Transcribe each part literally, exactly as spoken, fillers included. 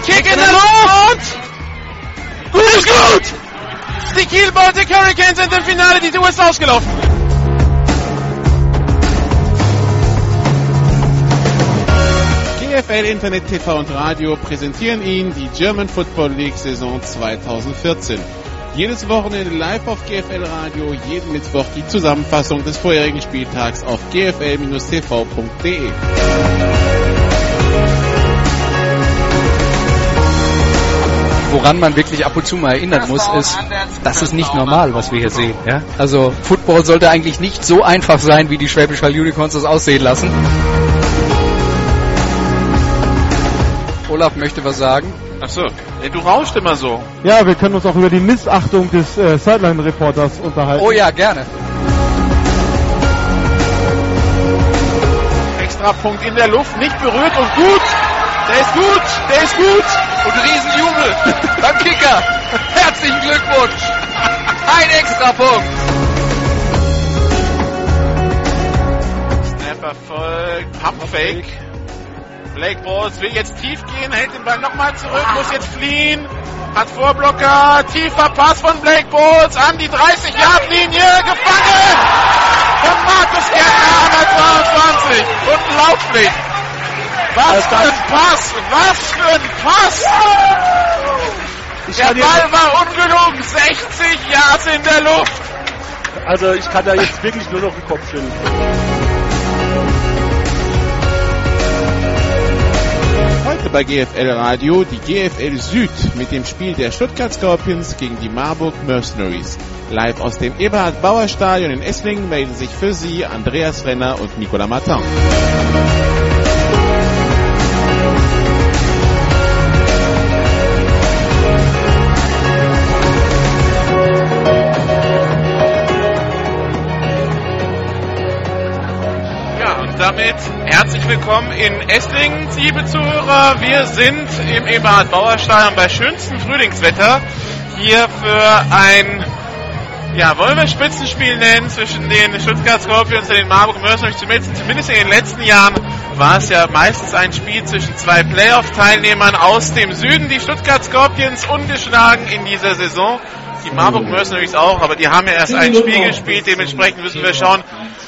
Kick in der Luft! Gut ist gut! Die Kiel Baltic Hurricanes sind im Finale, die Tour ist ausgelaufen. G F L Internet, T V und Radio präsentieren Ihnen die German Football League Saison zweitausendvierzehn. Jedes Wochenende live auf G F L Radio, jeden Mittwoch die Zusammenfassung des vorherigen Spieltags auf g f l Bindestrich t v punkt d e. Woran man wirklich ab und zu mal erinnern muss, ist, das ist nicht normal, was wir hier sehen. Ja? Also Football sollte eigentlich nicht so einfach sein, wie die Schwäbisch Hall Unicorns das aussehen lassen. Olaf möchte was sagen. Ach so, du rauscht immer so. Ja, wir können uns auch über die Missachtung des äh, Sideline-Reporters unterhalten. Oh ja, gerne. Extrapunkt in der Luft, nicht berührt und gut. Der ist gut, der ist gut. Und Riesenjubel beim Kicker. Herzlichen Glückwunsch. Ein Extrapunkt. Snapper folgt, Pumpfake. Blake Bortles will jetzt tief gehen, hält den Ball nochmal zurück, muss jetzt fliehen, hat Vorblocker, tiefer Pass von Blake Bortles an die dreißig-Yard-Linie, gefangen von Markus Gärtner an der zweiundzwanzig und Laufpflicht. Was für ein Pass, was für ein Pass! Der Ball war ungelogen, sechzig Yards in der Luft. Also ich kann da jetzt wirklich nur noch den Kopf schütteln. Heute bei G F L Radio die G F L Süd mit dem Spiel der Stuttgart Scorpions gegen die Marburg Mercenaries. Live aus dem Eberhard-Bauer-Stadion in Esslingen melden sich für Sie Andreas Renner und Nicolas Martin. Damit herzlich willkommen in Esslingen, liebe Zuhörer. Wir sind im Eberhard-Bauer-Stadion bei schönstem Frühlingswetter hier für ein, ja, wollen wir Spitzenspiel nennen, zwischen den Stuttgart Scorpions und den Marburg Mercenaries. Zumindest, zumindest in den letzten Jahren war es ja meistens ein Spiel zwischen zwei Playoff-Teilnehmern aus dem Süden. Die Stuttgart Scorpions ungeschlagen in dieser Saison. Die Marburg Mercenaries auch, aber die haben ja erst ein Spiel gespielt. Dementsprechend müssen wir schauen,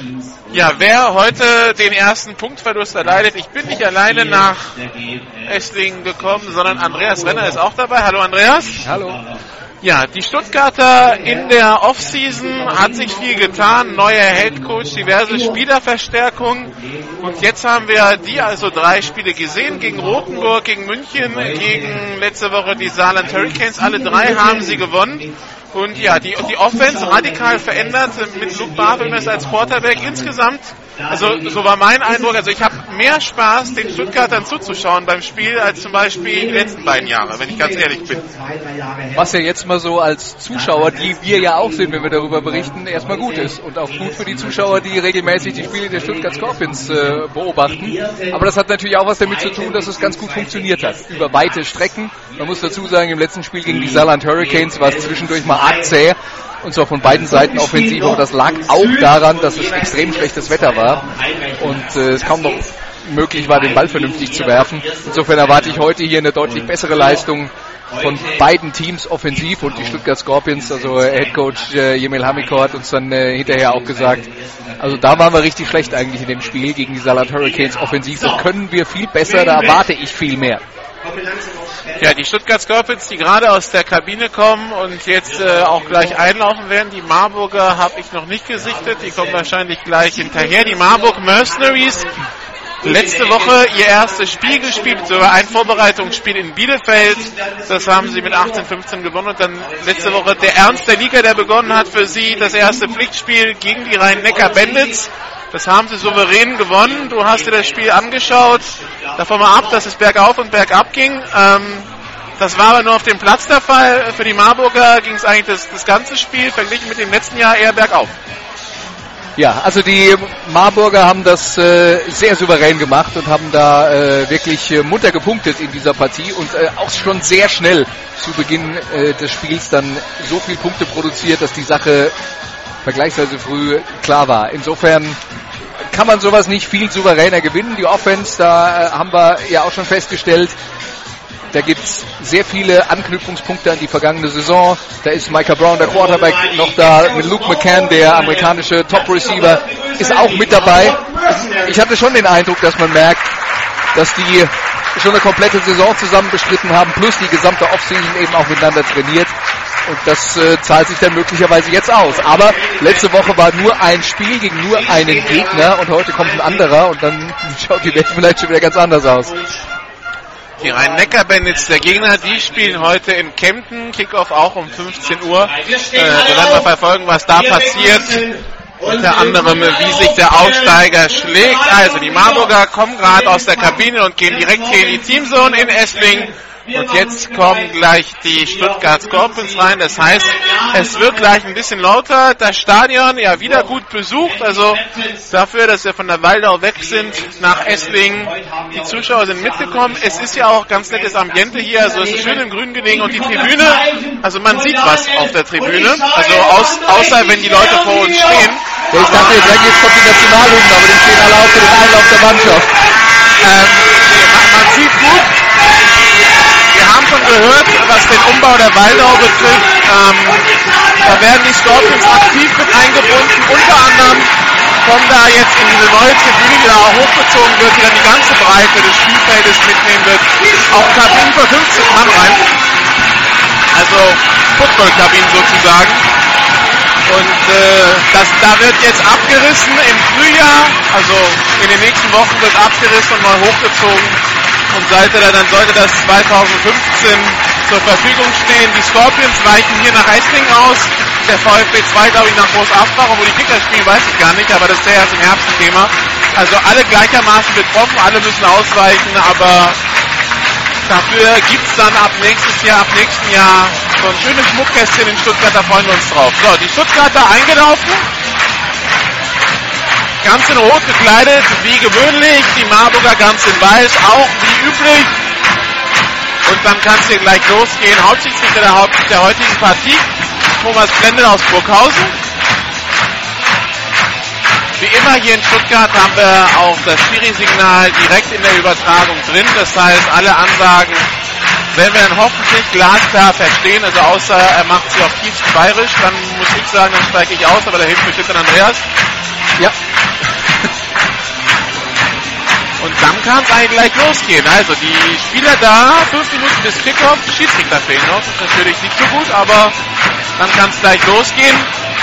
ja, wer heute den ersten Punktverlust erleidet. Ich bin nicht alleine nach Esslingen gekommen, sondern Andreas Renner ist auch dabei. Hallo Andreas. Hallo. Ja, die Stuttgarter in der Offseason hat sich viel getan. Neuer Headcoach, diverse Spielerverstärkungen. Und jetzt haben wir die also drei Spiele gesehen. Gegen Rothenburg, gegen München, gegen letzte Woche die Saarland Hurricanes. Alle drei haben sie gewonnen. Und ja, die, die Offense radikal verändert mit Luke Barthelmess als Quarterback. Insgesamt, also so war mein Eindruck, also ich habe mehr Spaß, den Stuttgartern zuzuschauen beim Spiel, als zum Beispiel die letzten beiden Jahre, wenn ich ganz ehrlich bin. Was ja jetzt mal so als Zuschauer, die wir ja auch sind, wenn wir darüber berichten, erstmal gut ist. Und auch gut für die Zuschauer, die regelmäßig die Spiele der Stuttgart Scorpions äh, beobachten. Aber das hat natürlich auch was damit zu tun, dass es ganz gut funktioniert hat. Über weite Strecken. Man muss dazu sagen, im letzten Spiel gegen die Saarland Hurricanes war es zwischendurch mal arg zäh. Und zwar von beiden Seiten offensiv. Aber das lag auch daran, dass es extrem schlechtes Wetter war. Und äh, es kaum noch möglich war, den Ball vernünftig zu werfen. Insofern erwarte ich heute hier eine deutlich bessere Leistung von beiden Teams offensiv, und die Stuttgart Scorpions, also Headcoach äh, Jemil Hamiko hat uns dann äh, hinterher auch gesagt, also da waren wir richtig schlecht eigentlich in dem Spiel gegen die Saarland Hurricanes offensiv. Da können wir viel besser, da erwarte ich viel mehr. Ja, die Stuttgart Scorpions, die gerade aus der Kabine kommen und jetzt äh, auch gleich einlaufen werden. Die Marburger habe ich noch nicht gesichtet, die kommen wahrscheinlich gleich hinterher. Die Marburg Mercenaries, letzte Woche ihr erstes Spiel gespielt, sogar ein Vorbereitungsspiel in Bielefeld. Das haben sie mit achtzehn fünfzehn gewonnen. Und dann letzte Woche der Ernst der Liga, der begonnen hat für sie, das erste Pflichtspiel gegen die Rhein-Neckar-Bandits. Das haben sie souverän gewonnen. Du hast dir das Spiel angeschaut. Davon mal ab, dass es bergauf und bergab ging. Ähm, das war aber nur auf dem Platz der Fall. Für die Marburger ging es eigentlich das, das ganze Spiel verglichen mit dem letzten Jahr eher bergauf. Ja, also die Marburger haben das äh, sehr souverän gemacht und haben da äh, wirklich äh, munter gepunktet in dieser Partie und äh, auch schon sehr schnell zu Beginn äh, des Spiels dann so viel Punkte produziert, dass die Sache vergleichsweise früh klar war. Insofern kann man sowas nicht viel souveräner gewinnen. Die Offense, da äh, haben wir ja auch schon festgestellt, Da gibt es sehr viele Anknüpfungspunkte an die vergangene Saison. Da ist Micah Brown, der Quarterback, noch da. Mit Luke McCann, der amerikanische Top-Receiver, ist auch mit dabei. Ich hatte schon den Eindruck, dass man merkt, dass die schon eine komplette Saison zusammen bestritten haben, plus die gesamte Offseason eben auch miteinander trainiert. Und das äh, zahlt sich dann möglicherweise jetzt aus. Aber letzte Woche war nur ein Spiel gegen nur einen Gegner und heute kommt ein anderer und dann schaut die Welt vielleicht schon wieder ganz anders aus. Die Rhein-Neckar-Bandits, der Gegner, die spielen heute in Kempten. Kickoff auch um fünfzehn Uhr. Äh, wir werden mal verfolgen, was da passiert. Unter anderem, wie sich der Aufsteiger schlägt. Also die Marburger kommen gerade aus der Kabine und gehen direkt hier in die Teamzone in Esslingen. Und jetzt kommen gleich die Stuttgart Scorpions rein. Das heißt, es wird gleich ein bisschen lauter. Das Stadion ja wieder gut besucht. Also dafür, dass wir von der Waldau weg sind nach Esslingen. Die Zuschauer sind mitgekommen. Es ist ja auch ganz nettes Ambiente hier. Also es ist schön im Grün gelegen. Und die Tribüne, also man sieht was auf der Tribüne. Also aus, außer wenn die Leute vor uns stehen. Ja, ich dachte, jetzt kommt die Nationalhymne, aber die stehen alle auf für den Einlauf der Mannschaft. Ähm, man, man sieht gut. Wir haben schon gehört, was den Umbau der Waldau betrifft. Ähm, da werden die Scorpions aktiv mit eingebunden. Unter anderem kommen da jetzt in diese neue Tribüne, die da auch hochgezogen wird, die dann die ganze Breite des Spielfeldes mitnehmen wird, auch Kabinen für fünfzig Mann rein. Also Football-Kabinen sozusagen. Und äh, das, da wird jetzt abgerissen im Frühjahr, also in den nächsten Wochen wird abgerissen und neu hochgezogen. Und sollte da, dann sollte das zwanzig fünfzehn zur Verfügung stehen. Die Scorpions weichen hier nach Esslingen aus. Der VfB zwei, glaube ich, nach Großaufbach, wo die Kicker spielen, weiß ich gar nicht, aber das ist ja erst im Herbst ein Thema. Also alle gleichermaßen betroffen, alle müssen ausweichen, aber dafür gibt es dann ab nächstes Jahr, ab nächsten Jahr so ein schönes Schmuckkästchen in Stuttgart, da freuen wir uns drauf. So, die Stuttgarter eingelaufen. Ganz in Rot gekleidet, wie gewöhnlich. Die Marburger ganz in Weiß, auch wie üblich. Und dann kann es hier gleich losgehen. Hauptschiedsrichter der, Haupt- der heutigen Partie, Thomas Blendl aus Burghausen. Wie immer hier in Stuttgart haben wir auch das Schiri-Signal direkt in der Übertragung drin. Das heißt, alle Ansagen werden wir dann hoffentlich glasklar verstehen. Also außer er macht sie auf tiefst bayerisch, dann muss ich sagen, dann steige ich aus, aber da hilft bestimmt dann Andreas. Ja. Und dann kann es eigentlich gleich losgehen. Also die Spieler da, fünf Minuten bis Kickoff, die Schiedsrichter fehlen noch. Das ist natürlich nicht so gut, aber dann kann es gleich losgehen.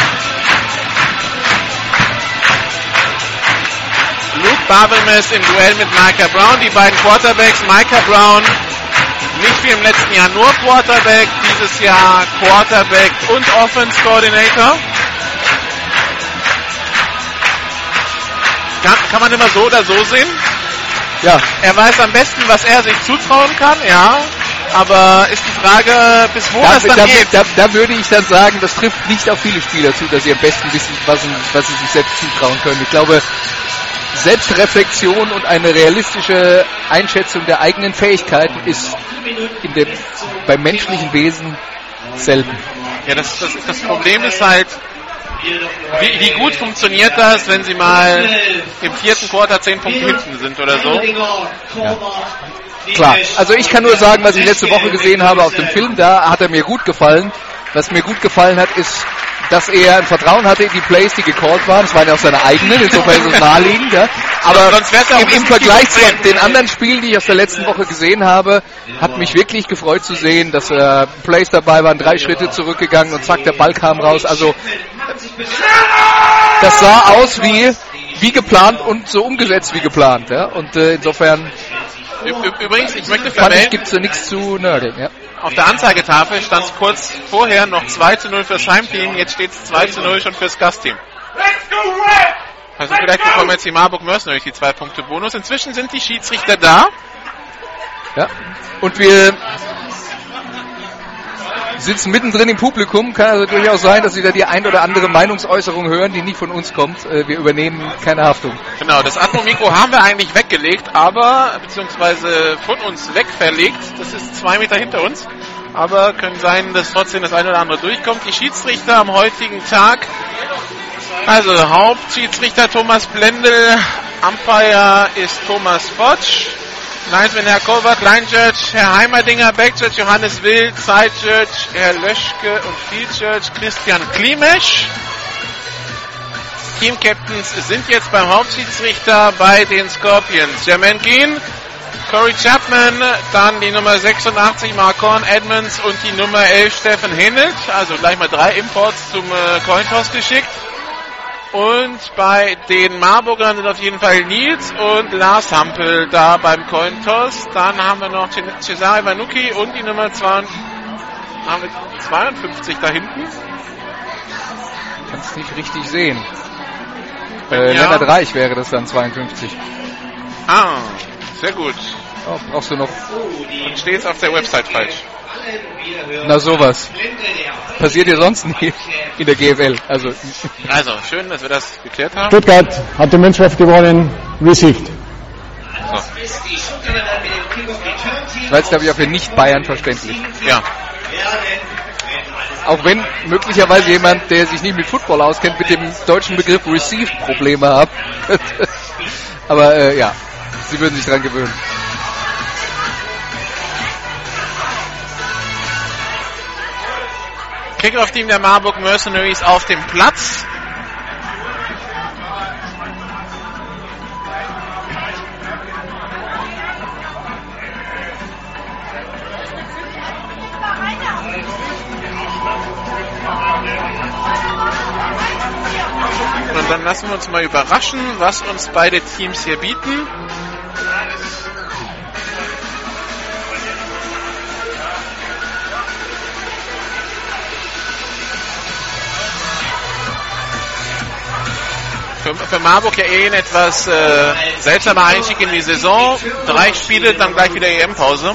Luke Barvelmes im Duell mit Micah Brown. Die beiden Quarterbacks, Micah Brown, nicht wie im letzten Jahr nur Quarterback, dieses Jahr Quarterback und Offense Coordinator. Kann, kann man immer so oder so sehen. Ja. Er weiß am besten, was er sich zutrauen kann, ja. Aber ist die Frage, bis wo da, das dann da, geht. Da, da würde ich dann sagen, das trifft nicht auf viele Spieler zu, dass sie am besten wissen, was sie, was sie sich selbst zutrauen können. Ich glaube, Selbstreflexion und eine realistische Einschätzung der eigenen Fähigkeiten ist in dem, beim menschlichen Wesen selten. Ja, das, das, das Problem ist halt, Wie, wie gut funktioniert das, wenn sie mal im vierten Quarter zehn Punkte hinten sind oder so? Ja. Klar, also ich kann nur sagen, was ich letzte Woche gesehen habe auf dem Film, da hat er mir gut gefallen. Was mir gut gefallen hat, ist, dass er ein Vertrauen hatte in die Plays, die gecallt waren. Das waren ja auch seine eigenen, insofern ist es naheliegend. Ja. Aber im, im Vergleich zu den anderen Spielen, die ich aus der letzten Woche gesehen habe, hat mich wirklich gefreut zu sehen, dass äh, Plays dabei waren, drei Schritte zurückgegangen und zack, der Ball kam raus. Also das sah aus wie, wie geplant und so umgesetzt wie geplant. Ja. Und äh, insofern... Übrigens, ich möchte vermelden, gibt es ja nichts zu nörgeln. Ja. Auf der Anzeigetafel stand es kurz vorher noch zwei zu null fürs Heimteam, jetzt steht es zwei zu null schon fürs Gastteam. Also vielleicht bekommen jetzt die Marburg Mercenaries die zwei Punkte Bonus. Inzwischen sind die Schiedsrichter da. Ja. Und wir sitzen mittendrin im Publikum. Kann also durchaus sein, dass Sie da die ein oder andere Meinungsäußerung hören, die nicht von uns kommt. Wir übernehmen keine Haftung. Genau, das Atmo-Mikro haben wir eigentlich weggelegt, aber, beziehungsweise von uns wegverlegt. Das ist zwei Meter hinter uns. Aber können sein, dass trotzdem das eine oder andere durchkommt. Die Schiedsrichter am heutigen Tag. Also, Hauptschiedsrichter Thomas Blendl. Umpire ist Thomas Fotsch. Linesman Herr Kolbert, Line Judge Herr Heimerdinger, Back Judge Johannes Wild, Side Judge Herr Löschke und Field Judge Christian Klimesch. Team Captains sind jetzt beim Hauptschiedsrichter bei den Scorpions. Jermaine Keane, Corey Chapman, dann die Nummer sechsundachtzig Marcon Edmonds und die Nummer elf Steffen Hennelt. Also gleich mal drei Imports zum äh, Cointoss geschickt. Und bei den Marburgern sind auf jeden Fall Nils und Lars Hampel da beim Cointoss. Dann haben wir noch Cesare Vanucci und die Nummer zweiundfünfzig da hinten. Kannst nicht richtig sehen. Äh, ja. Lennart Reich wäre das dann zweiundfünfzig. Ah, sehr gut. Oh, brauchst du noch. Und steht auf der Website falsch. Na sowas. Passiert ja sonst nie in der G F L. Also, also schön, dass wir das geklärt haben. Stuttgart hat die Mannschaft gewonnen. Received. So. Das war jetzt, glaube ich, auch für Nicht-Bayern verständlich. Ja. Auch wenn möglicherweise jemand, der sich nicht mit Football auskennt, mit dem deutschen Begriff Receive Probleme hat. Aber äh, ja, sie würden sich dran gewöhnen. Kickoff-Team der Marburg Mercenaries auf dem Platz. Und dann lassen wir uns mal überraschen, was uns beide Teams hier bieten. Für, für Marburg ja eh ein etwas äh, seltsamer Einstieg in die Saison. Drei Spiele, dann gleich wieder E M-Pause.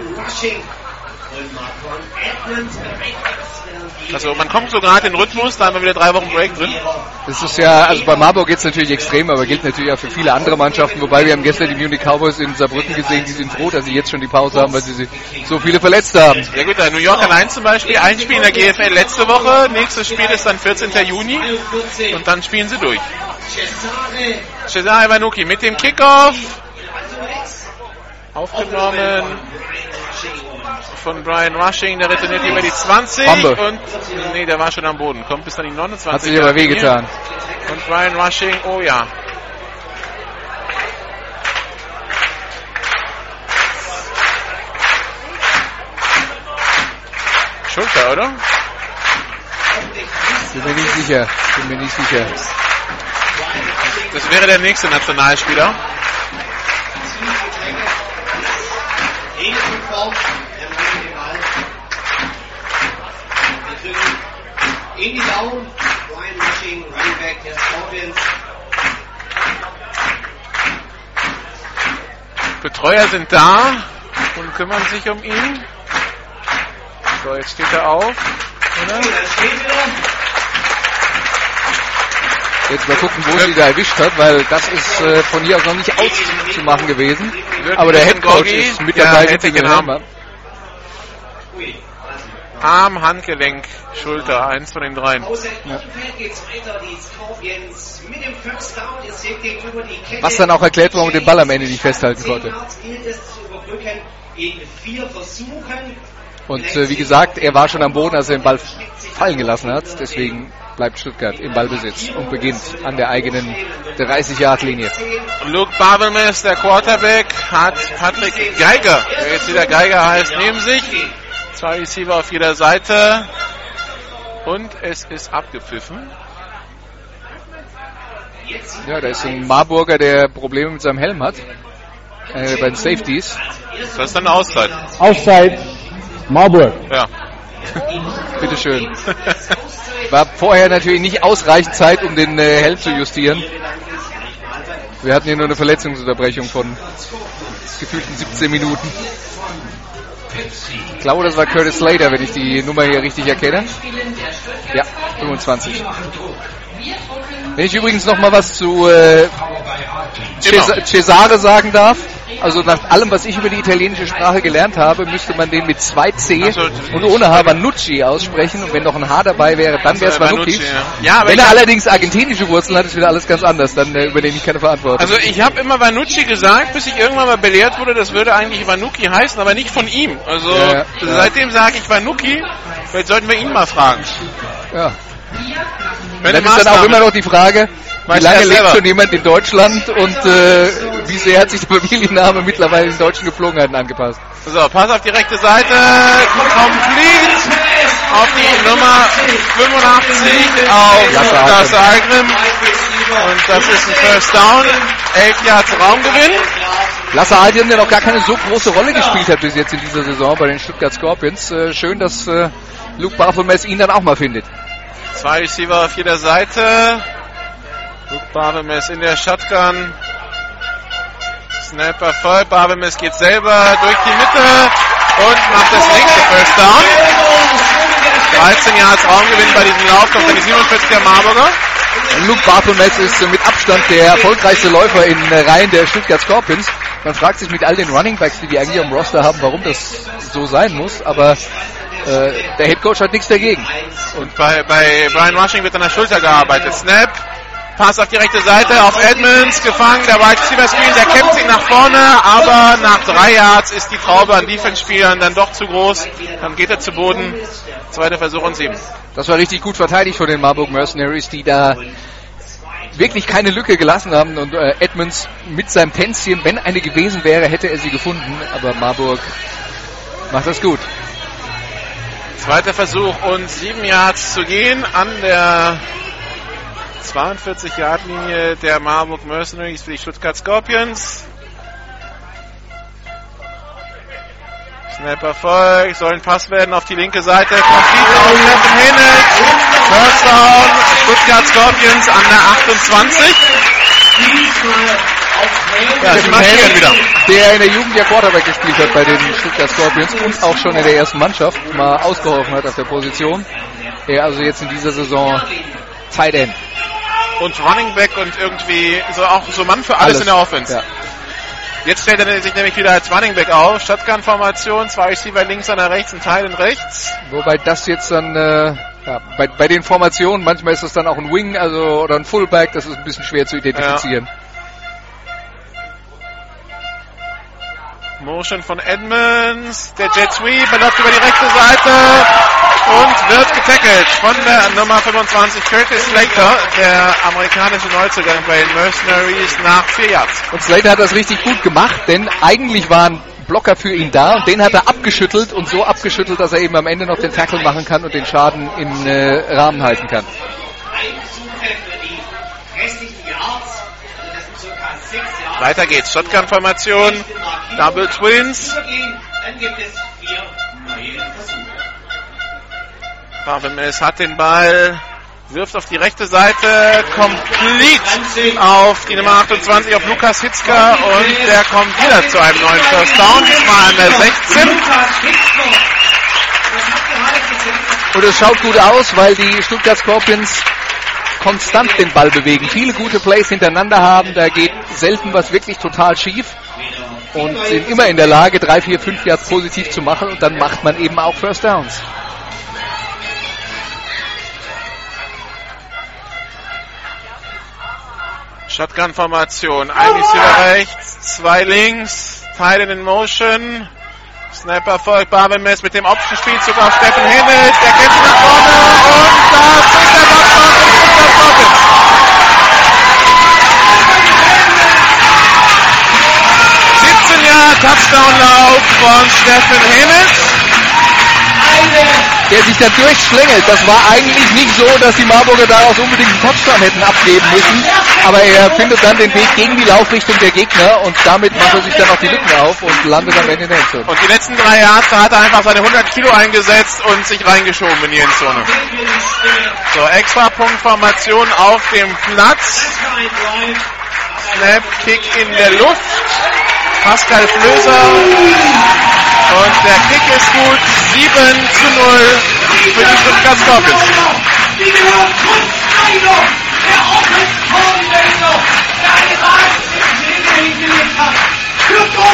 Also man kommt so gerade in den Rhythmus, da haben wir wieder drei Wochen Break drin. Das ist ja, also bei Marburg geht es natürlich extrem, aber gilt natürlich auch für viele andere Mannschaften. Wobei wir haben gestern die Munich Cowboys in Saarbrücken gesehen, die sind froh, dass sie jetzt schon die Pause haben, weil sie so viele Verletzte haben. Ja gut, der New York Alliance zum Beispiel, ein Spiel in der G F L letzte Woche, nächstes Spiel ist dann vierzehnten Juni und dann spielen sie durch. Cesare Vanucci mit dem Kickoff. Aufgenommen von Brian Rushing, der retourniert über die zwanzig. Bombe. Und nee, der war schon am Boden. Kommt bis dann die neunundzwanzig. Hat sich aber wehgetan. Und Brian Rushing, oh ja. Schulter, oder? Bin mir nicht sicher. Bin mir nicht sicher. Das wäre der nächste Nationalspieler. In die Down, Brian Rushing, Running Back der Scorpions. Betreuer sind da und kümmern sich um ihn. So, jetzt steht er auf. Oder? Jetzt mal gucken, wo sie da erwischt hat, weil das ist äh, von hier aus noch nicht auszumachen gewesen. Aber der Headcoach ist mit dabei, ja, den Arm. Arm, Handgelenk, Schulter, eins von den dreien. Ja. Was dann auch erklärt, warum man den Ball am Ende nicht festhalten konnte. Und äh, wie gesagt, er war schon am Boden, als er den Ball fallen gelassen hat. Deswegen bleibt Stuttgart im Ballbesitz und beginnt an der eigenen dreißig-Yard-Linie. Luke Babelmes, der Quarterback, hat Patrick Geiger, der jetzt wieder Geiger heißt, neben sich. Zwei Receiver auf jeder Seite. Und es ist abgepfiffen. Ja, da ist ein Marburger, der Probleme mit seinem Helm hat. Äh, bei den Safeties. Das ist dann eine Auszeit. Auszeit. Marburg. Ja. Bitteschön. War vorher natürlich nicht ausreichend Zeit, um den äh, Helm zu justieren. Wir hatten hier nur eine Verletzungsunterbrechung von gefühlten siebzehn Minuten. Ich glaube, das war Curtis Slater, wenn ich die Nummer hier richtig erkenne. Ja, fünfundzwanzig. Wenn ich übrigens noch mal was zu äh, Cesare sagen darf. Also nach allem, was ich über die italienische Sprache gelernt habe, müsste man den mit zwei C Also, und ohne H Vanucci aussprechen. Und wenn noch ein H dabei wäre, dann wäre es Also, Vanucci. Vanucci, ja. Ja, aber wenn ich er hab- allerdings argentinische Wurzeln hat, ist wieder alles ganz anders. Dann äh, übernehme ich keine Verantwortung. Also ich habe immer Vanucci gesagt, bis ich irgendwann mal belehrt wurde, das würde eigentlich Vanucci heißen, aber nicht von ihm. Also Ja, ja. seitdem sage ich Vanucci. Vielleicht sollten wir ihn mal fragen. ja. Wenn Dann ist dann auch immer noch die Frage, wie Weiß lange er lebt selber. schon jemand in Deutschland und äh, wie sehr hat sich der Familienname mittlerweile den deutschen Gepflogenheiten angepasst. So, Pass auf die rechte Seite, complete auf die Nummer fünfundachtzig auf Lasse Lasse Algrim. Und das ist ein First Down, elf Yards Raumgewinn. Lasse Algrim, der noch gar keine so große Rolle gespielt hat bis jetzt in dieser Saison bei den Stuttgart Scorpions. Äh, schön, dass äh, Luke Barthelmess ihn dann auch mal findet. Zwei Receiver auf jeder Seite. Luke Barthelmess in der Shotgun. Snapper voll. Barthelmess geht selber durch die Mitte und macht das nächste First Down. dreizehn Yards Raumgewinn bei diesem Lauf. Kommt dann die siebenundvierzig der Marburger. Luke Barthelmess ist äh, mit Abstand der erfolgreichste Läufer in äh, Reihen der Stuttgart Scorpions. Man fragt sich mit all den Runningbacks, die die eigentlich am Roster haben, warum das so sein muss, aber äh, der Headcoach hat nichts dagegen. Und bei, bei Brian Rushing wird an der Schulter gearbeitet. Snap. Pass auf die rechte Seite auf Edmonds. Gefangen. Der Wide Receiver Screen. Der kämpft sich nach vorne. Aber nach drei Yards ist die Traube an Defense-Spielern dann doch zu groß. Dann geht er zu Boden. Zweiter Versuch und sieben. Das war richtig gut verteidigt von den Marburg Mercenaries, die da wirklich keine Lücke gelassen haben. Und äh, Edmonds mit seinem Tänzchen, wenn eine gewesen wäre, hätte er sie gefunden. Aber Marburg macht das gut. Zweiter Versuch und sieben Yards zu gehen an der zweiundvierzig Yard Linie der Marburg Mercenaries für die Stuttgart Scorpions. Snapper folgt, soll ein Pass werden auf die linke Seite. Complete auf Stephen Hennett. First Down, Stuttgart Scorpions an der achtundzwanzig. Ja, sie marschieren wieder. Der in der Jugend ja Quarterback gespielt hat bei den Stuttgart Scorpions und auch schon in der ersten Mannschaft mal ausgeholfen hat auf der Position. Er also jetzt in dieser Saison Tight End. Und Running Back und irgendwie so auch so Mann für alles, Alles. in der Offense. Ja. Jetzt stellt er sich nämlich wieder als Running Back auf. Shotgun-Formation, zwei Receiver links, einer rechts, ein Teil in rechts. Wobei das jetzt dann äh, ja, bei, bei den Formationen, manchmal ist das dann auch ein Wing also oder ein Fullback, das ist ein bisschen schwer zu identifizieren. Motion von Edmonds. Der Jet Sweep, er läuft über die rechte Seite und wird getackelt von der Nummer fünfundzwanzig, Curtis Slater, der amerikanische Neuzugang bei den Mercenaries nach vier Yards. Und Slater hat das richtig gut gemacht, denn eigentlich waren Blocker für ihn da und den hat er abgeschüttelt und so abgeschüttelt, dass er eben am Ende noch den Tackle machen kann und den Schaden im äh, Rahmen halten kann. Weiter geht's. Shotgun-Formation, Double Twins. Barthelmess hat den Ball, wirft auf die rechte Seite, complete auf die Nummer achtundzwanzig, auf Lukas Hitzka und der kommt wieder zu einem neuen First Down, diesmal an der sechzehn. Und es schaut gut aus, weil die Stuttgart Scorpions konstant den Ball bewegen, viele gute Plays hintereinander haben, da geht selten was wirklich total schief und sind immer in der Lage, drei, vier, fünf Yards positiv zu machen und dann macht man eben auch First Downs. Shotgun-Formation, ein Receiver rechts, zwei links, Teilen in Motion, Snapper folgt, Barthelmess mit dem Option-Spielzug auf Stephen Hennett, der kämpft nach vorne und das ist der Touchdown für die Stuttgart Scorpions. siebzehn Jahre Touchdown-Lauf von Stephen Hennett. Der sich da durchschlängelt. Das war eigentlich nicht so, dass die Marburger daraus unbedingt einen Touchdown hätten abgeben müssen. Aber er findet dann den Weg gegen die Laufrichtung der Gegner und damit macht er sich dann auch die Lücken auf und landet am Ende in der Endzone. Und die letzten drei Yards, da hat er einfach seine hundert Kilo eingesetzt und sich reingeschoben in die Endzone. So, Extra-Punkt-Formation auf dem Platz. Snap, Kick in der Luft. Pascal Flöser. Und der Kick ist gut. sieben zu null für die Stuttgart Scorpions. Der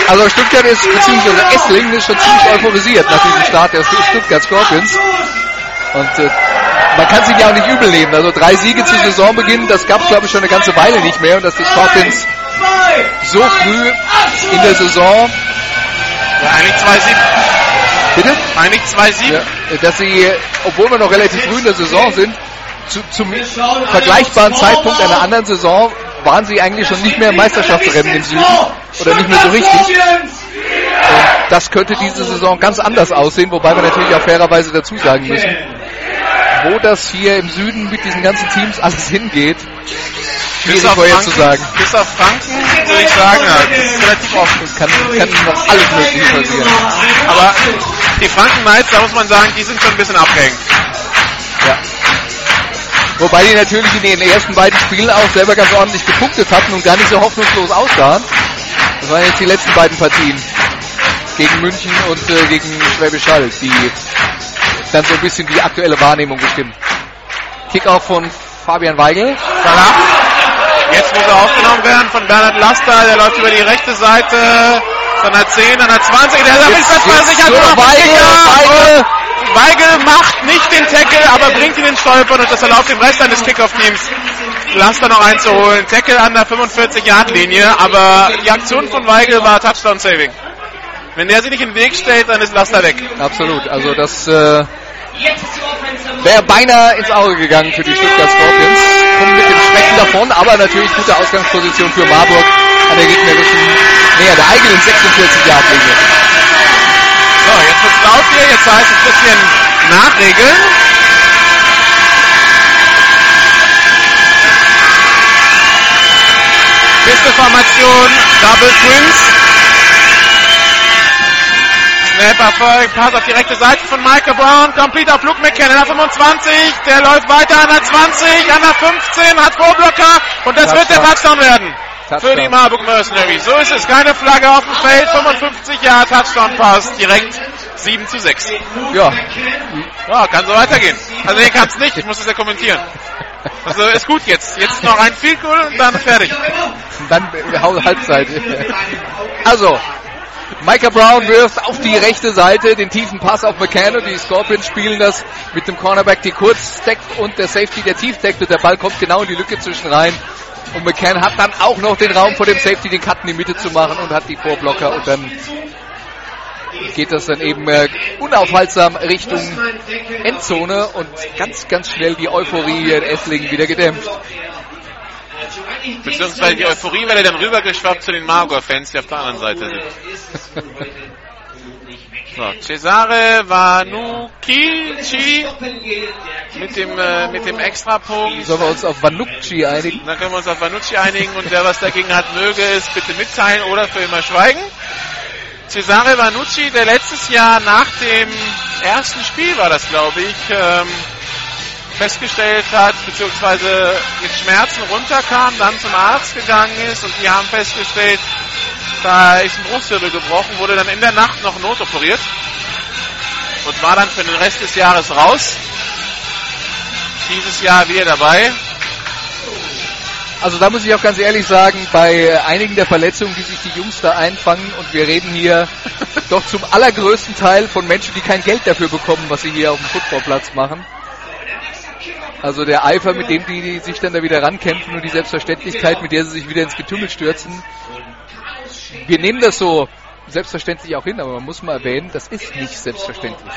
Also Stuttgart ist, beziehungsweise Esslingen ist schon ziemlich euphorisiert nach diesem Start der Stuttgart Scorpions. Und äh, man kann sich ja auch nicht übel nehmen. Also drei Siege zu Saisonbeginn, das gab es glaube ich schon eine ganze Weile nicht mehr. Und dass die Scorpions so früh in der Saison... Ja, eigentlich zwei Siege. Bitte? Eigentlich zwei Siege. Ja, dass sie, obwohl wir noch relativ früh in der Saison sind, zu, zum vergleichbaren Zeitpunkt einer anderen Saison waren sie eigentlich schon nicht mehr im Meisterschaftsrennen im Süden. Oder nicht mehr so richtig. Und das könnte diese Saison ganz anders aussehen, wobei wir natürlich auch fairerweise dazu sagen müssen, wo das hier im Süden mit diesen ganzen Teams alles hingeht, schwierig vorher zu sagen. Bis auf Franken würde ich sagen, ja, das ist relativ offen. Es kann, kann noch alles Mögliche passieren. Aber die Franken Knights, da muss man sagen, die sind schon ein bisschen abgehängt. Ja. Wobei die natürlich in den ersten beiden Spielen auch selber ganz ordentlich gepunktet hatten und gar nicht so hoffnungslos aussahen. Das waren jetzt die letzten beiden Partien. Gegen München und äh, gegen Schwäbisch Hall, die dann so ein bisschen die aktuelle Wahrnehmung bestimmen. Kickoff von Fabian Weigel. Salah. Jetzt muss er aufgenommen werden von Bernhard Laster. Der läuft über die rechte Seite. Dann hat zehn, dann hat zwanzig. Der ist fest versichert. Weigel. Weigel macht nicht den Tackle, aber bringt ihn in Stolpern und das erlaubt dem Rest eines Kickoff-Teams, Laster noch einzuholen. Tackle an der fünfundvierzig-Yard-Linie, aber die Aktion von Weigel war Touchdown-Saving. Wenn der sich nicht in den Weg stellt, dann ist Laster weg. Absolut, also das äh, wäre beinahe ins Auge gegangen für die Stuttgart Scorpions. Kommen mit dem Schrecken davon, aber natürlich gute Ausgangsposition für Marburg an der gegnerischen, näher der eigenen sechsundvierzig-Yard-Linie. So, jetzt wird's laut hier, jetzt heißt es ein bisschen nachregeln. Pisteformation, Double Twins. Snap erfolgt, Pass auf die rechte Seite von Michael Brown, complete auf Luke McCann, an der fünfundzwanzig, der läuft weiter an der zwanzig, an der fünfzehn, hat Vorblocker und das wird der Touchdown werden. Touchdown. Für die Marburg Mercenaries. So ist es, keine Flagge auf dem Feld, fünfundfünfzig Yard Touchdown Pass, direkt sieben zu sechs. Ja. Ja, kann so weitergehen. Also nee, kann's nicht, ich muss das ja kommentieren. Also ist gut jetzt. Jetzt noch ein Field Goal und dann fertig. Dann Halbzeit. Also, Micah Brown wirft auf die rechte Seite den tiefen Pass auf McCann und die Scorpions spielen das mit dem Cornerback, die kurz deckt und der Safety, der tief deckt und der Ball kommt genau in die Lücke zwischen rein. Und McCann hat dann auch noch den Raum vor dem Safety, den Cut in die Mitte zu machen und hat die Vorblocker und dann geht das dann eben äh, unaufhaltsam Richtung Endzone und ganz, ganz schnell die Euphorie hier in Esslingen wieder gedämpft. Beziehungsweise die Euphoriewelle dann rübergeschwappt zu den Marburger-Fans, die auf der anderen Seite sind. So, Cesare Vanucci mit dem, äh, mit dem Extrapunkt. Sollen wir uns auf Vanucci einigen? Dann können wir uns auf Vanucci einigen und wer was dagegen hat, möge es bitte mitteilen oder für immer schweigen. Cesare Vanucci, der letztes Jahr nach dem ersten Spiel war das, glaube ich, ähm, festgestellt hat, beziehungsweise mit Schmerzen runterkam, dann zum Arzt gegangen ist und die haben festgestellt, da ist ein Brustwirbel gebrochen, wurde dann in der Nacht noch notoperiert und war dann für den Rest des Jahres raus. Dieses Jahr wieder dabei. Also da muss ich auch ganz ehrlich sagen, bei einigen der Verletzungen, die sich die Jungs da einfangen, und wir reden hier doch zum allergrößten Teil von Menschen, die kein Geld dafür bekommen, was sie hier auf dem Footballplatz machen. Also der Eifer, mit dem die, die sich dann da wieder rankämpfen und die Selbstverständlichkeit, mit der sie sich wieder ins Getümmel stürzen. Wir nehmen das so selbstverständlich auch hin, aber man muss mal erwähnen, das ist nicht selbstverständlich.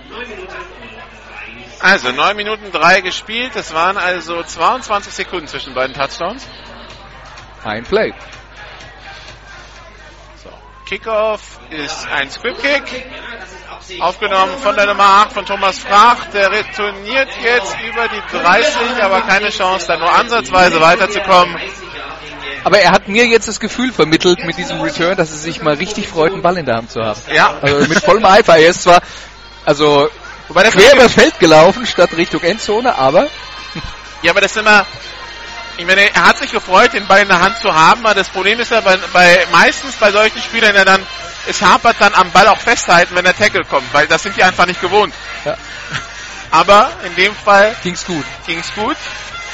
Also neun Minuten drei gespielt, das waren also zweiundzwanzig Sekunden zwischen beiden Touchdowns. Ein Play. So, Kickoff ist ein Squib-Kick, aufgenommen von der Nummer acht von Thomas Frach, der retourniert jetzt über die dreißig, aber keine Chance, da nur ansatzweise weiterzukommen. Aber er hat mir jetzt das Gefühl vermittelt mit diesem Return, dass er sich mal richtig freut, einen Ball in der Hand zu haben. Ja. Also mit vollem Eifer. Er ist zwar, also Wobei das quer übers Feld gelaufen, statt Richtung Endzone, aber... Ja, aber das ist immer... Ich meine, er hat sich gefreut, den Ball in der Hand zu haben, aber das Problem ist ja bei, bei meistens bei solchen Spielern, ja dann, es hapert dann am Ball auch festhalten, wenn der Tackle kommt, weil das sind die einfach nicht gewohnt. Ja. Aber in dem Fall... Ging's gut. Ging's gut.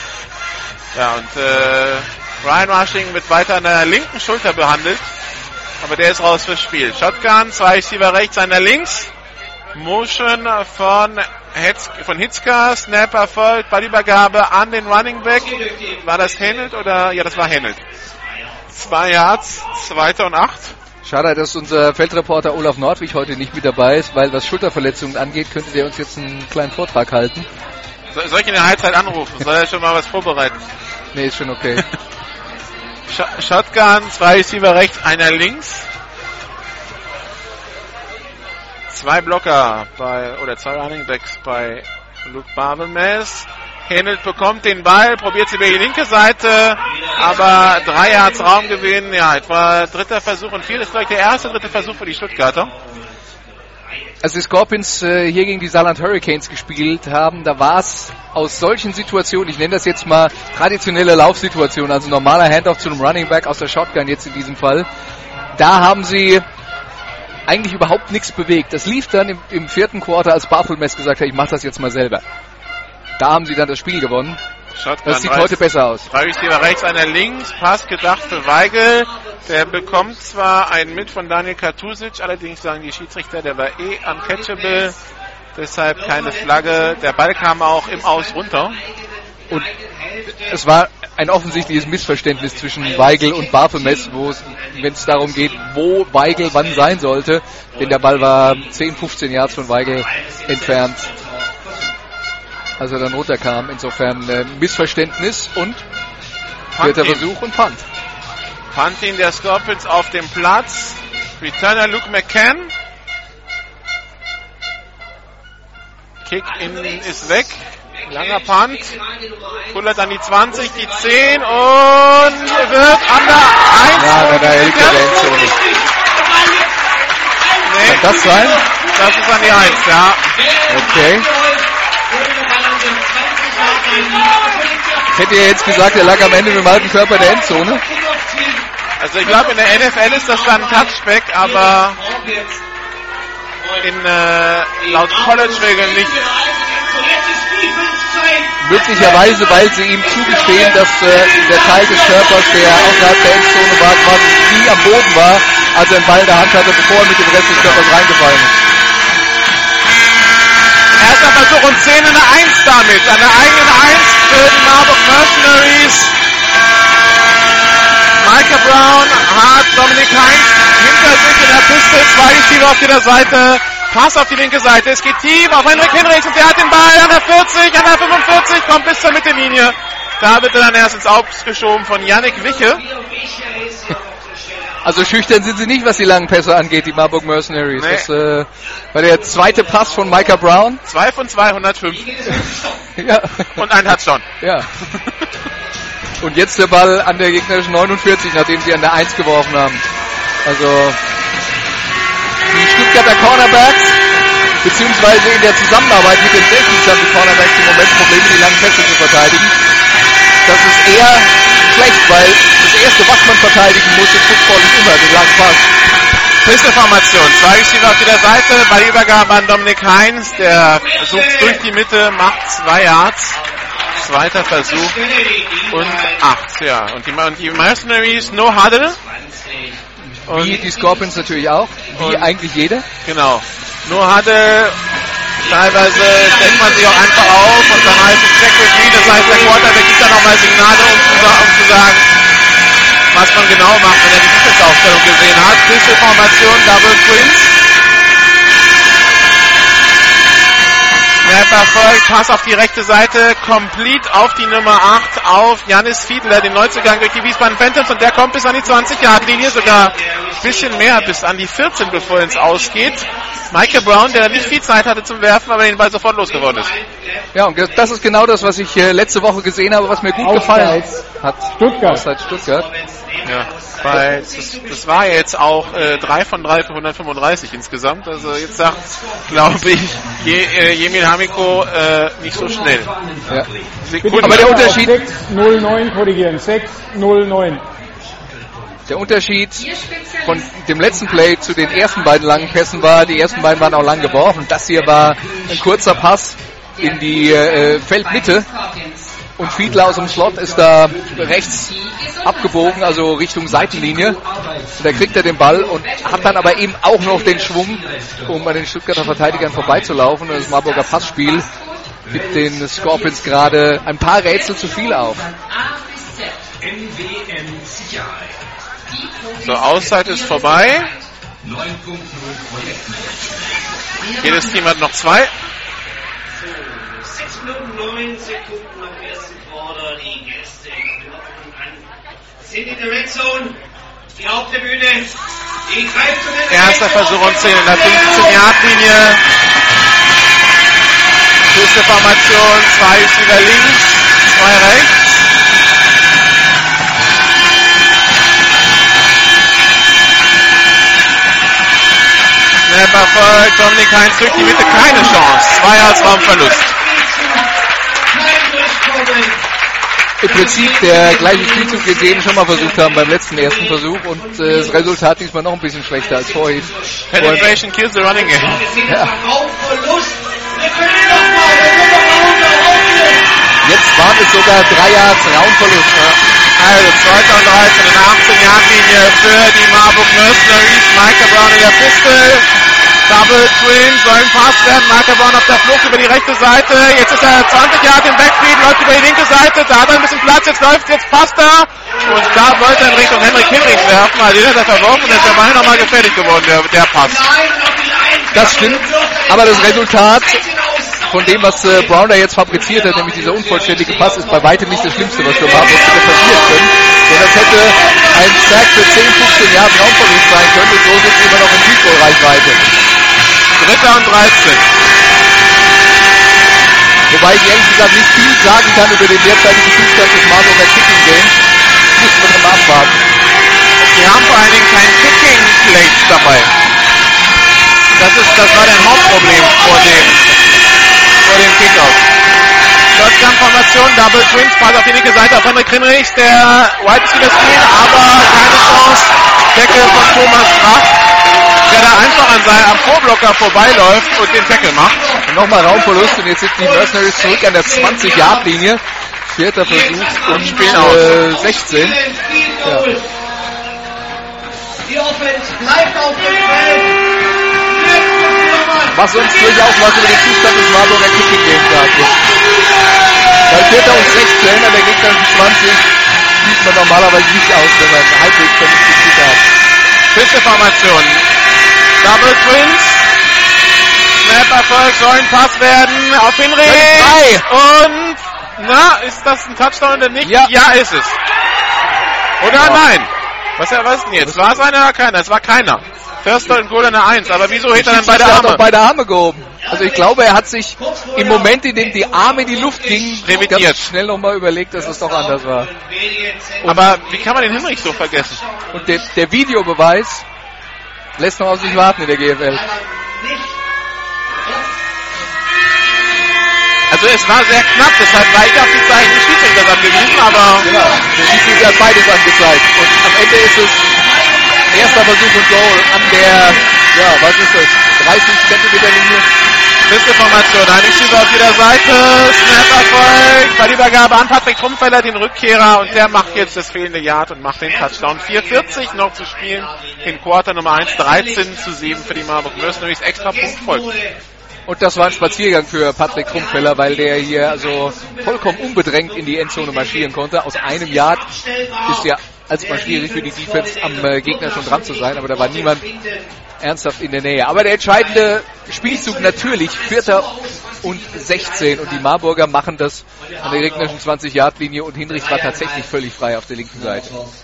Ja, und äh, Ryan Rushing wird weiter an der linken Schulter behandelt. aber der ist raus fürs Spiel. Shotgun, zwei Receiver rechts, einer links. Motion von, Hetz, von Hitzka, Snap erfolgt, Ballübergabe an den Running Back. War das Hennelt oder? Ja, das war Hennelt. Zwei Yards, zweiter und acht. Schade, dass unser Feldreporter Olaf Nordwig heute nicht mit dabei ist, weil was Schulterverletzungen angeht, könnte der uns jetzt einen kleinen Vortrag halten. So, soll ich in der Halbzeit anrufen? Soll er schon mal was vorbereiten? Nee, ist schon okay. Sh- Shotgun, zwei Receiver rechts, einer links. Zwei Blocker bei, oder zwei Running Backs bei Luke Barvelmess. Hennelt bekommt den Ball, probiert sie über die linke Seite, aber drei Yards Raumgewinn, ja, etwa dritter Versuch und vier, das ist vielleicht der erste dritte Versuch für die Stuttgarter. Als die Scorpions äh, hier gegen die Saarland Hurricanes gespielt haben, da war es aus solchen Situationen, ich nenne das jetzt mal traditionelle Laufsituationen, also normaler Handoff zu einem Running Back aus der Shotgun jetzt in diesem Fall, da haben sie eigentlich überhaupt nichts bewegt. Das lief dann im, im vierten Quarter, als Barthelmess gesagt hat, ich mache das jetzt mal selber. Da haben sie dann das Spiel gewonnen. Shotgun, das sieht heute besser aus. Drei Receiver rechts, einer links. Pass gedacht für Weigel. Der bekommt zwar einen mit von Daniel Katusic, allerdings sagen die Schiedsrichter, der war eh uncatchable. Deshalb keine Flagge. Der Ball kam auch im Aus runter. Und es war ein offensichtliches Missverständnis zwischen Weigel und Barthelmess, wo es, wenn es darum geht, wo Weigel wann sein sollte. Denn der Ball war zehn, fünfzehn Yards von Weigel entfernt, als er dann runterkam. Insofern äh, Missverständnis und vierter Versuch und Punt. Punting der Scorpions auf dem Platz. Returner Luke McCann. Kick in ist weg. Langer Punt. Pullert an die zwanzig, die zehn und wird an der eins. Ja, da, da liegt der Endzone. Nee, kann das sein? Das ist an die eins, ja. Okay. Ich hätte ja jetzt gesagt, er lag am Ende mit dem halben Körper der Endzone. Also ich glaube, in der N F L ist das dann ein Touchback, aber in äh, laut College-Regeln nicht. Möglicherweise, weil sie ihm zugestehen, dass äh, der Teil des Körpers, der außerhalb der Endzone war, quasi nie am Boden war, als er den Ball in der Hand hatte, bevor er mit dem Rest des Körpers reingefallen ist. Erster Versuch und zehn in der eins damit. An der eigenen eins für die Marburg Mercenaries. Micah Brown hat Dominik Heinz hinter sich in der Piste. Zwei Receiver auf jeder Seite. Pass auf die linke Seite. Es geht tief auf Henrik Hinrichs und der hat den Ball an der vierzig, an der fünfundvierzig, kommt bis zur Mittellinie. Da wird er dann erst ins Aus geschoben von Yannick Wiche. Also schüchtern sind sie nicht, was die langen Pässe angeht, die Marburg Mercenaries. Nee. Das äh, war der zweite Pass von Micah Brown. Zwei von zweihundertfünf. Ja. Und ein Touchdown. Ja. Und jetzt der Ball an der gegnerischen neunundvierzig, nachdem sie an der eins geworfen haben. Also die Stuttgarter Cornerbacks, beziehungsweise in der Zusammenarbeit mit den Safeties haben die Cornerbacks im Moment Probleme, die langen Pässe zu verteidigen. Das ist eher schlecht, weil das Erste, was man verteidigen muss im Football, ist immer den langen Pass. Pisteformation, zwei Receiver auf jeder Seite, bei Übergabe an Dominik Heinz, der versucht durch die Mitte, macht zwei Yards. Zweiter Versuch und acht, ja. Und die, und die Mercenaries, no huddle. Und wie die Scorpions natürlich auch, wie eigentlich jeder. Genau. No huddle, teilweise stellt man sich auch einfach auf und dann heißt es check with das heißt der Quarterback gibt dann nochmal Signale, um zu, um zu sagen, was man genau macht, wenn er die Defense-Aufstellung gesehen hat. Pistol-Formation, Double Twins. Snap erfolgt, Pass auf die rechte Seite, complete auf die Nummer acht, auf Janis Fiedler, den Neuzugang durch die Wiesbaden Phantoms und der kommt bis an die zwanzig-Yard-Linie, sogar ein bisschen mehr, bis an die vierzehn, bevor er ins Ausgeht. Micah Brown, der nicht viel Zeit hatte zum Werfen, aber den Ball sofort losgeworden ist. Ja, und das ist genau das, was ich äh, letzte Woche gesehen habe, was mir gut gefallen hat. Stuttgart. Auszeit Stuttgart. Ja, weil das, das war ja jetzt auch äh, drei von drei für hundertfünfunddreißig insgesamt. Also jetzt sagt, glaube ich, Je, äh, Jemil Hamiko äh, nicht so schnell. Ja. Sekunden. Aber der Unterschied, sechs null neun korrigieren. sechs null neun. der Unterschied von dem letzten Play zu den ersten beiden langen Pässen war, die ersten beiden waren auch lang geworfen. Das hier war ein kurzer Pass in die äh, Feldmitte. Und Fiedler aus dem Slot ist da rechts abgebogen, also Richtung Seitenlinie. Und da kriegt er den Ball und hat dann aber eben auch noch den Schwung, um an den Stuttgarter Verteidigern vorbeizulaufen. Und das Marburger Passspiel gibt den Scorpions gerade ein paar Rätsel zu viel auf. So, Auszeit ist vorbei. Jedes Team hat noch zwei. sechs Minuten neun Sekunden auf ersten Quarter. Die Gäste klopfen an. Sind in der Red Zone. Die Haupttribüne. Die greift zu den Erster Versuch und zehn in der fünfzehn-Yard-Linie. Nächste Formation. Zwei ist wieder links, zwei rechts. Snap erfolgt. Dominik Heinz durch die Mitte. Keine Chance. Zwei Yards Raumverlust. Im Prinzip der gleiche Spielzug, den wir eben schon mal versucht haben beim letzten ersten Versuch und äh, das Resultat diesmal noch ein bisschen schlechter als vorhin. Penetration kills the running game. Ja. Jetzt waren es sogar drei Yards Raumverlust. Also zweiter und dreizehn in der achtzehn-Yard-Linie für die Marburg Mercenaries. Michael Brown in der Pistol. Double Twin, sollen Pass werden. Michael Brown auf der Flucht über die rechte Seite. Jetzt ist er zwanzig Yard im Backfield, läuft über die linke Seite. Da hat er ein bisschen Platz, jetzt läuft jetzt passt er. Und da wollte er in Richtung Henrik Hinrichs werfen. Also den hat er verworfen und jetzt ist der Ball nochmal gefährlich geworden, der, der Pass. Das stimmt, aber das Resultat von dem, was äh, Brown da jetzt fabriziert hat, nämlich dieser unvollständige Pass, ist bei weitem nicht das Schlimmste, was für Marburg hätte passieren können. Denn das hätte ein Sack für zehn, fünfzehn Jahre Raumverlust sein können und so sind wir immer noch in Field-Goal-Reichweite. Dritter und dreizehn. Wobei ich ehrlich gesagt nicht viel sagen kann über den derzeitigen Zustand des Marburger Kicking Games. Müssen wir noch mal abwarten. Die haben vor allen Dingen kein Kicking Plate dabei. Das ist, das war dein Hauptproblem vor dem, vor dem Kickoff. Shotgun-Formation, Double Twins, Pass auf die linke Seite auf Henrik Hinrichs, der White Receiver Screen, aber keine Chance. Tackle von Thomas Krach, der da einfach an seinem am Vorblocker vorbeiläuft und den Tackle macht. Und nochmal Raumverlust und jetzt sind die Mercenaries zurück an der zwanzig-Yard-Linie. Vierter Versuch und Spielen äh, sechzehn. Ja. Die Offense bleibt auf dem Feld. Was uns durchaus was über den Zustand des Marburger Kicking Games sagt. Bei Vierter und sechzehn an der gegnerischen zwanzig sieht man normalerweise nicht aus, wenn man halbwegs vernünftig Kicker hat. Piste-Formation. Double Twins. Snap Erfolg, soll ein Pass werden auf Hinrichs. Und, na, ist das ein Touchdown oder nicht? Ja, ja ist es. Oder ja. Nein? Was, was ist denn jetzt? War es einer oder keiner? Es war keiner. First and Goal in der eins, aber wieso hebt er dann beide Arme? Er hat Arme? doch beide Arme gehoben. Also ich glaube, er hat sich im Moment, in dem die Arme in die Luft gingen, revidiert. Ganz schnell nochmal überlegt, dass es doch anders war. Und aber wie kann man den Hinrichs so vergessen? Und der, der Videobeweis lässt noch auf sich warten in der G F L. Also es war sehr knapp, deshalb war ich auf die Zeichen des Schiedsrichters angewiesen, aber... Genau, der Schiedsrichter hat beides angezeigt. Und am Ende ist es erster Versuch und Goal an der, ja, was ist das, dreißig Zentimeter Linie. Piste-Formation, ein Receiver auf jeder Seite, Snap-Erfolg, bei Übergabe an Patrick Trumpfeller, den Rückkehrer, und der macht jetzt das fehlende Yard und macht den Touchdown. vier vierzig noch zu spielen in Quarter Nummer eins, dreizehn zu sieben für die Marburg Mercenaries, extra Punkt folgt. Und das war ein Spaziergang für Patrick Trumpfeller, weil der hier also vollkommen unbedrängt in die Endzone marschieren konnte. Aus einem Yard ist ja als mal schwierig für die Defense am äh, Gegner schon dran zu sein, aber da war niemand ernsthaft in der Nähe. Aber der entscheidende Spielzug natürlich, Vierter und sechzehn, und die Marburger machen das an der gegnerischen zwanzig-Yard-Linie und Hinrichs war tatsächlich völlig frei auf der linken Seite.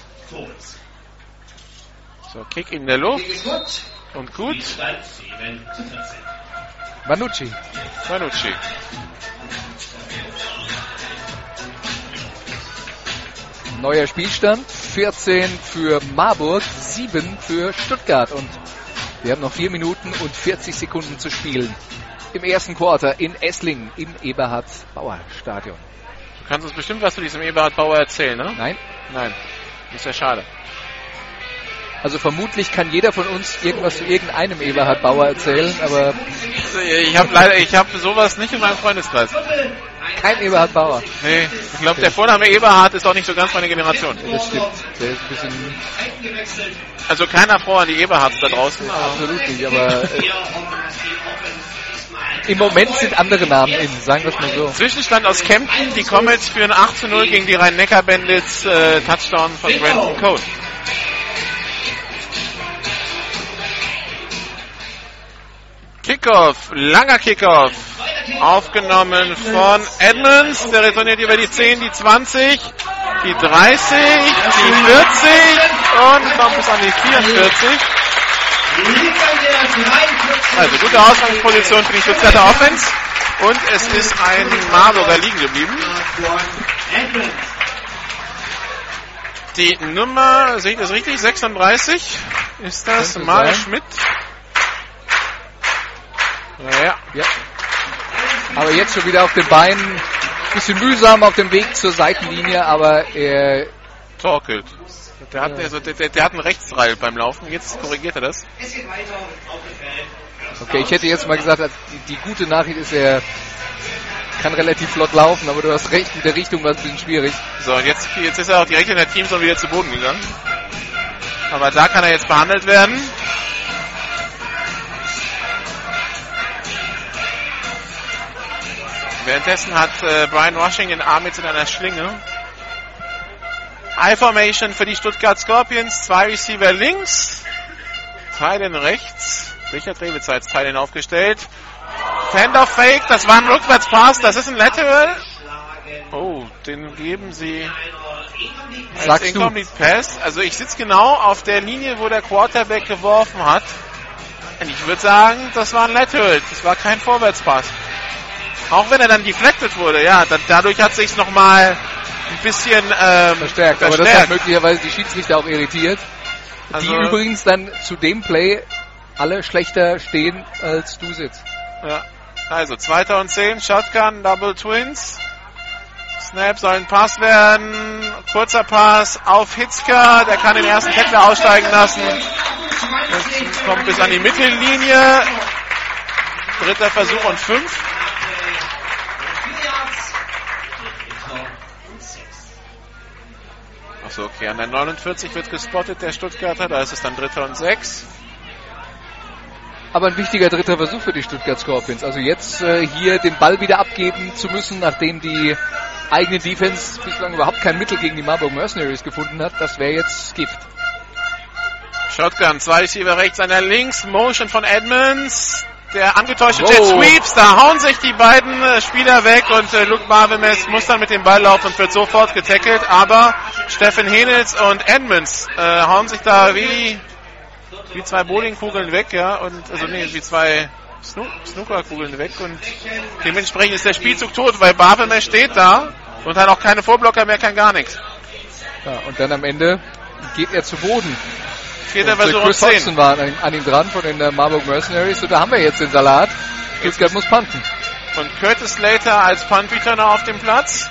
So, Kick in der Luft und gut. Manucci. Manucci. Neuer Spielstand, vierzehn für Marburg, sieben für Stuttgart, und wir haben noch vier Minuten und vierzig Sekunden zu spielen. Im ersten Quarter in Esslingen im Eberhard-Bauer-Stadion. Du kannst uns bestimmt was zu diesem Eberhard-Bauer erzählen, ne? Nein. Nein, das ist ja schade. Also vermutlich kann jeder von uns irgendwas zu irgendeinem Eberhard Bauer erzählen, aber ich habe leider, ich habe sowas nicht in meinem Freundeskreis. kein Eberhard Bauer. Nee, ich glaube, der Vorname Eberhard ist auch nicht so ganz meine Generation. Das stimmt. Der ist ein bisschen... Also keiner froh an die Eberhards da draußen. Aber absolut nicht, aber... Äh, im Moment sind andere Namen in, sagen wir es mal so. Zwischenstand aus Kempten, die Comets führen acht zu null gegen die Rhein-Neckar-Bandits, äh, Touchdown von Brandon Cone. Kickoff, langer Kickoff, aufgenommen von Edmonds, der retourniert über die zehn, die zwanzig, die dreißig, die vierzig und kommt bis an die vierundvierzig. Also gute Ausgangsposition für die Stuttgarter Offense und es ist ein Marburger liegen geblieben. Die Nummer, sehe ich das richtig, sechsunddreißig ist das, Mal Schmidt. Ja. ja. Aber jetzt schon wieder auf den Beinen. Bisschen mühsam auf dem Weg zur Seitenlinie, aber er torkelt. Der hat, also, der, der, der hat einen Rechtsdrall beim Laufen. Jetzt korrigiert er das. Okay, ich hätte jetzt mal gesagt, die, die gute Nachricht ist, er kann relativ flott laufen, aber du hast recht, mit der Richtung war es ein bisschen schwierig. So, und jetzt, jetzt ist er auch direkt in der Teamzone wieder zu Boden gegangen. Aber da kann er jetzt behandelt werden. Währenddessen hat äh, Brian Rushing den Arm jetzt in einer Schlinge. I-Formation für die Stuttgart Scorpions. Zwei Receiver links. Teilen rechts. Richard Rewitz als Teilen aufgestellt. Handoff Fake. Das war ein Rückwärtspass. Das ist ein Lateral. Oh, den geben sie als Sagst Incomplete Pass. Also ich sitze genau auf der Linie, wo der Quarterback geworfen hat. Und ich würde sagen, das war ein Lateral. Das war kein Vorwärtspass. Auch wenn er dann deflected wurde, ja, da, dadurch hat sich's nochmal ein bisschen ähm, verstärkt. verstärkt. Aber das hat möglicherweise die Schiedsrichter auch irritiert. Also die übrigens dann zu dem Play alle schlechter stehen, als du sitzt. Ja, also zweiter und zehn, Shotgun, Double Twins. Snap soll ein Pass werden. Kurzer Pass auf Hitzker, der kann den ersten Tackler aussteigen lassen. Das kommt bis an die Mittellinie. Dritter Versuch und fünf. Achso, okay, an der neunundvierzig wird gespottet, der Stuttgarter, da ist es dann dritter und sechs. Aber ein wichtiger dritter Versuch für die Stuttgart Scorpions. Also jetzt äh, hier den Ball wieder abgeben zu müssen, nachdem die eigene Defense bislang überhaupt kein Mittel gegen die Marburg Mercenaries gefunden hat, das wäre jetzt Gift. Shotgun, zwei Receiver rechts, einer links, Motion von Edmonds. Der angetäuschte wow. Jet Sweeps, da hauen sich die beiden äh, Spieler weg und äh, Luke Barbemes muss dann mit dem Ball laufen und wird sofort getackelt, aber Steffen Henels und Edmonds äh, hauen sich da wie wie zwei Bowlingkugeln weg, ja, und also nee, wie zwei Sno- Snookerkugeln weg und dementsprechend ist der Spielzug tot, weil Barbemes steht da und hat auch keine Vorblocker mehr, kein gar nichts. Ja, und dann am Ende geht er zu Boden. Vierter Versuch und Chris zehn. Hodgson war an, an ihm dran von den uh, Marburg Mercenaries. Und da haben wir jetzt den Salat. Stuttgart muss punten. Und Curtis Slater als Punt-Returner auf dem Platz.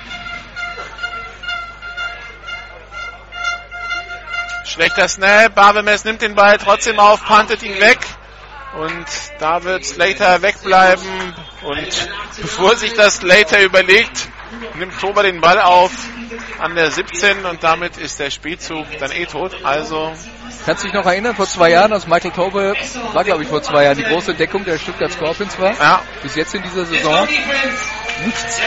Schlechter Snap. Barbemes nimmt den Ball trotzdem auf, puntet ihn weg. Und da wird Slater wegbleiben. Und bevor sich das Slater überlegt, nimmt Tober den Ball auf an der siebzehn. Und damit ist der Spielzug dann eh tot. Also... Kannst du dich noch erinnern, vor zwei Jahren, als Michael Tobe, war glaube ich vor zwei Jahren, die große Entdeckung der Stuttgart Scorpions war? Ja. Bis jetzt in dieser Saison nichts.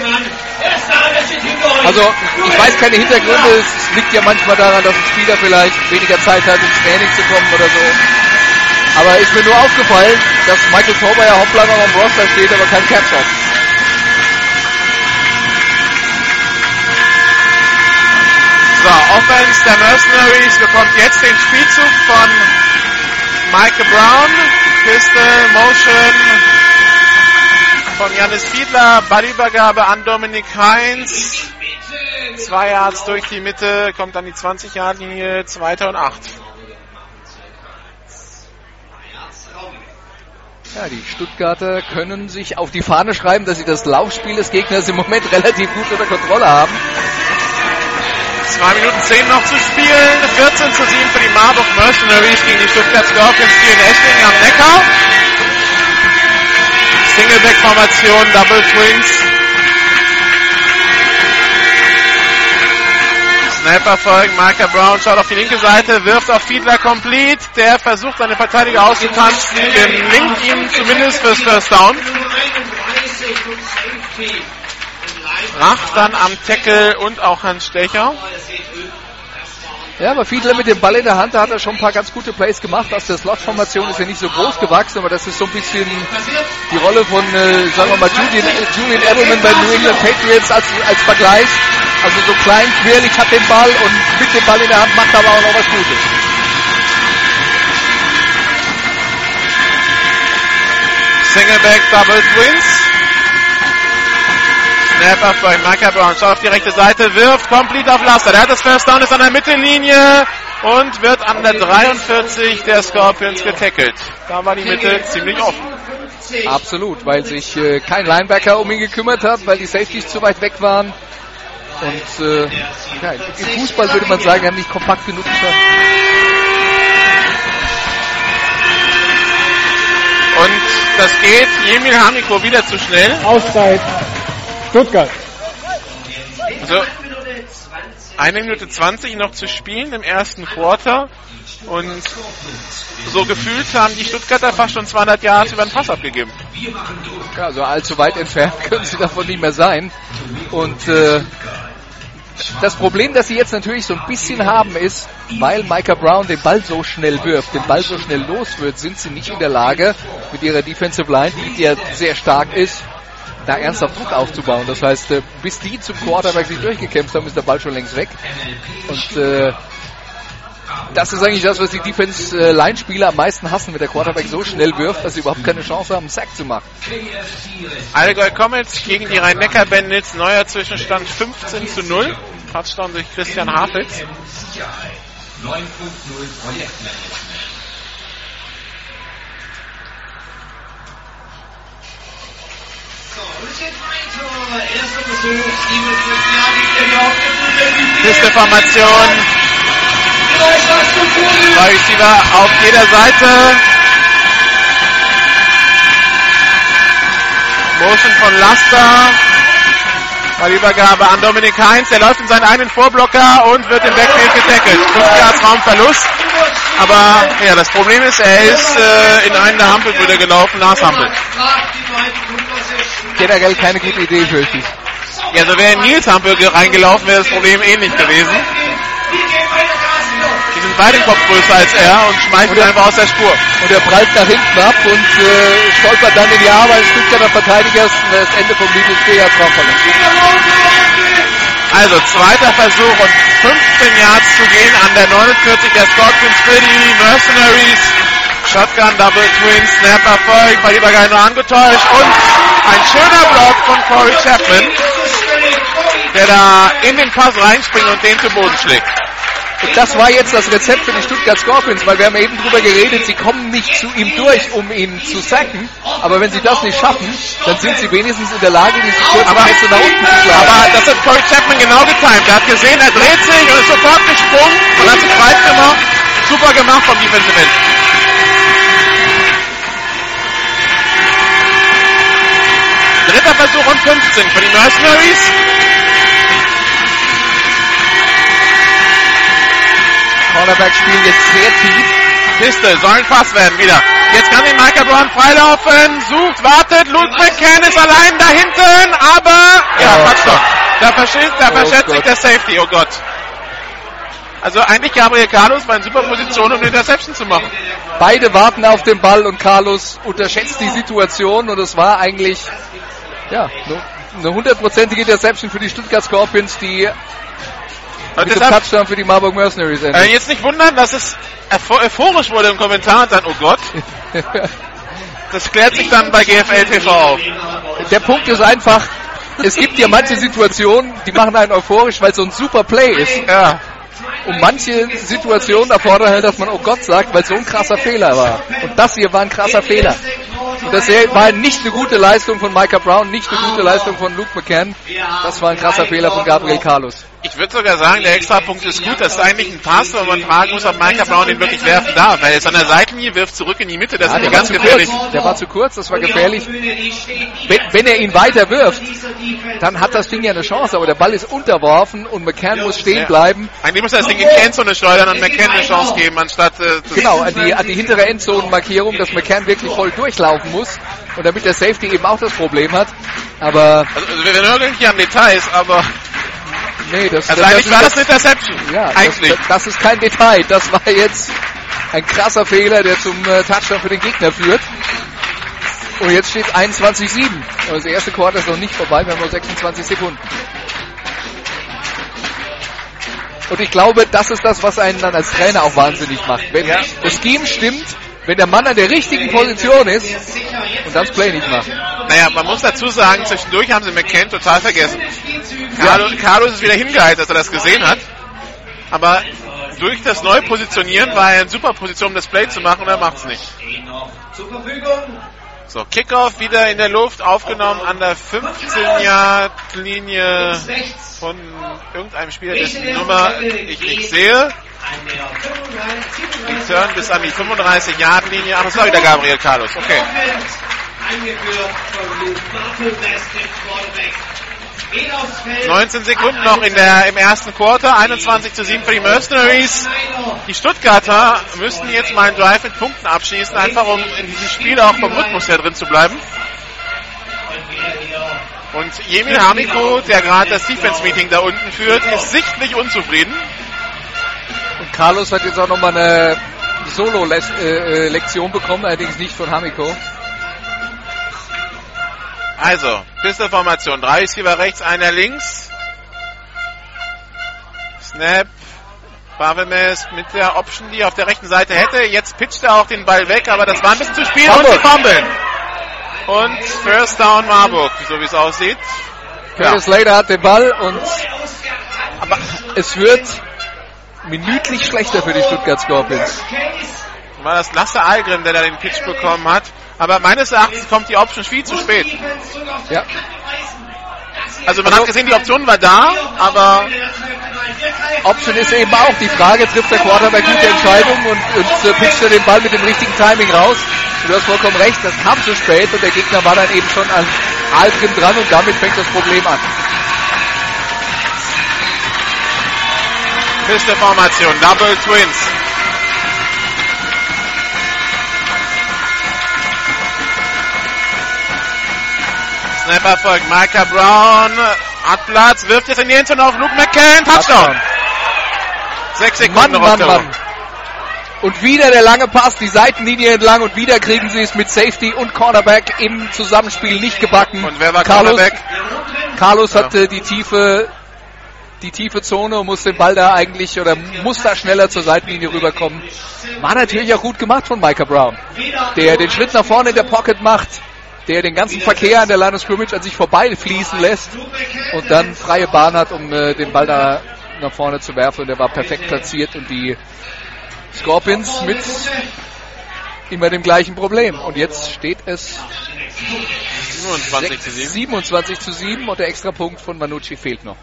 Also, ich weiß keine Hintergründe, es liegt ja manchmal daran, dass ein Spieler vielleicht weniger Zeit hat, ins Training zu kommen oder so. Aber ist mir nur aufgefallen, dass Michael Tobe ja hoppla noch am Roster steht, aber kein Catch hat. So, Offense der Mercenaries bekommt jetzt den Spielzug von Michael Brown. Pistol, Motion von Janis Fiedler. Ballübergabe an Dominik Heinz. Zwei Yards durch die Mitte, kommt an die zwanzig-Yard-Linie, zweiter und acht. Ja, die Stuttgarter können sich auf die Fahne schreiben, dass sie das Laufspiel des Gegners im Moment relativ gut unter Kontrolle haben. zwei Minuten zehn noch zu spielen. vierzehn zu sieben für die Marburg Mercenaries gegen die Stuttgart Scorpions hier in Esslingen am Neckar. Singleback-Formation, Double Twins. Snapper folgen, Micah Brown schaut auf die linke Seite, wirft auf Fiedler complete, der versucht seine Verteidiger auszutanzen, gelingt ihm zumindest fürs First Down. Racht dann am Tackle und auch Hans Stecher. Ja, aber Fiedler mit dem Ball in der Hand, da hat er schon ein paar ganz gute Plays gemacht. Aus der Slot-Formation ist er nicht so groß gewachsen, aber das ist so ein bisschen die Rolle von, äh, sagen wir mal, Julian, Julian Edelman bei New England Patriots als, als Vergleich. Also so klein, quirlig, hat den Ball und mit dem Ball in der Hand macht aber auch noch was Gutes. Singleback Double Twins. Snapper bei Micah Brown, schaut auf die rechte Seite, wirft complete auf Laster. Der hat das First Down, ist an der Mittellinie und wird an der dreiundvierzig der Scorpions getackelt. Da war die Mitte ziemlich offen. Absolut, weil sich äh, kein Linebacker um ihn gekümmert hat, weil die Safeties zu weit weg waren. Und äh, ja, im Fußball würde man sagen, haben nicht kompakt genug geschafft. Und das geht Jemil Hamiko wieder zu schnell. Auszeit Stuttgart. Also eine Minute zwanzig noch zu spielen im ersten Quarter. Und so gefühlt haben die Stuttgarter fast schon zweihundert Yards über den Pass abgegeben. Ja, also allzu weit entfernt können sie davon nicht mehr sein. Und äh, das Problem, das sie jetzt natürlich so ein bisschen haben, ist, weil Micah Brown den Ball so schnell wirft, den Ball so schnell los wird, sind sie nicht in der Lage, mit ihrer Defensive Line, die ja sehr stark ist, da ernsthaft Druck aufzubauen. Das heißt, äh, bis die zum Quarterback sich durchgekämpft haben, ist der Ball schon längst weg. Und äh, das ist eigentlich das, was die Defense-Line-Spieler am meisten hassen, wenn der Quarterback so schnell wirft, dass sie überhaupt keine Chance haben, einen Sack zu machen. Allgäu Comets gegen die Rhein-Neckar-Bandits, neuer Zwischenstand fünfzehn zu null. Touchdown durch Christian Hafitz. Nächste Formation. Zwei Receiver auf jeder Seite. Motion von Laster. Ballübergabe an Dominik Heinz. Er läuft in seinen eigenen Vorblocker und wird im Backfield getackelt. fünf Yards Raumverlust. Aber ja, das Problem ist, er ist äh, in einen der Hampelbrüder gelaufen, Lars Hampel. Generell keine gute Idee, fürchte ich. Ja, so wäre Nils Hampel reingelaufen, wäre das Problem ähnlich gewesen. Die sind beide Kopf größer als er und schmeißen ihn einfach aus der Spur. Und er prallt nach hinten ab und äh, stolpert dann in die Arme eines Stuttgarter Verteidigers und das Ende vom Lied ist vier Yards Raumverlust. Also zweiter Versuch und fünfzehn Yards zu gehen an der neunundvierzig der Scorpions für die Mercenaries. Shotgun, Double Twin, Snap erfolgt, bei Übergang nur angetäuscht und ein schöner Block von Corey Chapman, der da in den Pass reinspringt und den zu Boden schlägt. Und das war jetzt das Rezept für die Stuttgart Scorpions, weil wir haben eben drüber geredet, sie kommen nicht zu ihm durch, um ihn zu sacken, aber wenn sie das nicht schaffen, dann sind sie wenigstens in der Lage, diese kurzen Pässe nach unten zu schlagen. Aber das hat Corey Chapman genau getimt. Er hat gesehen, er dreht sich und ist sofort gesprungen und hat sich breit gemacht. Super gemacht vom Defensive End. Dritter Versuch und fünfzehn für die Mercenaries. Cornerback spielen jetzt sehr tief. Piste, soll ein Pass werden wieder. Jetzt kann den Micah Brown freilaufen, sucht, wartet, Ludwig Ken ist allein da hinten, aber ja, oh, Touchdown. Da verschätzt, da oh verschätzt Gott. sich der Safety, oh Gott. Also eigentlich Gabriel Carlos war in super Position, um eine Interception zu machen. Beide warten auf den Ball und Carlos unterschätzt die Situation und es war eigentlich ja eine hundertprozentige Interception für die Stuttgart Scorpions, die mit dem Touchdown für die Marburg Mercenaries endet. Äh, jetzt nicht wundern, dass es euphorisch wurde im Kommentar und dann, oh Gott. Das klärt sich dann bei G F L T V auf. Der Punkt ist einfach, es gibt ja manche Situationen, die machen einen euphorisch, weil es so ein super Play ist. Ja. Und manche Situationen erfordern halt, dass man oh Gott sagt, weil es so ein krasser Fehler war. Und das hier war ein krasser Fehler. Das war nicht eine gute Leistung von Micah Brown, nicht eine gute Leistung von Luke McCann. Das war ein krasser Fehler von Gabriel Carlos. Ich würde sogar sagen, der Extrapunkt ist gut. Das ist eigentlich ein Pass, wo man fragen muss, ob Micah Brown den wirklich werfen darf. Weil er ist an der Seitenlinie, wirft zurück in die Mitte. Das Ja, ist der ganz war zu gefährlich. kurz. Der war zu kurz, das war gefährlich. Wenn, wenn er ihn weiter wirft, dann hat das Ding ja eine Chance. Aber der Ball ist unterworfen und McCann muss stehen bleiben. Eigentlich muss er das Ding in die Endzone schleudern und McCann eine Chance geben, anstatt... Äh, Genau, an die, an die hintere Endzonenmarkierung, dass McCann wirklich voll durchlaufen muss. Und damit der Safety eben auch das Problem hat. Aber... Also wir werden irgendwie an Details, aber... Nee, das, Also das, eigentlich das war ist, das eine Interception. ja, eigentlich. Das, das ist kein Detail. Das war jetzt ein krasser Fehler, der zum äh, Touchdown für den Gegner führt. Und jetzt steht es einundzwanzig sieben. Und das erste Quarter ist noch nicht vorbei. Wir haben noch sechsundzwanzig Sekunden. Und ich glaube, das ist das, was einen dann als Trainer auch wahnsinnig macht. Wenn Ja. das Scheme stimmt, wenn der Mann an der richtigen Position ist und das Play nicht macht. Naja, man muss dazu sagen, zwischendurch haben sie McCann total vergessen. Carlos, Carlos ist wieder hingeheizt, als er das gesehen hat. Aber durch das neue Positionieren war er in super Position, um das Play zu machen, und er macht es nicht. So, Kickoff wieder in der Luft, aufgenommen an der fünfzehn-Yard-Linie von irgendeinem Spieler, dessen Nummer ich nicht sehe. Return bis an die fünfunddreißig-Yard-Linie. Ach, das war wieder Gabriel Carlos. Okay. neunzehn Sekunden noch in der, im ersten Quarter. einundzwanzig zu sieben für die Mercenaries. Die Stuttgarter müssen jetzt mal einen Drive mit Punkten abschließen, einfach um in diesem Spiel auch vom Rhythmus her drin zu bleiben. Und Jemil Hamiko, der gerade das Defense-Meeting da unten führt, ist sichtlich unzufrieden. Und Carlos hat jetzt auch nochmal eine Solo-Lektion bekommen, allerdings nicht von Hamiko. Also, Pistol-Formation. Drei Receiver rechts, einer links. Snap. Bavemes mit der Option, die er auf der rechten Seite hätte. Jetzt pitcht er auch den Ball weg, aber das war ein bisschen zu spielen und sie fummeln. Und First Down Marburg, so wie es aussieht. Curtis ja. Slater hat den Ball und aber es wird minütlich schlechter für die Stuttgart Scorpions. War das Lasse Algren, der da den Pitch bekommen hat. Aber meines Erachtens kommt die Option viel zu spät. Ja. Also man also, hat gesehen, die Option war da, aber... Option ist eben auch die Frage, trifft der Quarterback gute Entscheidung und, und äh, pitcht er den Ball mit dem richtigen Timing raus. Du hast vollkommen recht, das kam zu spät und der Gegner war dann eben schon an Algren dran und damit fängt das Problem an. Pistol-Formation, Double Twins. Snapper folgt, Micah Brown hat Platz, wirft jetzt in die Endzone auf Luke McCann, Touchdown. Sechs Sekunden Mann, Mann, Mann. Und wieder der lange Pass, die Seitenlinie entlang und wieder kriegen sie es mit Safety und Cornerback im Zusammenspiel nicht gebacken. Und wer war Carlos, Cornerback? Carlos ja. hatte die tiefe, die tiefe Zone und muss den Ball da eigentlich oder muss da schneller zur Seitenlinie rüberkommen. War natürlich auch gut gemacht von Micah Brown, der den Schritt nach vorne in der Pocket macht, der den ganzen Verkehr an der Line of Scrimmage an sich vorbei fließen lässt und dann freie Bahn hat, um äh, den Ball da nach vorne zu werfen. Und der war perfekt platziert und die Scorpions mit immer dem gleichen Problem. Und jetzt steht es siebenundzwanzig zu sieben und der Extrapunkt von Manucci fehlt noch.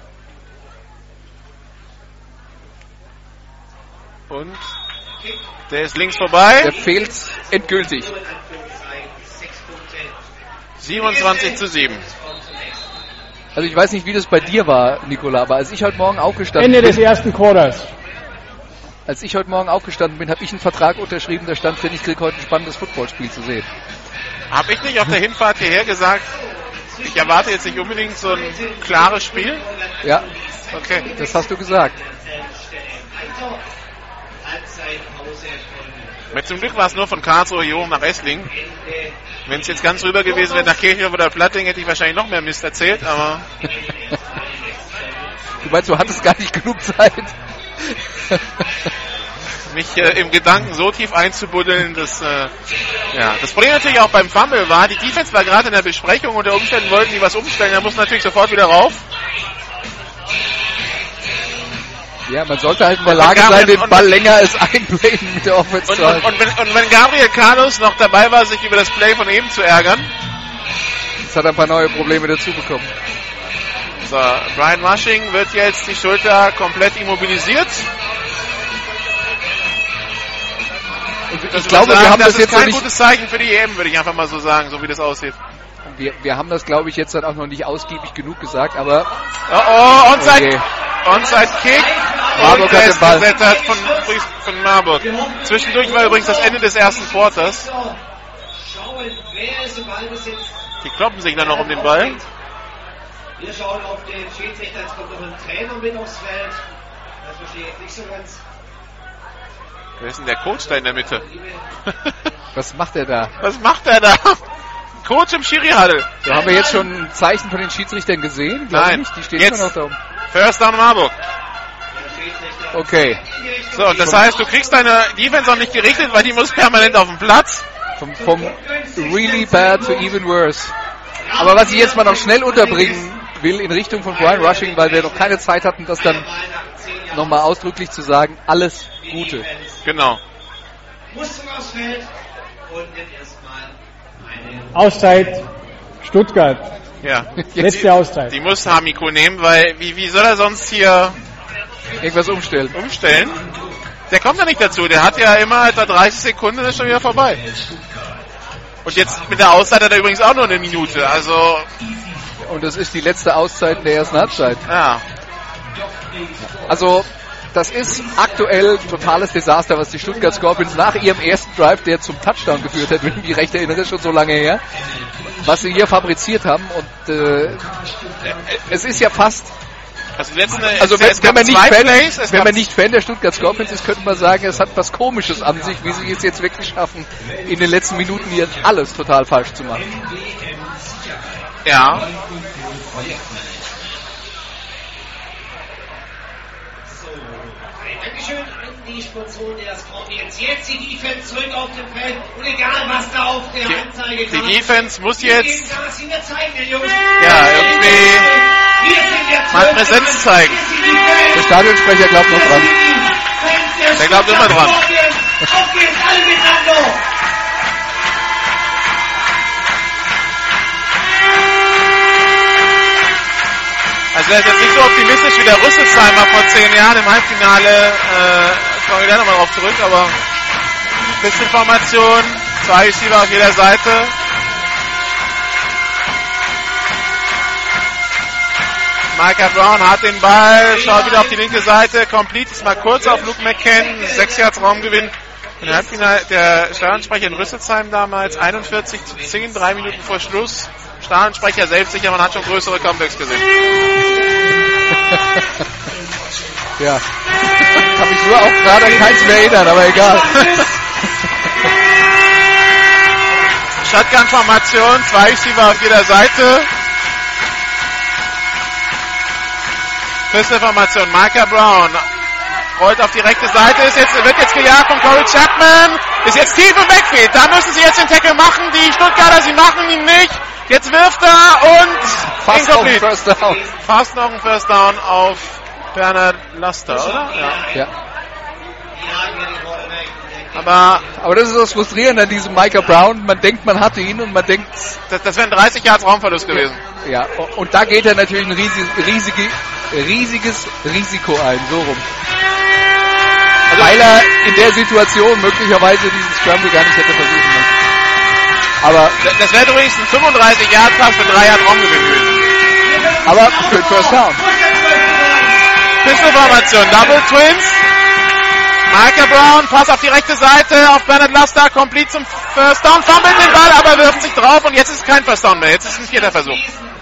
Und der ist links vorbei. Der fehlt endgültig. siebenundzwanzig zu sieben. Also ich weiß nicht, wie das bei dir war, Nicola, aber als ich heute Morgen aufgestanden Ende bin... des ersten Quarters. Als ich heute Morgen aufgestanden bin, habe ich einen Vertrag unterschrieben, da stand drin, ich kriege heute ein spannendes Footballspiel zu sehen. Habe ich nicht auf der Hinfahrt hierher gesagt, ich erwarte jetzt nicht unbedingt so ein klares Spiel? Ja, okay, das hast du gesagt. Mit zum Glück war es nur von Karlsruhe hier hoch nach Esslingen. Wenn es jetzt ganz rüber gewesen wäre nach Kirchhoff oder Platting, hätte ich wahrscheinlich noch mehr Mist erzählt, aber... Du meinst, du hattest gar nicht genug Zeit? Mich äh, im Gedanken so tief einzubuddeln, dass... Äh, ja, das Problem natürlich auch beim Fumble war, die Defense war gerade in der Besprechung, unter Umständen wollten die was umstellen, da mussten natürlich sofort wieder rauf. Ja, man sollte halt in der Lage sein, den Ball länger als ein Play mit der Offense zu halten. Und, und, wenn, und wenn Gabriel Carlos noch dabei war, sich über das Play von eben zu ärgern. Jetzt hat er ein paar neue Probleme dazu bekommen. So, Brian Rushing wird jetzt die Schulter komplett immobilisiert. Und Das ich glaube, sagen, wir haben das das ist jetzt noch kein nicht... gutes Zeichen für die E M, würde ich einfach mal so sagen, so wie das aussieht. Wir, wir haben das, glaube ich, jetzt dann auch noch nicht ausgiebig genug gesagt, aber... Oh, oh, Onside, Okay. Onside Kick. Marburg Und hat der den ist Ball. gesetzt von, von Marburg. Zwischendurch war übrigens das Ende des ersten Quarters. Schauen, wer ist im Ballbesitz. Die kloppen sich dann noch um den Ball. Wir schauen auf den Schiedsrichter. Jetzt kommt noch ein Trainer mit aufs Feld. Das verstehe ich jetzt nicht so ganz. Wer ist denn der Coach da in der Mitte? Was macht er da? Was macht er da? Coach im Schiri-Huddle. So, haben wir jetzt schon ein Zeichen von den Schiedsrichtern gesehen? Glaub Nein. Nicht. Die stehen Jetzt. immer noch da oben. First down Marburg. Okay. So, und das heißt, du kriegst deine Defense auch nicht gerichtet, weil die muss permanent auf dem Platz. Vom, vom really bad to even worse. Aber was ich jetzt mal noch schnell unterbringen will in Richtung von Brian Rushing, weil wir noch keine Zeit hatten, das dann nochmal ausdrücklich zu sagen, alles Gute. Genau. Musst aufs Feld und nimmt erstmal eine. Auszeit Stuttgart. Ja. Letzte Auszeit. Die muss Hamiko nehmen, weil wie, wie soll er sonst hier Irgendwas umstellen. umstellen? Der kommt ja nicht dazu. Der hat ja immer etwa dreißig Sekunden, ist schon wieder vorbei. Und jetzt mit der Auszeit hat er übrigens auch nur eine Minute. Also, Und das ist die letzte Auszeit in der ersten Halbzeit. ja. Also, das ist aktuell ein totales Desaster, was die Stuttgart Scorpions nach ihrem ersten Drive, der zum Touchdown geführt hat, wenn ich mich recht erinnere, schon so lange her, was sie hier fabriziert haben. Und äh, es ist ja fast... Also, die letzten, Also es, wenn, es wenn, gab man nicht zwei Fan, Plays, es wenn gab man nicht Fan der Stuttgart Scorpions ist, könnte man sagen, es hat was Komisches an sich, wie sie es jetzt wirklich schaffen, in den letzten Minuten hier alles total falsch zu machen. Ja. Dankeschön an die Sponsoren der Scorpions. Jetzt die Defense zurück auf dem Feld. Und egal, was da auf der Anzeige Die Defense muss jetzt Wir zeigen, der Jungs. ja, irgendwie Wir sind jetzt mal Präsenz zeigen. Der Stadionsprecher glaubt noch dran. Der glaubt immer dran. Auf geht's, alle miteinander. Also er ist jetzt nicht so optimistisch wie der Rüsselsheimer vor zehn Jahren im Halbfinale. Äh, kommen wir gleich nochmal drauf zurück, aber Pistinformation, zwei Receiver auf jeder Seite. Micah Brown hat den Ball, schaut wieder auf die linke Seite, complete ist mal kurz auf Luke McCann, sechs Yards Raumgewinn. Im Halbfinale der Stadionsprecher in Rüsselsheim damals, einundvierzig zu zehn, drei Minuten vor Schluss. Stadionsprecher selbstsicher, man hat schon größere Comebacks gesehen. Ja. Kann mich nur auch gerade an keins mehr erinnern, aber egal. Shotgun-Formation, zwei Receiver auf jeder Seite. Pistol-Formation, Micah Brown rollt auf die rechte Seite, ist jetzt, wird jetzt gejagt von Corey Chapman, ist jetzt tief im Backfield, da müssen sie jetzt den Tackle machen, die Stuttgarter, sie machen ihn nicht, jetzt wirft er und Fast noch ein First Down. Fast noch ein First Down auf Bernhard Laster, oder? Ja. Ja. Aber Aber das ist das Frustrierende an diesem Micah Brown. Man denkt, man hatte ihn und man denkt, das, das wären dreißig Yards Raumverlust gewesen. ja, und da geht er natürlich ein riesig, riesige, riesiges Risiko ein, so rum. Also, Weil er in der Situation möglicherweise diesen Scramble gar nicht hätte versuchen müssen. Aber, das wäre übrigens ein fünfunddreißig Yard Pass für drei Yard Raumgewinn gewesen. aber für den First Down. Pistol-Formation, Double Twins. Micah Brown, Pass auf die rechte Seite, auf Bernhard Laster, complete zum First Down, fummelt den Ball, aber wirft sich drauf und jetzt ist es kein First Down mehr, jetzt ist es ein vierter Versuch.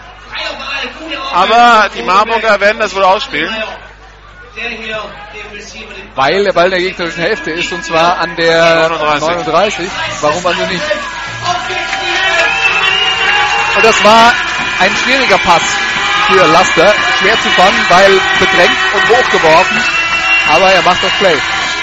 Aber die Marburger werden das wohl ausspielen. Weil der Ball in der gegnerischen Hälfte ist, und zwar an der neununddreißig. Warum also nicht? Und das war ein schwieriger Pass für Laster. Schwer zu fangen, weil bedrängt und hochgeworfen. Aber er macht das Play.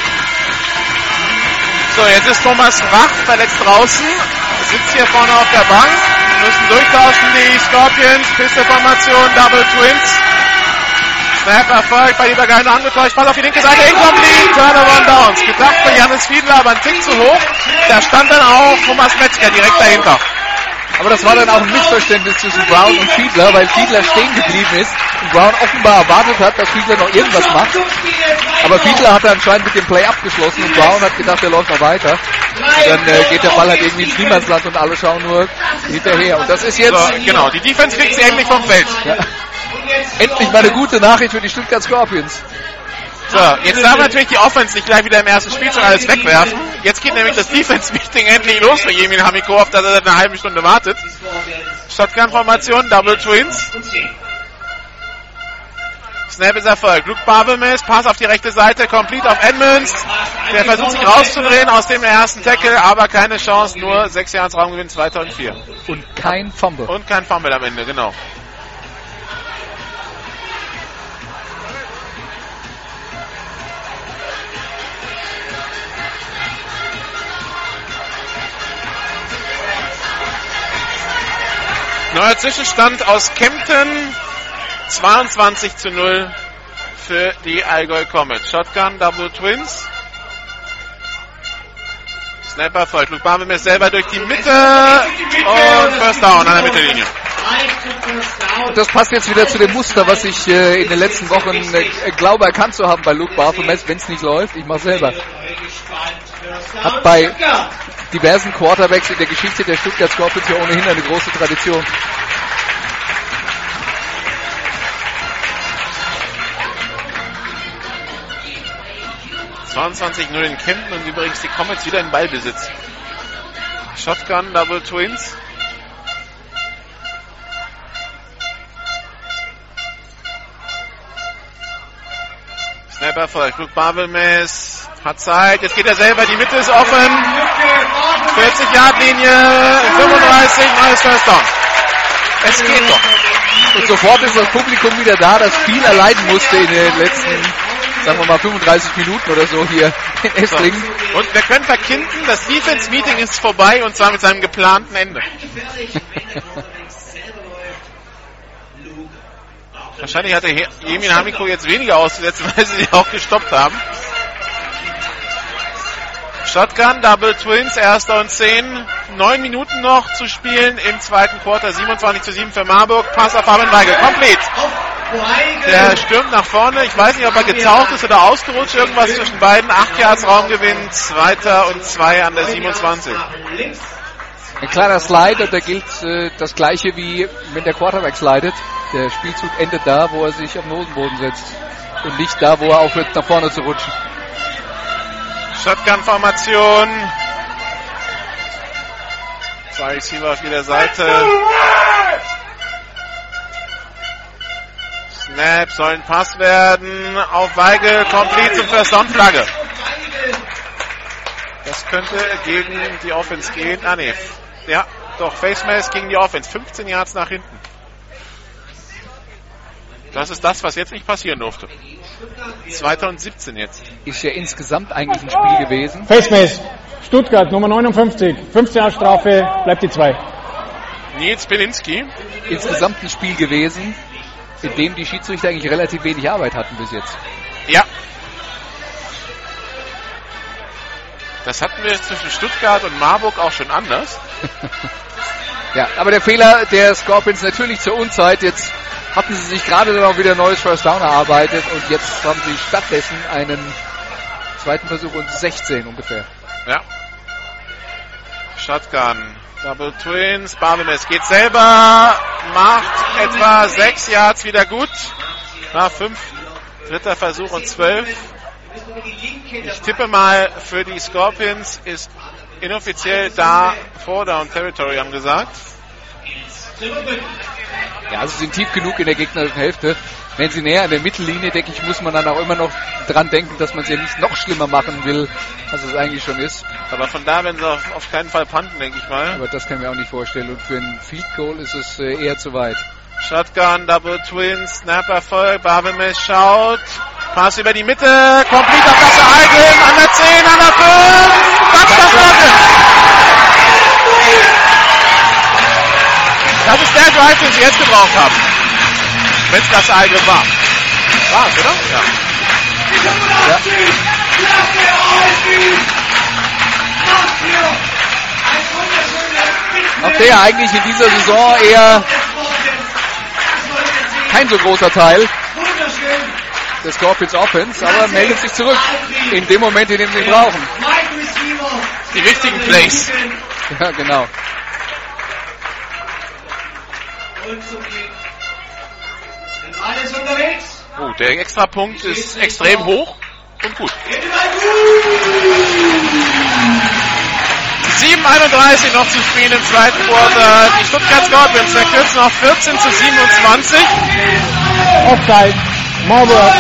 So, jetzt ist Thomas Rach verletzt draußen. Sitzt hier vorne auf der Bank. Müssen durchtauschen die Scorpions. Pistol-Formation, Double Twins. Snap erfolgt, bei Übergabe angetäuscht, Ball auf die linke Seite, incomplete, Turnover und Downs. Gedacht für Janis Fiedler, aber ein Tick zu hoch. Da stand dann auch Thomas Metzger direkt dahinter. Aber das war dann auch ein Missverständnis zwischen Brown und Fiedler, weil Fiedler stehen geblieben ist und Brown offenbar erwartet hat, dass Fiedler noch irgendwas macht. Aber Fiedler hatte anscheinend mit dem Play abgeschlossen und Brown hat gedacht, er läuft noch weiter. Und dann äh, geht der Ball halt irgendwie ins Niemandsland und alle schauen nur hinterher. Und das ist jetzt... So, genau, die Defense kriegt sie endlich vom Feld. Ja. Endlich mal eine gute Nachricht für die Stuttgart Scorpions. So, jetzt darf natürlich die Offense nicht gleich wieder im ersten Spielzug alles wegwerfen. Jetzt geht nämlich das Defense-Meeting endlich los für Jemin Hamiko, auf das er seit einer halben Stunde wartet. Shotgun-Formation, Double Twins. Snap ist erfolgt. Luke Babelmes, Pass auf die rechte Seite, complete auf Edmonds. Der versucht sich rauszudrehen aus dem ersten Tackle, aber keine Chance, nur sechs Yards Raumgewinn, zweiter und vier. Und kein Fumble. Und kein Fumble am Ende, genau. Neuer Zwischenstand aus Kempten, zweiundzwanzig zu null für die Allgäu Comets. Shotgun, Double Twins. Snapper folgt. Luke Babelmes selber durch die Mitte und First Down an der Mittellinie. Und das passt jetzt wieder zu dem Muster, was ich äh, in den letzten Wochen äh, glaube erkannt zu haben bei Luke Babelmes. Wenn es nicht läuft, ich mache selber. Hat bei diversen Quarterbacks in der Geschichte der Stuttgart Scorpions ja ohnehin eine große Tradition. zweiundzwanzig null in Kempten und übrigens die Comets wieder in Ballbesitz. Shotgun, Double Twins. Snapper folgt. Luke Babelmes hat Zeit. Jetzt geht er selber. Die Mitte ist offen. vierzig Yard Linie. fünfunddreißig. Neues First Down. Es geht doch. Und sofort ist das Publikum wieder da, das viel erleiden musste in den letzten, sagen wir mal, fünfunddreißig Minuten oder so hier in Esslingen. So. Und wir können verkünden, das Defense-Meeting ist vorbei und zwar mit seinem geplanten Ende. Wahrscheinlich hatte Jemin Hamiko jetzt weniger auszusetzen, weil sie sie auch gestoppt haben. Shotgun, Double Twins, erster und zehn. Neun Minuten noch zu spielen im zweiten Quarter. siebenundzwanzig zu sieben für Marburg. Pass auf Fabian Weigel. Komplett. Der stürmt nach vorne. Ich weiß nicht, ob er getaucht ist oder ausgerutscht. Irgendwas zwischen beiden. Acht Yards Raumgewinn. Zweiter und zwei an der siebenundzwanzig. Ein kleiner Slide und da gilt äh, das gleiche wie wenn der Quarterback slidet. Der Spielzug endet da, wo er sich am Hosenboden setzt. Und nicht da, wo er aufhört, nach vorne zu rutschen. Shotgun-Formation. Zwei Receiver auf jeder Seite. Snap soll ein Pass werden. Auf Weigel, complete zum First Down, Flagge. Das könnte gegen die Offense gehen. Ah, ne. Ja, doch, Face Mask gegen die Offense. fünfzehn Yards nach hinten. Das ist das, was jetzt nicht passieren durfte. zweiter und siebzehn jetzt. Ist ja insgesamt eigentlich ein Spiel gewesen. Face Mask, Stuttgart, Nummer neunundfünfzig. fünfzehn Jahre Strafe, bleibt die zwei. Nils Belinski. Insgesamt ein Spiel gewesen, in dem die Schiedsrichter eigentlich relativ wenig Arbeit hatten bis jetzt. Ja. Das hatten wir zwischen Stuttgart und Marburg auch schon anders. Ja, aber der Fehler der Scorpions natürlich zur Unzeit. Jetzt hatten sie sich gerade dann auch wieder ein neues First Down erarbeitet und jetzt haben sie stattdessen einen zweiten Versuch und sechzehn ungefähr. Ja. Shotgun. Double Twins. Barbemes geht selber. Macht etwa sechs Yards wieder gut. Na, fünf. Dritter Versuch und zwölf. Ich tippe mal, für die Scorpions ist inoffiziell da Four Down Territory angesagt. Ja, also sind tief genug in der gegnerischen Hälfte. Wenn sie näher an der Mittellinie, denke ich, muss man dann auch immer noch dran denken, dass man es ja nicht noch schlimmer machen will, als es eigentlich schon ist. Aber von da werden sie auf, auf keinen Fall punten, denke ich mal. Aber das kann ich mir auch nicht vorstellen. Und für ein Field Goal ist es äh, eher zu weit. Shotgun, Double Twins, Snap Erfolg, Barbemes schaut. Pass über die Mitte, complete auf Lasse Eigel, an der zehn, an der fünf, Touchdown. Das ist der Drive, den sie jetzt gebraucht haben. Wenn es Lasse Eigel war. Ja. Ja. Auch der eigentlich in dieser Saison eher kein so großer Teil der Scorpions Offense, aber meldet sich zurück in dem Moment, in dem sie ihn brauchen. Die richtigen Plays. Ja, genau. Alles unterwegs. Oh, der Extrapunkt ist extrem hoch und gut. sieben einunddreißig noch zu spielen im zweiten Quarter. Die Stuttgart Scorpions verkürzen auf vierzehn zu siebenundzwanzig. Offside. Marburg.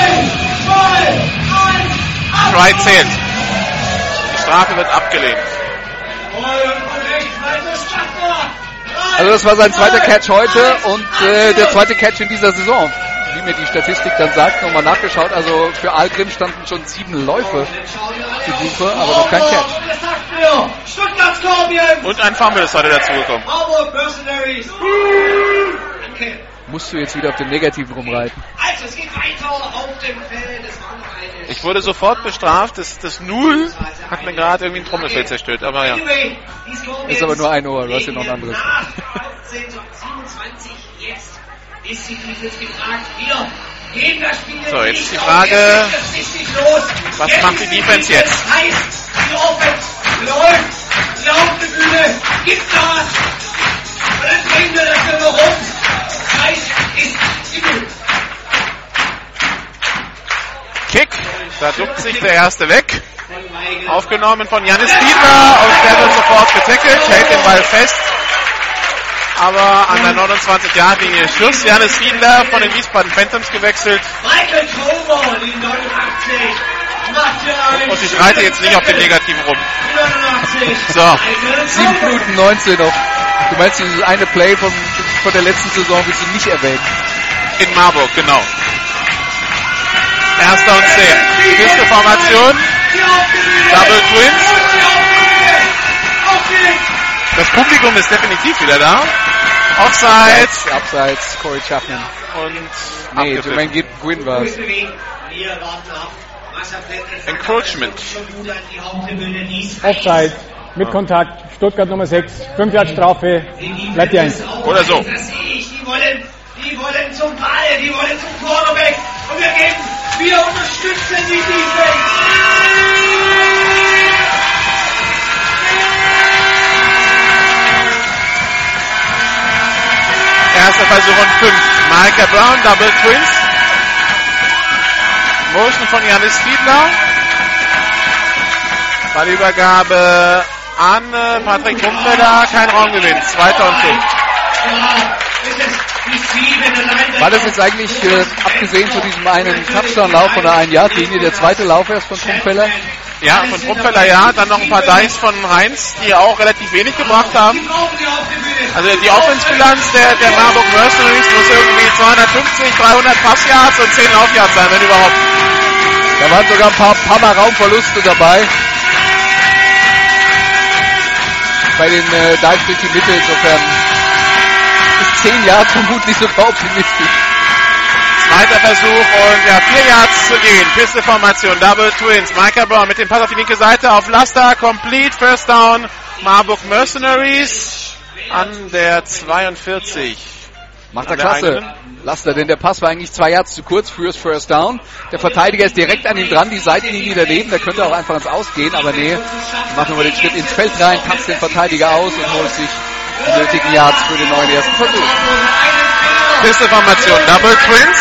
Try zählt. Die Strafe wird abgelehnt. Also das war sein zweiter Catch heute und äh, der zweite Catch in dieser Saison. Wie mir die Statistik dann sagt, nochmal nachgeschaut, also für Algrim standen schon sieben Läufe zu Buche, aber noch kein Catch. Und ein Fumble ist heute dazugekommen. Musst du jetzt wieder auf den Negativen rumreiten? Also es geht weiter auf dem Feld. Es war noch eine. Ich wurde sofort bestraft. Das, das Null hat mir gerade irgendwie ein Trommelfell zerstört. Aber ja. Ist aber nur ein Ohr, du hast ja noch ein anderes. achtzehn zu siebenundzwanzig jetzt. Ist die Defense gefragt. Wir gehen das Spiel. So, jetzt die Frage, was macht die Defense jetzt? Das heißt, die Offense läuft. Die Hauptbühne gibt Gas. Und dann drehen wir das nur noch um. Zeit ist genug. Kick. Da duckt sich der erste weg. Aufgenommen von Janis Fiedler. Aus der wird sofort getackelt. Hält den Ball fest. Aber an der neunundzwanzig-Yard-Linie Schuss. Janis Fiedler von den Wiesbaden Phantoms gewechselt. Michael Tober, die neunundachtzig. Und ich reite jetzt nicht auf den Negativen rum. So, sieben Minuten neunzehn noch. Du meinst dieses eine Play von, von der letzten Saison, willst du nicht erwähnen? In Marburg, genau. Erster und zehn. Nächste Formation. Double Twins. Das Publikum ist definitiv wieder da. Offsides. Abseits, Corey Chapman. Und nee, Jermaine Gwynn war es. Encroachment. Offside. Mit Kontakt. Stuttgart Nummer sechs. fünf Yard Strafe. Bleibt die eins. Oder so. Die wollen, die wollen zum Ball, die wollen zum Quarterback. Und wir geben, wir unterstützen die Defense. Erster Versuch und fünf. Micah Brown, Double Twins. Motion von Janis Fiedler. Ballübergabe an Patrick Humpfelder. Kein Raumgewinn. Zweiter und fünf. War das jetzt eigentlich, äh, abgesehen von diesem einen Touchdown-Lauf von der ein-Yard-Linie, der zweite Lauf erst von Humpfelder? Ja, von Humpfelder ja. Dann noch ein paar Dives von Heinz, die auch relativ wenig gebracht haben. Also die Offense-Bilanz der, der Marburg Mercenaries muss irgendwie zweihundertfünfzig, dreihundert Passyards und zehn Laufyards sein, wenn überhaupt. Da waren sogar ein paar, paar Mal Raumverluste dabei. Bei den äh, Dives durch die Mitte, insofern ist zehn Yards vermutlich sogar optimistisch. Zweiter Versuch und ja, vier Yards zu gehen. Piste-Formation, Double Twins. Micah Brown mit dem Pass auf die linke Seite auf Laster. Complete, First Down. Marburg Mercenaries an der zweiundvierzig. Macht er klasse. Laster, denn der Pass war eigentlich zwei Yards zu kurz fürs First Down. Der Verteidiger ist direkt an ihm dran, die Seitenlinie daneben. Der könnte auch einfach ins Ausgehen, aber nee. Macht nochmal den Schritt ins Feld rein, tanzt den Verteidiger aus und holt sich die nötigen Yards für den neuen ersten Versuch. Piste-Formation, Double Twins.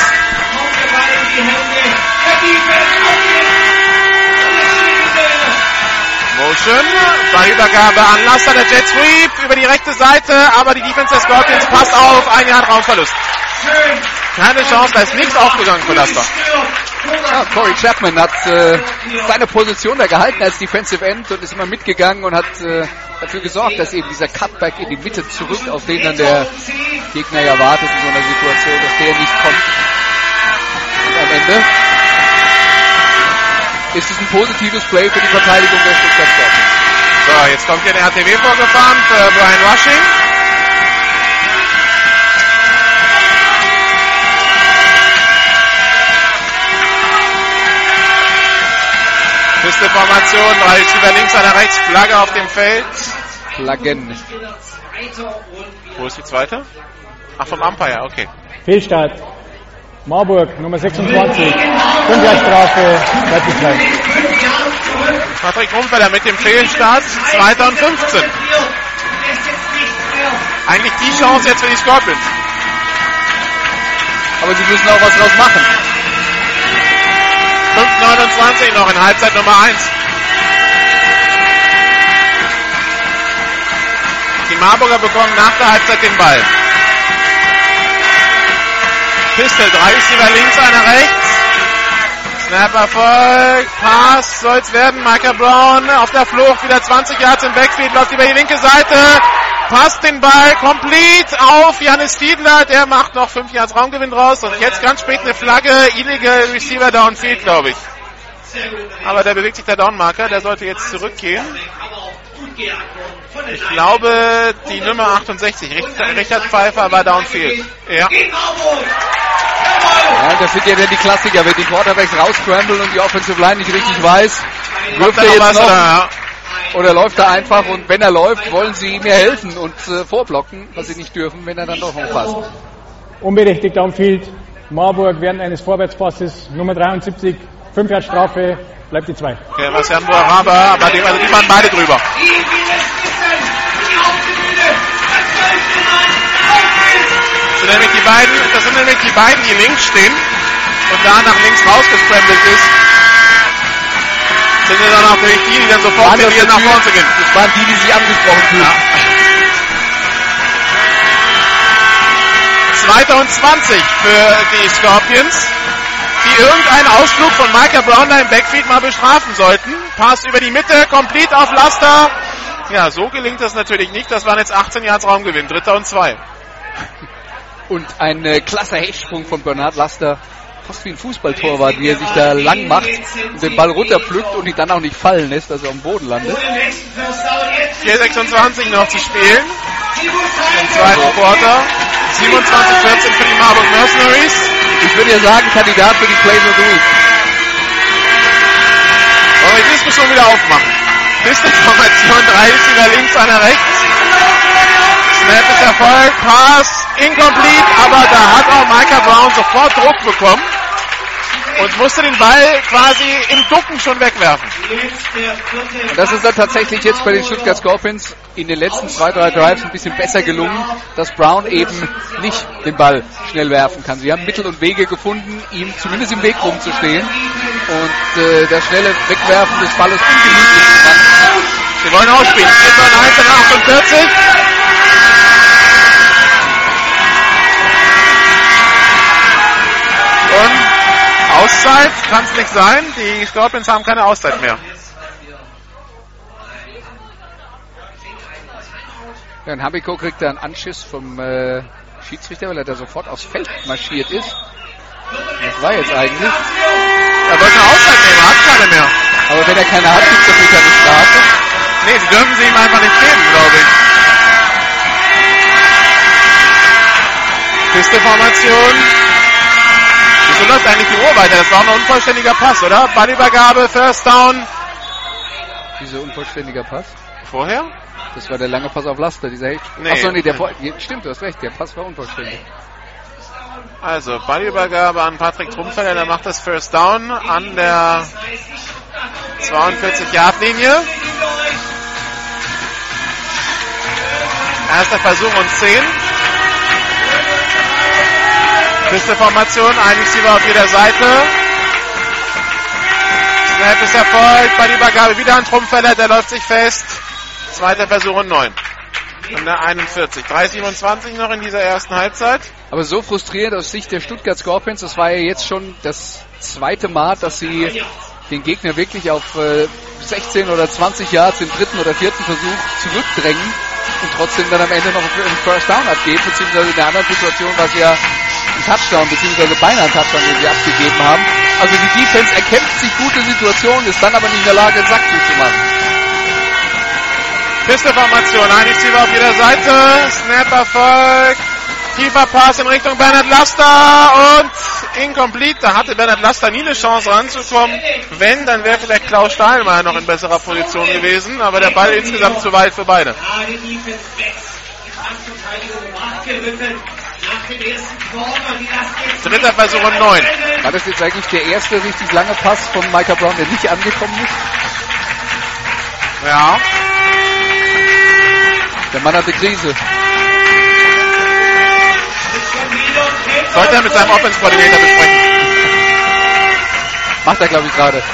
Motion, Ballübergabe an Laster, der Jet Sweep über die rechte Seite, aber die Defense der Scorpions passt auf, ein Yard Raumverlust. Keine Chance, da ist nichts aufgegangen für Laster. Ja, Corey Chapman hat äh, seine Position da gehalten als Defensive End und ist immer mitgegangen und hat äh, dafür gesorgt, dass eben dieser Cutback in die Mitte zurück, auf den dann der Gegner ja wartet in so einer Situation, dass der nicht kommt. Und am Ende ist es ein positives Play für die Verteidigung der Stuttgart Scorpions. So, jetzt kommt hier der R T W vorgefahren für Brian Rushing. Piste-Formation, drei Receiver links, einer rechts, Flagge auf dem Feld. Flaggen. Wo ist die zweite? Ach, vom Umpire, okay. Fehlstart. Marburg, Nummer sechsundzwanzig. fünf Jahre Strafe, bleibt die zwei. Patrick Rumpfeller mit dem Fehlstart, zweiter und fünfzehn. Eigentlich die Chance jetzt für die Scorpions. Aber sie müssen auch was draus machen. fünf neunundzwanzig noch in Halbzeit Nummer eins. Die Marburger bekommen nach der Halbzeit den Ball. Pistol, drei Receiver links, einer rechts. Snap Erfolg, Pass soll's werden. Micah Brown auf der Flucht, wieder zwanzig Yards im Backfield, läuft über die linke Seite. Passt den Ball komplett auf Janis Fiedler, der macht noch fünf Yards Raumgewinn draus. Und jetzt ganz spät eine Flagge, illegal Receiver Downfield, glaube ich. Aber da bewegt sich der Downmarker, der sollte jetzt zurückgehen. Ich glaube, die Nummer achtundsechzig, Richard Pfeiffer, war Downfield. Ja. Ja, das sind ja dann die Klassiker, wenn die Quarterbacks rausscramblen und die Offensive Line nicht richtig weiß, wirft er jetzt noch, oder, oder läuft er einfach, und wenn er läuft, wollen sie ihm ja helfen und äh, vorblocken, was sie nicht dürfen, wenn er dann doch noch passt. Unberechtigt Downfield. Marburg während eines Vorwärtspasses, Nummer dreiundsiebzig, fünf Jahre Strafe, bleibt die zwei. Okay, was haben wir aber, aber die, also die waren beide drüber. Das sind nämlich die beiden, das sind nämlich die beiden, die links stehen und da nach links rausgescrambled ist. Sind ja dann auch natürlich die, die dann sofort tendieren, nach vorne zu gehen. Das waren die, die sich angesprochen fühlen. Ja. Zweiter und zwanzig für die Scorpions, die irgendeinen Ausflug von Micah Brown da im Backfield mal bestrafen sollten. Pass über die Mitte, komplett auf Laster. Ja, so gelingt das natürlich nicht. Das waren jetzt achtzehn Yards Raumgewinn. Dritter und zwei. Und ein äh, klasse Hechtsprung von Bernhard Laster. Fast wie ein Fußballtorwart, wie er sich da lang macht und den Ball runterpflückt und ihn dann auch nicht fallen lässt, dass er am Boden landet. vier sechsundzwanzig noch zu spielen. Im zweiten Quarter. siebenundzwanzig vierzehn für die Marburg Mercenaries. Ich würde ja sagen, Kandidat für die Plays of the Week. Wollen wir die Diskussion wieder aufmachen? Piste-Formation, drei Receiver links, einer rechts. Snap ist Erfolg, Pass, incomplete, aber da hat auch Micah Brown sofort Druck bekommen und musste den Ball quasi im Ducken schon wegwerfen. Und das ist dann tatsächlich jetzt bei den Stuttgart Scorpions in den letzten zwei, drei Drives ein bisschen besser gelungen, dass Brown eben nicht den Ball schnell werfen kann. Sie haben Mittel und Wege gefunden, ihm zumindest im Weg rumzustehen und äh, das schnelle Wegwerfen des Balles ungemütlich zu machen. Sie wollen ausspielen. vierzehn eins achtundvierzig. Und Auszeit kann es nicht sein. Die Scorpions haben keine Auszeit mehr. Ja, in Habiko kriegt er einen Anschiss vom äh, Schiedsrichter, weil er da sofort aufs Feld marschiert ist. Das war jetzt eigentlich. Er wollte eine Auszeit nehmen, hat keine mehr. Aber wenn er keine hat, gibt es dafür keine Strafe. Nee, sie dürfen sie ihm einfach nicht geben, glaube ich. Piste-Formation. Wieso läuft eigentlich die Uhr weiter? Das war auch ein unvollständiger Pass, oder? Ballübergabe, First Down. Wieso unvollständiger Pass? Vorher? Das war der lange Pass auf Laster, dieser Hechtsprung. Nee. Achso, nee, der vor- stimmt, du hast recht, der Pass war unvollständig. Also, Ballübergabe an Patrick Trumpfeller, der macht das First Down an der zweiundvierzig-Yard-Linie. Erster Versuch und zehn. Piste-Formation, ein Receiver auf jeder Seite. Snap ist Erfolg, Ballübergabe wieder an Trumpfeller, der läuft sich fest. Zweiter Versuch und neun. An der einundvierzig. drei siebenundzwanzig noch in dieser ersten Halbzeit. Aber so frustrierend aus Sicht der Stuttgart Scorpions, das war ja jetzt schon das zweite Mal, dass sie den Gegner wirklich auf äh, sechzehn oder zwanzig Yards im dritten oder vierten Versuch zurückdrängen und trotzdem dann am Ende noch einen First Down abgeben, beziehungsweise in der anderen Situation war es ja ein Touchdown, beziehungsweise beinahe ein Touchdown, den sie abgegeben haben. Also die Defense erkämpft sich gute Situationen, ist dann aber nicht in der Lage, einen Sack zuzumachen. Piste-Formation, ein Receiver auf jeder Seite, Snap-Erfolg, Tiefer Pass in Richtung Bernhard Laster und incomplete. Da hatte Bernhard Laster nie eine Chance ranzukommen. Wenn, dann wäre vielleicht Klaus Stahlmeier noch in besserer Position gewesen. Aber der Ball insgesamt zu weit für beide. Dritter Versuch und neun. War das jetzt eigentlich der erste richtig lange Pass von Micah Brown, der nicht angekommen ist? Ja. Der Mann hatte Krise. Sollte er mit seinem Offense-Koordinator besprechen. Macht er, glaube ich, gerade.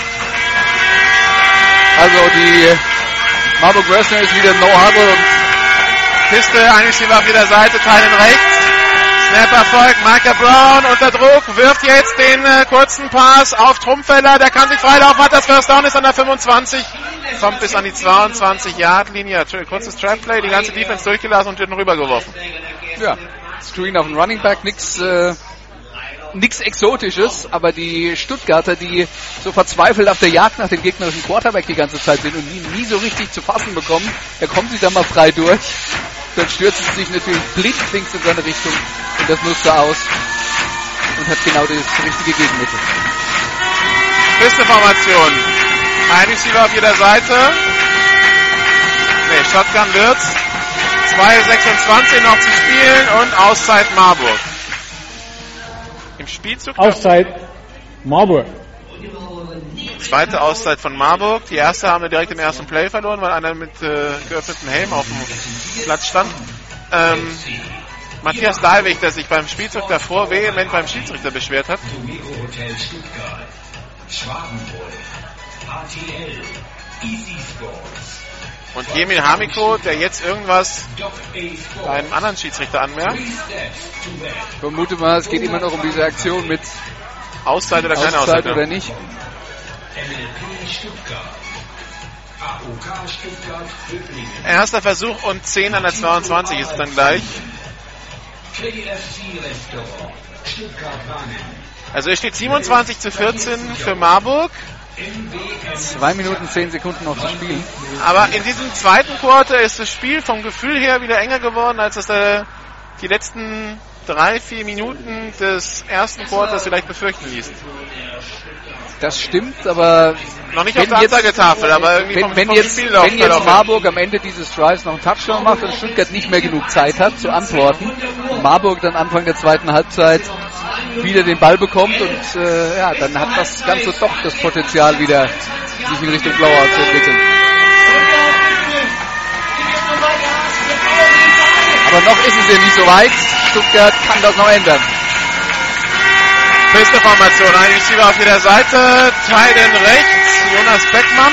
Also die Marburg Mercenaries wieder No-Huddle und Piste, ein Receiver auf jeder Seite, teilen rechts. Snap erfolgt, Micah Brown unter Druck, wirft jetzt den äh, kurzen Pass auf Trumpfeller, der kann sich freilaufen, hat das First Down, ist an der fünfundzwanzig, kommt bis an die zweiundzwanzig-Yard-Linie, kurzes Trap-Play, die ganze Defense durchgelassen und wird rübergeworfen. Ja, Screen auf den Running Back, nix, äh, nix Exotisches, aber die Stuttgarter, die so verzweifelt auf der Jagd nach dem gegnerischen Quarterback die ganze Zeit sind und nie, nie so richtig zu fassen bekommen, da kommen sie dann mal frei durch. Dann stürzt sie sich natürlich blindlings in seine Richtung und das nutzt er aus und hat genau das richtige Gegenmittel. Beste Formation. Ein Receiver auf jeder Seite. Ne, Shotgun wird's. zwei sechsundzwanzig noch zu spielen und Auszeit Marburg. Im Spielzug. Auszeit Marburg. Zweite Auszeit von Marburg. Die erste haben wir direkt im ersten Play verloren, weil einer mit äh, geöffnetem Helm auf dem Platz stand. Ähm, Matthias Dahlweg, der sich beim Spielzug davor vehement beim Schiedsrichter beschwert hat. Und Jemil Hamiko, der jetzt irgendwas bei einem anderen Schiedsrichter anmerkt. Ich vermute mal, es geht immer noch um diese Aktion mit Auszeit oder keine Auszeit Auszeit oder nicht. Erster Versuch und zehn an der zweiundzwanzig ist dann gleich. Also es steht siebenundzwanzig zu vierzehn für Marburg. Zwei Minuten, zehn Sekunden noch zu spielen. Aber in diesem zweiten Quarter ist das Spiel vom Gefühl her wieder enger geworden, als es äh, die letzten drei, vier Minuten des ersten Quarters vielleicht befürchten ließ. Das stimmt, aber noch nicht auf der Anzeigetafel, aber irgendwie wenn, vom, wenn vom jetzt, Spiellauf. Wenn jetzt Marburg am Ende dieses Drives noch einen Touchdown macht und Stuttgart nicht mehr genug Zeit hat zu antworten, und Marburg dann Anfang der zweiten Halbzeit wieder den Ball bekommt und äh, ja, dann hat das Ganze doch das Potenzial wieder sich in Richtung Blowout zu entwickeln. Aber noch ist es ja nicht so weit. Stuttgart kann das noch ändern. Beste Formation, ein Receiver auf jeder Seite, Teilen rechts, Jonas Beckmann.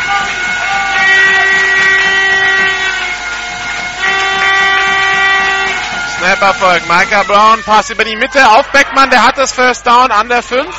Snap Erfolg, Micah Brown, Pass über die Mitte auf Beckmann, der hat das First Down an der fünf.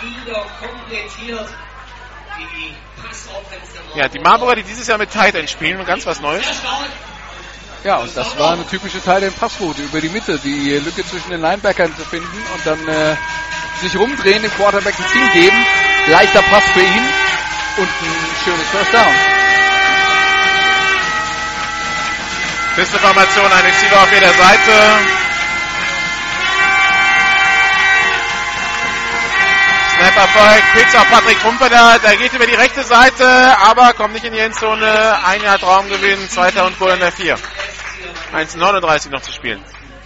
Ja, die Marburger, die dieses Jahr mit Tight End spielen, ganz was Neues. Ja, und das war eine typische Teil der Passroute über die Mitte, die Lücke zwischen den Linebackern zu finden und dann äh, sich rumdrehen, dem Quarterback ein Ziel geben. Leichter Pass für ihn und ein schönes First Down. Beste Formation, ein Receiver auf jeder Seite. Snap Erfolg, Pitch auf Patrick Trumpeter, der geht über die rechte Seite, aber kommt nicht in die Endzone. Ein Jahr Traumgewinn, zweiter und Goal in der vier. eins neununddreißig noch zu spielen.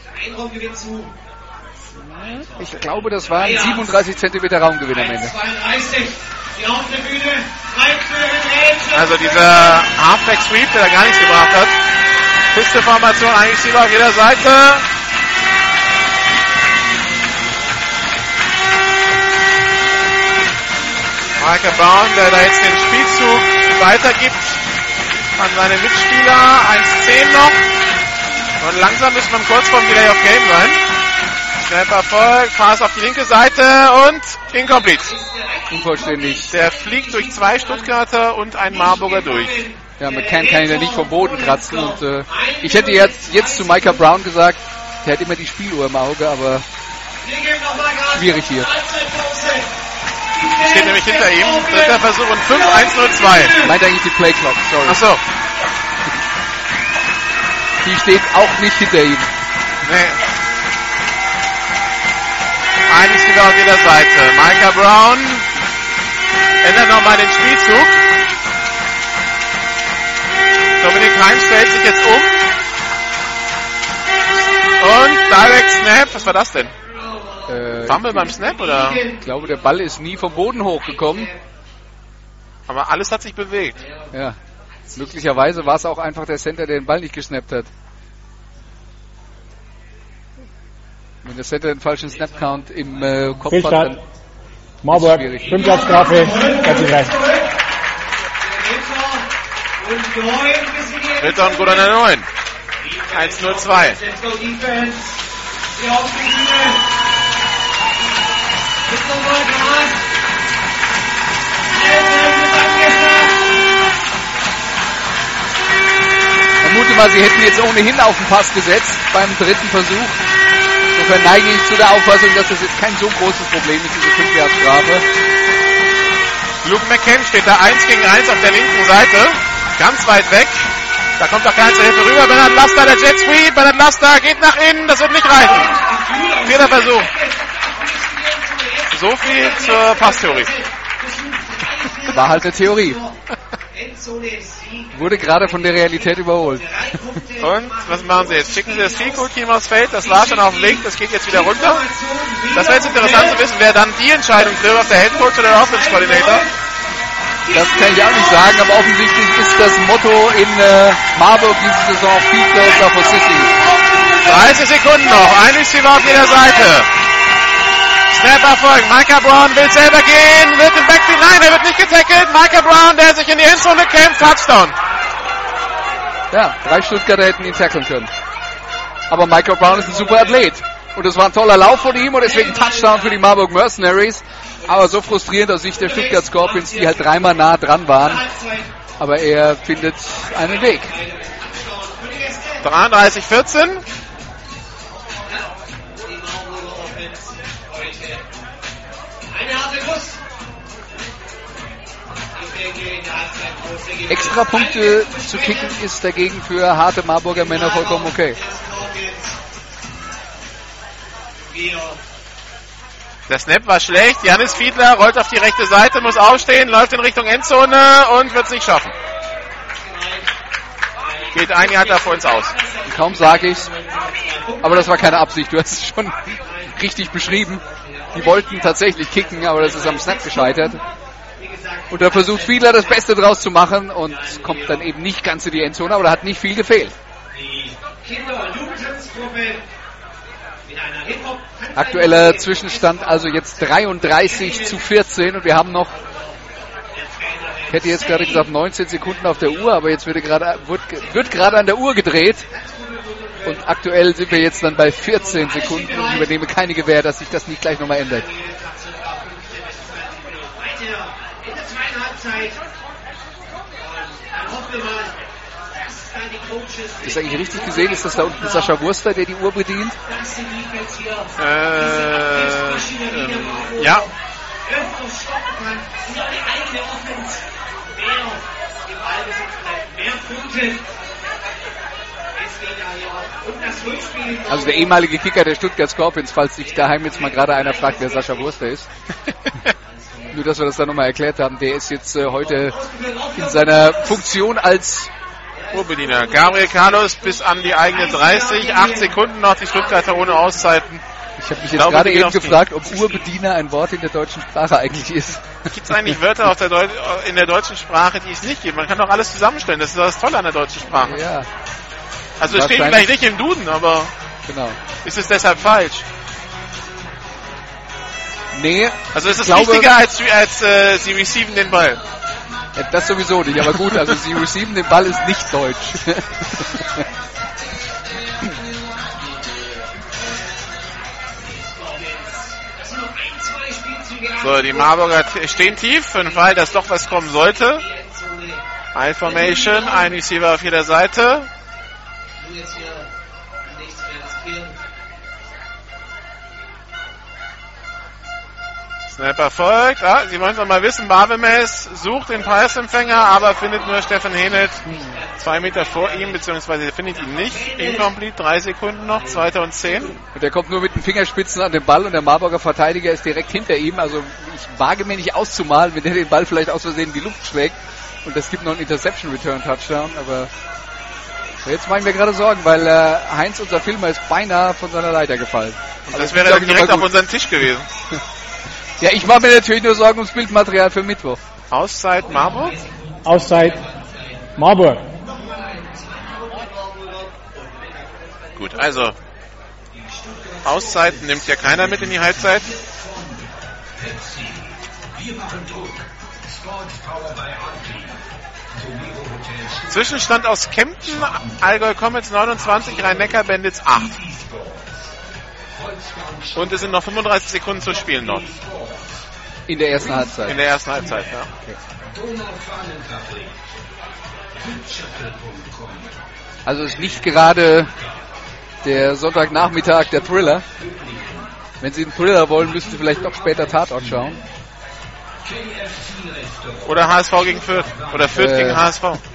Ich glaube, das war ein siebenunddreißig Zentimeter Raumgewinn am Ende. Also dieser Halfback Sweep, der da gar nichts gebracht hat. Beste Formation, ein Receiver auf jeder Seite. Micah Brown, der da jetzt den Spielzug weitergibt an seine Mitspieler. eins zehn noch. Und langsam müssen wir kurz vorm Delay of Game sein. Snap Erfolg, Pass auf die linke Seite und incomplete. Unvollständig. Der fliegt durch zwei Stuttgarter und einen Marburger durch. Ja, McCann kann ihn ja nicht vom Boden kratzen. Und äh, ich hätte jetzt, jetzt zu Micah Brown gesagt, der hat immer die Spieluhr im Auge, aber schwierig hier. Steht nämlich hinter ihm. Dritter Versuch und fünf eins null zwei. Meint eigentlich die Play Clock, sorry. Ach so. Die steht auch nicht hinter ihm. Nee. Ein Receiver auf jeder Seite. Micah Brown ändert nochmal den Spielzug. Dominik Heim stellt sich jetzt um. Und Direct Snap. Was war das denn? Äh, Fumble beim Snap, oder? Ich glaube, der Ball ist nie vom Boden hochgekommen. Aber alles hat sich bewegt. Ja. Möglicherweise war es auch einfach der Center, der den Ball nicht gesnappt hat. Wenn der Center den falschen Snap-Count im äh, Kopf hat, dann Marburg, fünf Yard Strafe, herzlich rein. Dritter und gut an der neun. eins null zwei. Ich vermute mal, sie hätten jetzt ohnehin auf den Pass gesetzt beim dritten Versuch. Insofern neige ich zu der Auffassung, dass das jetzt kein so großes Problem ist, diese fünf Yard Strafe. Luke McCann steht da eins gegen eins auf der linken Seite. Ganz weit weg. Da kommt doch keiner zur Hilfe rüber. Bernhard Laster, der Jet Sweep. Bernhard Laster geht nach innen. Das wird nicht reichen. Vierter Versuch. So viel zur Passtheorie. War halt eine Theorie. Wurde gerade von der Realität überholt. Und was machen sie jetzt? Schicken sie das Field-Goal-Team aufs Feld. Das war schon auf dem Weg. Das geht jetzt wieder runter. Das wäre jetzt interessant zu wissen, wer dann die Entscheidung trifft, ob der Head Coach oder der Offensive Coordinator. Das kann ich auch nicht sagen, aber offensichtlich ist das Motto in äh, Marburg diese Saison Field Goals for City. dreißig Sekunden noch. Ein Receiver auf jeder Seite. Snap erfolgt. Micah Brown will selber gehen. Wird im Backfield. Nein, er wird nicht getackelt. Micah Brown, der sich in die Endzone kämpft. Touchdown. Ja, drei Stuttgarter hätten ihn tackeln können. Aber Micah Brown ist ein super Athlet. Und es war ein toller Lauf von ihm und deswegen Touchdown für die Marburg Mercenaries. Aber so frustrierend aus Sicht der Stuttgart Scorpions, die halt dreimal nah dran waren. Aber er findet einen Weg. dreiunddreißig vierzehn. Extra Punkte zu kicken ist dagegen für harte Marburger Männer vollkommen okay. Der Snap war schlecht. Janis Fiedler rollt auf die rechte Seite, muss aufstehen, läuft in Richtung Endzone und wird es nicht schaffen. Geht ein Jahr da vor uns aus. Kaum sage ich's. Aber das war keine Absicht. Du hast es schon richtig beschrieben. Die wollten tatsächlich kicken, aber das ist am Snap gescheitert. Und da versucht Fiedler das Beste draus zu machen und kommt dann eben nicht ganz in die Endzone, aber da hat nicht viel gefehlt. Aktueller Zwischenstand also jetzt dreiunddreißig zu vierzehn und wir haben noch, ich hätte jetzt gerade gesagt neunzehn Sekunden auf der Uhr, aber jetzt wird gerade wird, wird gerade an der Uhr gedreht und aktuell sind wir jetzt dann bei vierzehn Sekunden und ich übernehme keine Gewähr, dass sich das nicht gleich nochmal ändert. Ist eigentlich richtig gesehen? Ist das da unten Sascha Wurster, der die Uhr bedient? Äh, ähm, ja. Also der ehemalige Kicker der Stuttgart Scorpions, falls sich daheim jetzt mal gerade einer fragt, wer Sascha Wurster ist. Nur, dass wir das dann nochmal erklärt haben. Der ist jetzt äh, heute in seiner Funktion als Urbediener. Gabriel Carlos bis an die eigene dreißig. acht Sekunden noch, die Stuttgarter ohne Auszeiten. Ich habe mich jetzt gerade eben gefragt, ob Urbediener ein Wort in der deutschen Sprache eigentlich ist. Gibt es eigentlich Wörter auf der Deu- in der deutschen Sprache, die es nicht gibt? Man kann doch alles zusammenstellen. Das ist das Tolle an der deutschen Sprache. Ja. Also es steht vielleicht nicht im Duden, aber genau. Ist es deshalb falsch? Nee. Also ist es glaube, wichtiger als, als äh, sie receiven den Ball? Ja, das sowieso nicht, aber gut, also sie receiven den Ball ist nicht deutsch. So, die Marburger stehen tief für den Fall, dass doch was kommen sollte. High Formation, ein Receiver auf jeder Seite. Snapper folgt. Ah, Sie wollen es noch mal wissen. Barbemess sucht den Passempfänger, aber findet nur Stefan Henelt zwei Meter vor ihm, beziehungsweise findet ihn nicht. Incomplete, drei Sekunden noch, zweiter und zehn. Und der kommt nur mit den Fingerspitzen an den Ball und der Marburger Verteidiger ist direkt hinter ihm. Also ich wage mir nicht auszumalen, wenn der den Ball vielleicht aus Versehen in die Luft schlägt. Und es gibt noch einen Interception-Return-Touchdown, aber jetzt mache ich mir gerade Sorgen, weil äh, Heinz, unser Filmer, ist beinahe von seiner Leiter gefallen. Und das wäre dann direkt auf unseren Tisch gewesen. Ja, ich mache mir natürlich nur Sorgen ums Bildmaterial für Mittwoch. Auszeit Marburg? Auszeit Marburg. Gut, also Auszeiten nimmt ja keiner mit in die Halbzeit. Zwischenstand aus Kempten, Allgäu Comets neunundzwanzig, Rhein-Neckar Bandits acht. Und es sind noch fünfunddreißig Sekunden zu spielen dort. In der ersten Halbzeit. In der ersten Halbzeit, ja. Okay. Also ist nicht gerade der Sonntagnachmittag der Thriller. Wenn Sie einen Thriller wollen, müssen Sie vielleicht doch später Tatort schauen. Oder H S V gegen Fürth. Oder Fürth äh, gegen H S V.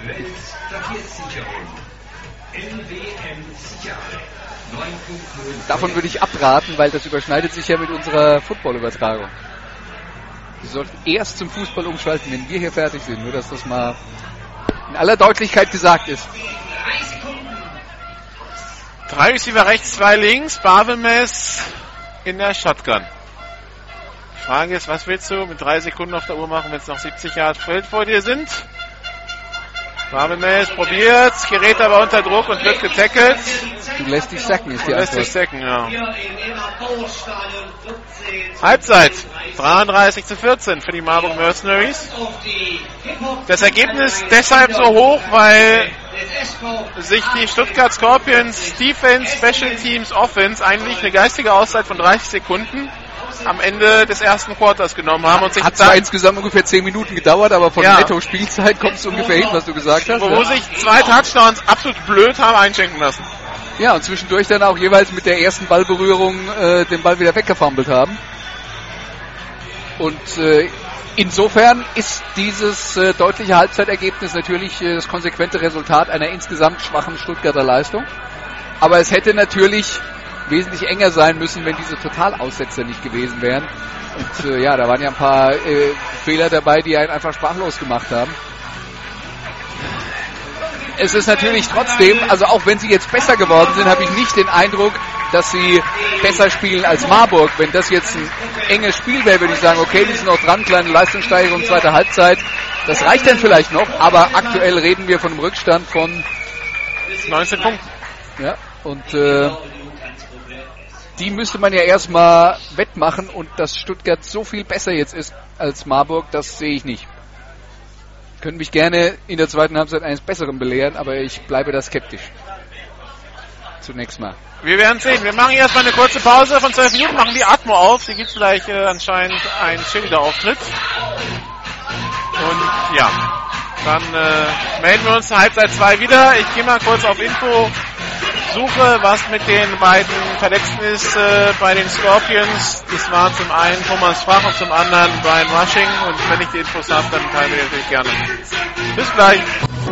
Davon würde ich abraten, weil das überschneidet sich ja mit unserer Football-Übertragung. Sie sollten erst zum Fußball umschalten, wenn wir hier fertig sind. Nur, dass das mal in aller Deutlichkeit gesagt ist. Drei Receiver rechts, zwei links. Barbemess in der Shotgun. Die Frage ist, was willst du mit drei Sekunden auf der Uhr machen, wenn es noch siebzig Yard Feld vor dir sind? Barbemess probiert, gerät aber unter Druck und wird getackelt. Du lässt dich sacken, ist die du Antwort. lässt dich sacken, ja. Halbzeit, dreiunddreißig zu vierzehn für die Marburg Mercenaries. Das Ergebnis deshalb so hoch, weil sich die Stuttgart Scorpions Defense, Special Teams, Offense eigentlich eine geistige Auszeit von dreißig Sekunden am Ende des ersten Quarters genommen haben. Und sich hat zwar insgesamt ungefähr zehn Minuten gedauert, aber von ja. Netto-Spielzeit kommt es ungefähr hin, was du gesagt hast. Wo ja. sich zwei Touchdowns absolut blöd haben einschenken lassen. Ja, und zwischendurch dann auch jeweils mit der ersten Ballberührung äh, den Ball wieder weggefummelt haben. Und äh, insofern ist dieses äh, deutliche Halbzeitergebnis natürlich äh, das konsequente Resultat einer insgesamt schwachen Stuttgarter Leistung. Aber es hätte natürlich wesentlich enger sein müssen, wenn diese Totalaussetzer nicht gewesen wären. Und äh, ja, da waren ja ein paar äh, Fehler dabei, die einen einfach sprachlos gemacht haben. Es ist natürlich trotzdem, also auch wenn sie jetzt besser geworden sind, habe ich nicht den Eindruck, dass sie besser spielen als Marburg. Wenn das jetzt ein enges Spiel wäre, würde ich sagen, okay, die sind noch dran, kleine Leistungssteigerung, zweite Halbzeit. Das reicht dann vielleicht noch, aber aktuell reden wir von einem Rückstand von neunzehn Punkten. Ja, und äh, die müsste man ja erstmal wettmachen, und dass Stuttgart so viel besser jetzt ist als Marburg, das sehe ich nicht. Können mich gerne in der zweiten Halbzeit eines Besseren belehren, aber ich bleibe da skeptisch. Zunächst mal. Wir werden sehen. Wir machen erstmal eine kurze Pause von zwölf Minuten, machen die Atmo auf. Sie gibt gleich äh, anscheinend einen Cheerleader-Auftritt. Und ja, dann äh, melden wir uns in Halbzeit zwei wieder. Ich gehe mal kurz auf Info. Suche, was mit den beiden Verletzten ist äh, bei den Scorpions. Das waren zum einen Thomas Frach und zum anderen Brian Rushing. Und wenn ich die Infos habe, dann teilen wir natürlich gerne. Bis gleich.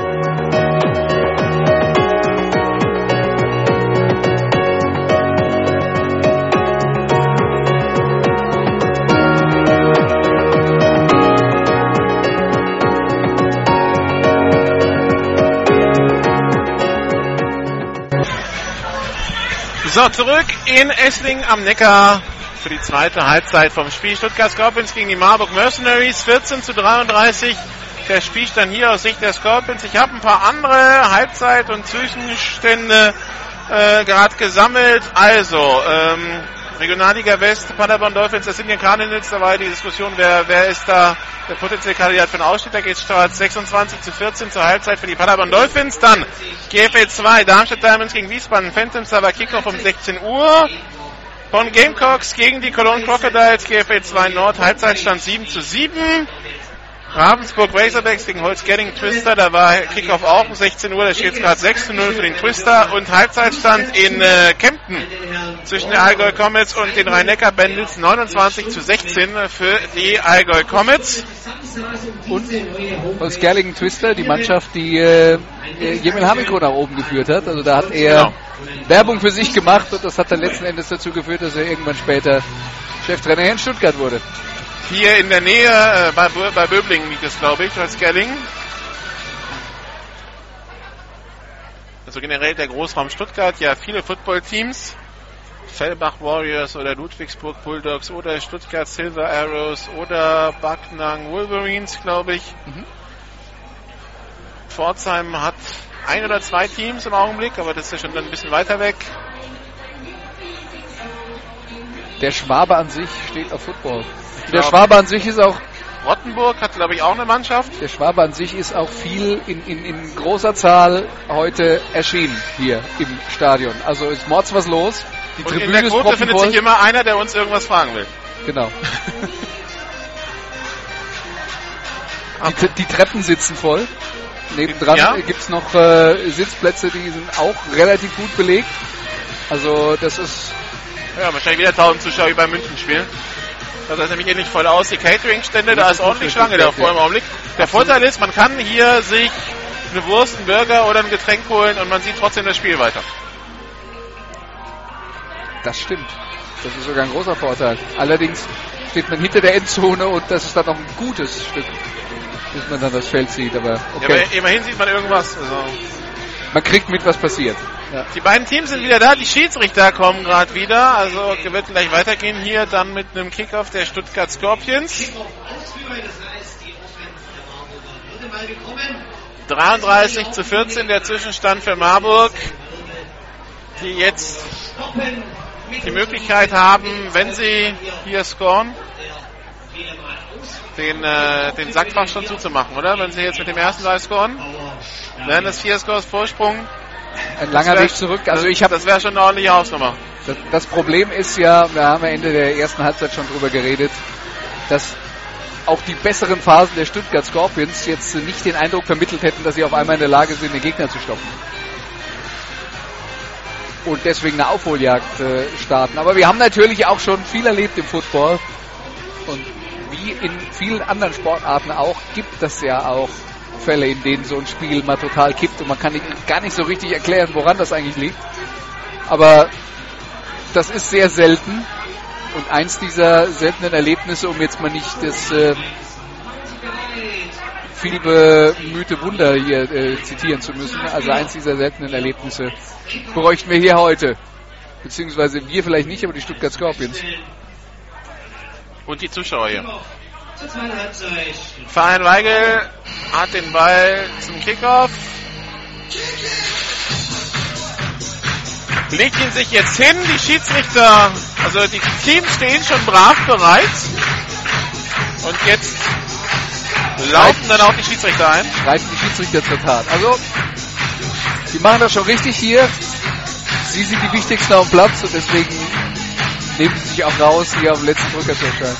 So, zurück in Esslingen am Neckar für die zweite Halbzeit vom Spiel Stuttgart Scorpions gegen die Marburg Mercenaries. vierzehn zu dreiunddreißig der Spielstand hier aus Sicht der Scorpions. Ich habe ein paar andere Halbzeit- und Zwischenstände äh, gerade gesammelt. Also, ähm, Regionalliga West, Paderborn Dolphins, das sind ja Cardinals, da war die Diskussion, wer, wer ist da der potenzielle Kandidat für den Ausstieg. Da geht es sechsundzwanzig zu vierzehn zur Halbzeit für die Paderborn Dolphins. Dann G F L zwei, Darmstadt Diamonds gegen Wiesbaden Phantoms, da war Kickoff um sechzehn Uhr. Von Gamecocks gegen die Cologne Crocodiles, G F L zwei Nord, Halbzeitstand sieben zu sieben. Ravensburg Razorbacks gegen Holzgerling Twister, da war Kickoff auch um sechzehn Uhr, da steht es gerade sechs zu null für den Twister und Halbzeitstand in äh, Kempten zwischen den Allgäu Comets und den Rhein-Neckar Bandits neunundzwanzig zu sechzehn für die Allgäu Comets. Und Holzgerling Twister, die Mannschaft, die äh, Jemil Hamiko nach oben geführt hat, also da hat er genau. Werbung für sich gemacht und das hat dann letzten Endes dazu geführt, dass er irgendwann später Cheftrainer hier in Stuttgart wurde. Hier in der Nähe, äh, bei, bei Böblingen liegt es, glaube ich, Holzgerling. Also generell der Großraum Stuttgart, ja viele Footballteams. Fellbach Warriors oder Ludwigsburg Bulldogs oder Stuttgart Silver Arrows oder Backnang Wolverines, glaube ich. Mhm. Pforzheim hat ein oder zwei Teams im Augenblick, aber das ist ja schon ein bisschen weiter weg. Der Schwabe an sich steht auf Football. Der Schwabe an sich ist auch... Rottenburg hat, glaube ich, auch eine Mannschaft. Der Schwabe an sich ist auch viel in, in, in großer Zahl heute erschienen hier im Stadion. Also ist mords was los. Die Und Tribüne in der Quote findet sich immer einer, der uns irgendwas fragen will. Genau. die, die Treppen sitzen voll. Nebendran ja. gibt es noch äh, Sitzplätze, die sind auch relativ gut belegt. Also das ist... Ja, wahrscheinlich wieder tausend Zuschauer wie beim Münchenspiel. Das sieht nämlich ähnlich voll aus. Die Catering-Stände, da ist ordentlich Schlange davor im Augenblick. Der Vorteil ist, man kann hier sich eine Wurst, einen Burger oder ein Getränk holen und man sieht trotzdem das Spiel weiter. Das stimmt. Das ist sogar ein großer Vorteil. Allerdings steht man hinter der Endzone und das ist dann noch ein gutes Stück, bis man dann das Feld sieht. Aber, okay. Ja, aber immerhin sieht man irgendwas. Also man kriegt mit, was passiert. Ja. Die beiden Teams sind wieder da, die Schiedsrichter kommen gerade wieder, also wird gleich weitergehen hier dann mit einem Kickoff der Stuttgart Scorpions. dreiunddreißig zu vierzehn der Zwischenstand für Marburg, die jetzt die Möglichkeit haben, wenn sie hier scoren, den, äh, den Sack fast schon zuzumachen, oder? Wenn sie jetzt mit dem ersten Drive scoren, wären das vier Scores Vorsprung. Ein langer wär, Weg zurück. Also ich hab, das wäre schon eine ordentliche Hausnummer. Das, das Problem ist ja, wir haben ja Ende der ersten Halbzeit schon drüber geredet, dass auch die besseren Phasen der Stuttgart Scorpions jetzt nicht den Eindruck vermittelt hätten, dass sie auf einmal in der Lage sind, den Gegner zu stoppen. Und deswegen eine Aufholjagd äh, starten. Aber wir haben natürlich auch schon viel erlebt im Football. Und wie in vielen anderen Sportarten auch, gibt das ja auch Fälle, in denen so ein Spiel mal total kippt und man kann nicht, gar nicht so richtig erklären, woran das eigentlich liegt. Aber das ist sehr selten und eins dieser seltenen Erlebnisse, um jetzt mal nicht das äh, viel bemühte Wunder hier äh, zitieren zu müssen, also eins dieser seltenen Erlebnisse bräuchten wir hier heute. Beziehungsweise wir vielleicht nicht, aber die Stuttgart Scorpions. Und die Zuschauer hier. Verein Weigel hat den Ball zum Kickoff. Legt ihn sich jetzt hin. Die Schiedsrichter, also die Teams stehen schon brav bereit. Und jetzt laufen dann auch die Schiedsrichter ein. Schreiten die Schiedsrichter zur Tat. Also, die machen das schon richtig hier. Sie sind die wichtigsten auf dem Platz und deswegen nehmen sie sich auch raus, hier auf dem letzten Drücker zu erscheinen.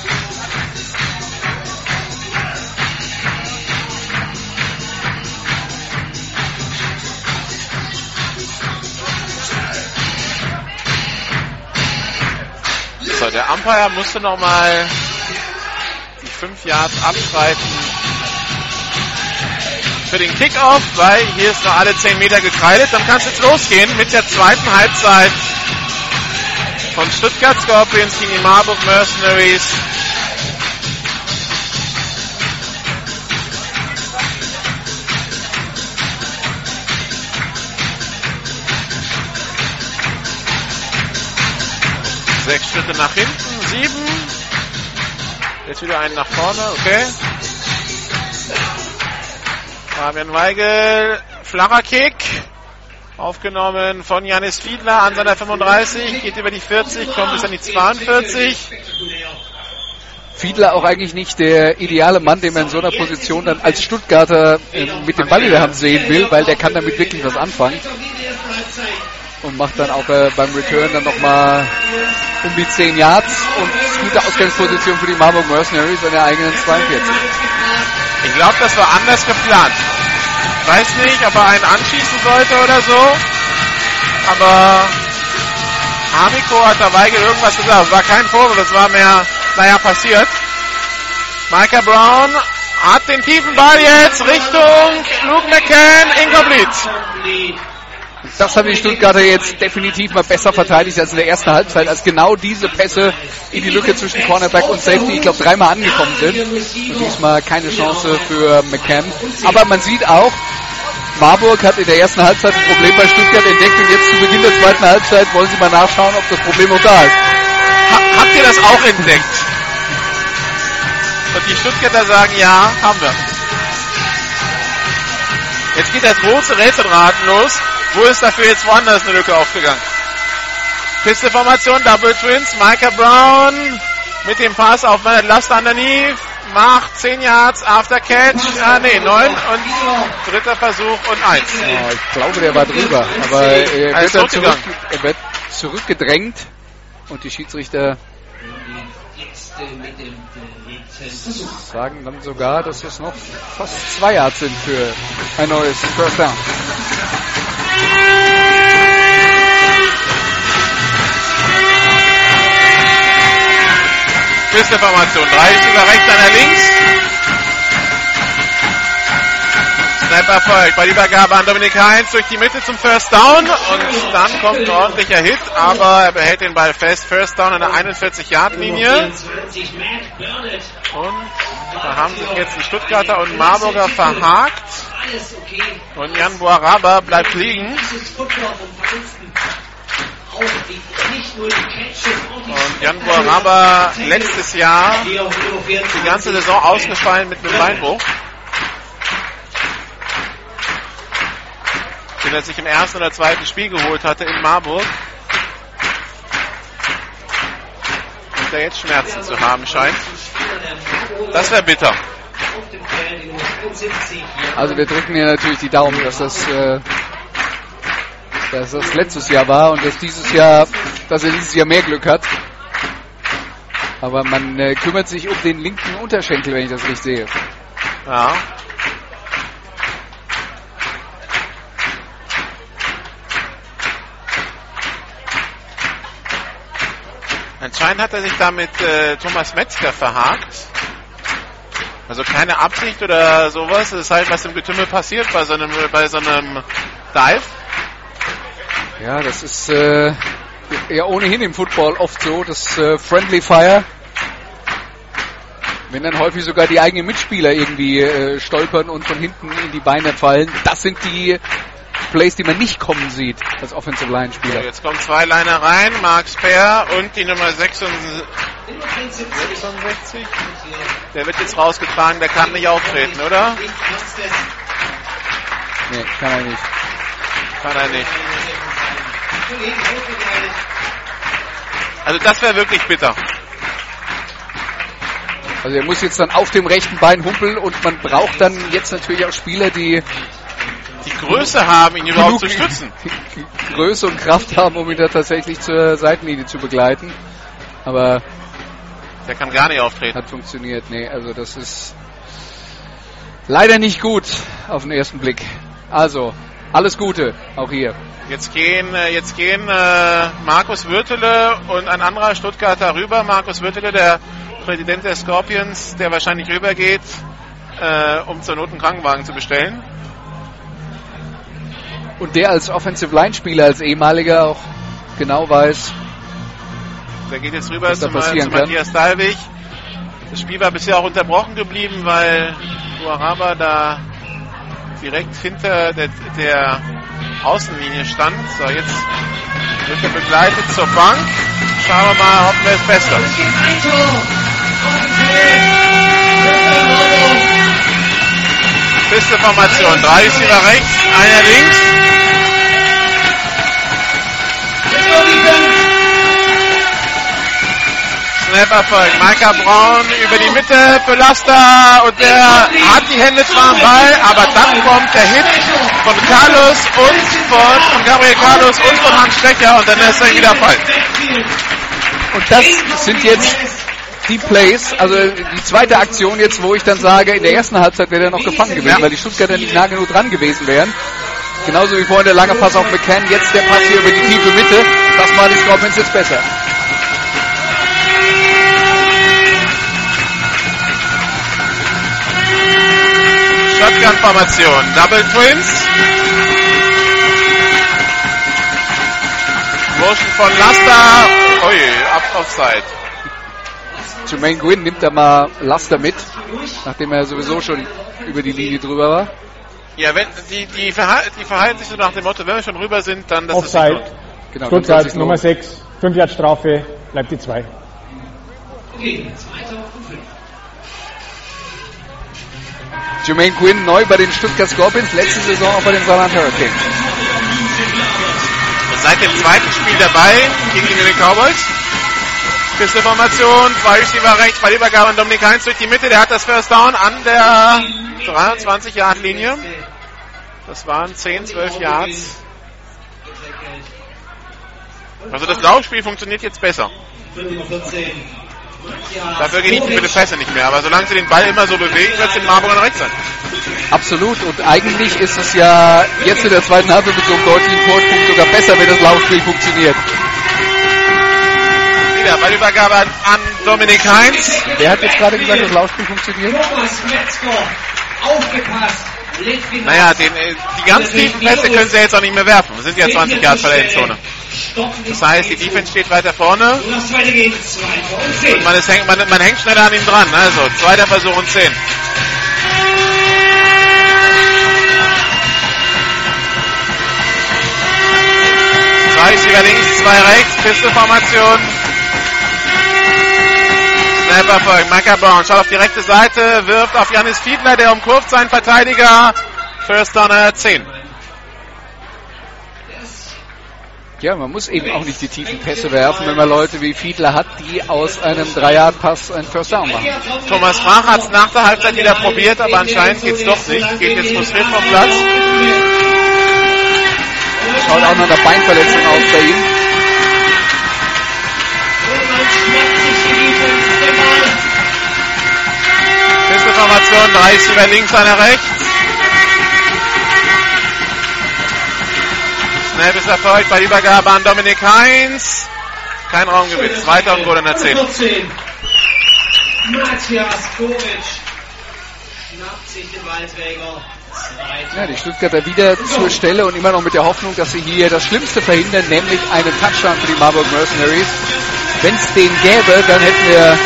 So, der Umpire musste nochmal die fünf Yards abschreiten für den Kickoff, weil hier ist noch alle zehn Meter gekreidet. Dann kann es jetzt losgehen mit der zweiten Halbzeit von Stuttgart Scorpions gegen die Marburg Mercenaries. Sechs Schritte nach hinten, sieben. Jetzt wieder einen nach vorne, okay. Fabian Weigel, flacher Kick. Aufgenommen von Janis Fiedler an seiner fünfunddreißig, geht über die vierzig, kommt bis an die zweiundvierzig. Fiedler auch eigentlich nicht der ideale Mann, den man in so einer Position dann als Stuttgarter äh, mit dem Ball in der Hand sehen will, weil der kann damit wirklich was anfangen. und macht dann auch äh, beim Return dann nochmal um die zehn Yards und gute Ausgangsposition für die Marburg Mercenaries an der eigenen zweiundvierzig. Ich glaube, das war anders geplant. Ich weiß nicht, ob er einen anschießen sollte oder so, aber Hamiko hat da Weigel irgendwas gesagt. Es war kein Vorwurf, das war mehr, naja, passiert. Micah Brown hat den tiefen Ball jetzt Richtung Luke McCann, incomplete. Das haben die Stuttgarter jetzt definitiv mal besser verteidigt als in der ersten Halbzeit, als genau diese Pässe in die Lücke zwischen Cornerback und Safety, ich glaube, dreimal angekommen sind. Und diesmal keine Chance für McCann. Aber man sieht auch, Marburg hat in der ersten Halbzeit ein Problem bei Stuttgart entdeckt und jetzt zu Beginn der zweiten Halbzeit wollen sie mal nachschauen, ob das Problem noch da ist. Ha- habt ihr das auch entdeckt? Und die Stuttgarter sagen, ja, haben wir. Jetzt geht das große Rätselraten los. Wo ist dafür jetzt woanders eine Lücke aufgegangen? Pisteformation, Double Twins, Micah Brown mit dem Pass auf Last Underneath, macht zehn Yards, After Catch, ah nee, neun und dritter Versuch und eins. Oh, ich glaube, der war drüber, aber er wird, dann zurück, er wird zurückgedrängt und die Schiedsrichter sagen dann sogar, dass es noch fast zwei Yards sind für ein neues First Down. Pisteformation, drei über rechts, einer links. Snap erfolgt bei Übergabe an Dominik Heinz durch die Mitte zum First Down und dann kommt ein ordentlicher Hit, aber er behält den Ball fest. First Down an der einundvierzig-Yard-Linie. Und da haben sich jetzt ein Stuttgarter und ein Marburger verhakt. Und Jan Boaraba bleibt liegen. Und Jan Boaraba letztes Jahr die ganze Saison ausgefallen mit einem Beinbruch, den er sich im ersten oder zweiten Spiel geholt hatte in Marburg. Und der jetzt Schmerzen zu haben scheint. Das wäre bitter. Also wir drücken hier natürlich die Daumen, dass das, äh, dass das letztes Jahr war und dass dieses Jahr, dass er dieses Jahr mehr Glück hat. Aber man äh, kümmert sich um den linken Unterschenkel, wenn ich das richtig sehe. Ja. Anscheinend hat er sich da mit äh, Thomas Metzger verhakt. Also keine Absicht oder sowas. Das ist halt, was im Getümmel passiert bei so einem, bei so einem Dive. Ja, das ist äh, ja ohnehin im Football oft so, das äh, Friendly Fire. Wenn dann häufig sogar die eigenen Mitspieler irgendwie äh, stolpern und von hinten in die Beine fallen. Das sind die Plays, die man nicht kommen sieht als Offensive Line Spieler. So, jetzt kommen zwei Liner rein, Mark Speer und die Nummer sechsundsechzig. Der wird jetzt rausgetragen, der kann nicht auftreten, oder? Nee, kann er nicht. Kann er nicht. Also das wäre wirklich bitter. Also er muss jetzt dann auf dem rechten Bein humpeln und man braucht dann jetzt natürlich auch Spieler, die die Größe haben, ihn überhaupt zu stützen. Größe und Kraft haben, um ihn da tatsächlich zur Seitenlinie zu begleiten. Aber der kann gar nicht auftreten. Hat funktioniert, nee, also das ist leider nicht gut auf den ersten Blick. Also, alles Gute, auch hier. Jetzt gehen, jetzt gehen äh, Markus Würtele und ein anderer Stuttgarter rüber. Markus Würtele, der Präsident der Scorpions, der wahrscheinlich rübergeht, äh, um zur Not einen Krankenwagen zu bestellen. Und der als Offensive Line Spieler, als ehemaliger auch genau weiß, der geht jetzt rüber zum, äh, zu Matthias Dalwig. Das Spiel war bisher auch unterbrochen geblieben, weil Boaraba da direkt hinter der, der Außenlinie stand. So, jetzt wird er begleitet zur Bank. Schauen wir mal, hoffen wir das Beste. Beste Formation. Drei Receiver rechts, einer links. Snap Erfolg. Micah Brown über die Mitte für Laster und der hat die Hände zwar am Ball, aber dann kommt der Hit von Carlos und von, von Gabriel Carlos und von Hans Stecher und dann lässt er ihn wieder fallen. Und das sind jetzt die Plays, also die zweite Aktion jetzt, wo ich dann sage, in der ersten Halbzeit wäre er noch gefangen gewesen, ja. weil die Stuttgarter nicht nah genug dran gewesen wären. Genauso wie vorhin der lange Pass auf McCann, jetzt der Pass hier über die tiefe Mitte. Das machen die Scorpions jetzt besser. Shotgun-Formation, Double Twins. Motion von Laster. Ui, ab Offside. Jermaine Gwynn nimmt da mal Laster mit, nachdem er sowieso schon über die Linie drüber war. Ja, wenn die, die, verhalten, die verhalten sich so nach dem Motto, wenn wir schon rüber sind, dann das Offside. ist genau, Stuttgart Nummer sechs, fünf Yard Strafe, bleibt die zwei. Jermaine Gwynn neu bei den Stuttgart Scorpions, letzte Saison auch bei den Saarland Hurricanes. Seit dem zweiten Spiel dabei gegen die Cowboys. Pistol-Formation, zwei Receiver rechts, bei Übergabe an Dominik Heinz durch die Mitte, der hat das First Down an der dreiundzwanzig Yard Linie. Das waren zehn, zwölf Yards. Also das Laufspiel funktioniert jetzt besser. Dafür gehen die viele Pässe nicht mehr, aber solange sie den Ball immer so bewegen, wird es den Marburgern recht sein. Absolut, und eigentlich ist es ja jetzt in der zweiten Halbzeit mit so einem deutlichen Vorsprung sogar besser, wenn das Laufspiel funktioniert. Wieder Ballübergabe an, an Dominik Heinz. Wer hat jetzt gerade gesagt, das Laufspiel funktioniert? Naja, den, die ganz tiefen Pässe können sie jetzt auch nicht mehr werfen. Wir sind ja zwanzig Yards vor der Endzone. Das heißt, die Defense steht weiter vorne. Und man, ist, man, man hängt schneller an ihm dran. Also, zweiter Versuch und zehn. Zwei ist über links, zwei rechts. Pistol-Formation. Snap-Erfolg. Micah Brown schaut auf die rechte Seite, wirft auf Janis Fiedler, der umkurvt seinen Verteidiger. First Down zehn. Ja, man muss eben auch nicht die tiefen Pässe werfen, wenn man Leute wie Fiedler hat, die aus einem drei Yard Pass einen First Down machen. Thomas Frach hat es nach der Halbzeit wieder probiert, aber anscheinend geht es doch nicht. Geht jetzt nur Smith vom Platz. Schaut auch nach einer Beinverletzung aus bei ihm. Pistol-Formation, drei ist über links, einer rechts. Snap ist erfolgt bei Übergabe an Dominik Heinz. Kein Raumgewinn. Zweiter und Goal in der zehn. Matthias Kovic schnappt sich den Ballträger. Ja, die Stuttgarter wieder zur Stelle und immer noch mit der Hoffnung, dass sie hier das Schlimmste verhindern, nämlich einen Touchdown für die Marburg Mercenaries. Wenn es den gäbe, dann hätten wir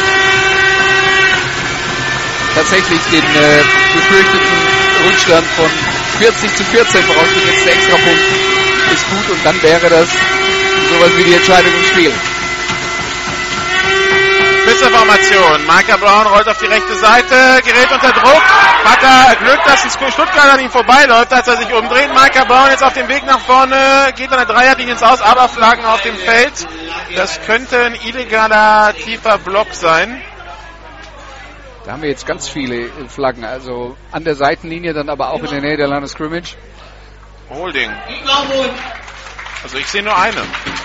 tatsächlich den äh, befürchteten Rückstand von vierzig zu vierzehn vorausgesetzt. Der Extrapunkt ist gut und dann wäre das sowas wie die Entscheidung im Spiel. Pistol-Formation. Micah Brown rollt auf die rechte Seite, gerät unter Druck. Hat er Glück, dass ein Stuttgart an ihm vorbeiläuft, als er sich umdreht. Micah Brown jetzt auf dem Weg nach vorne, geht an der Dreierlinie ins Aus, aber Flaggen auf dem Feld. Das könnte ein illegaler tiefer Block sein. Da haben wir jetzt ganz viele Flaggen, also an der Seitenlinie, dann aber auch in der Nähe der Line of Scrimmage. Holding. Also ich sehe nur eine.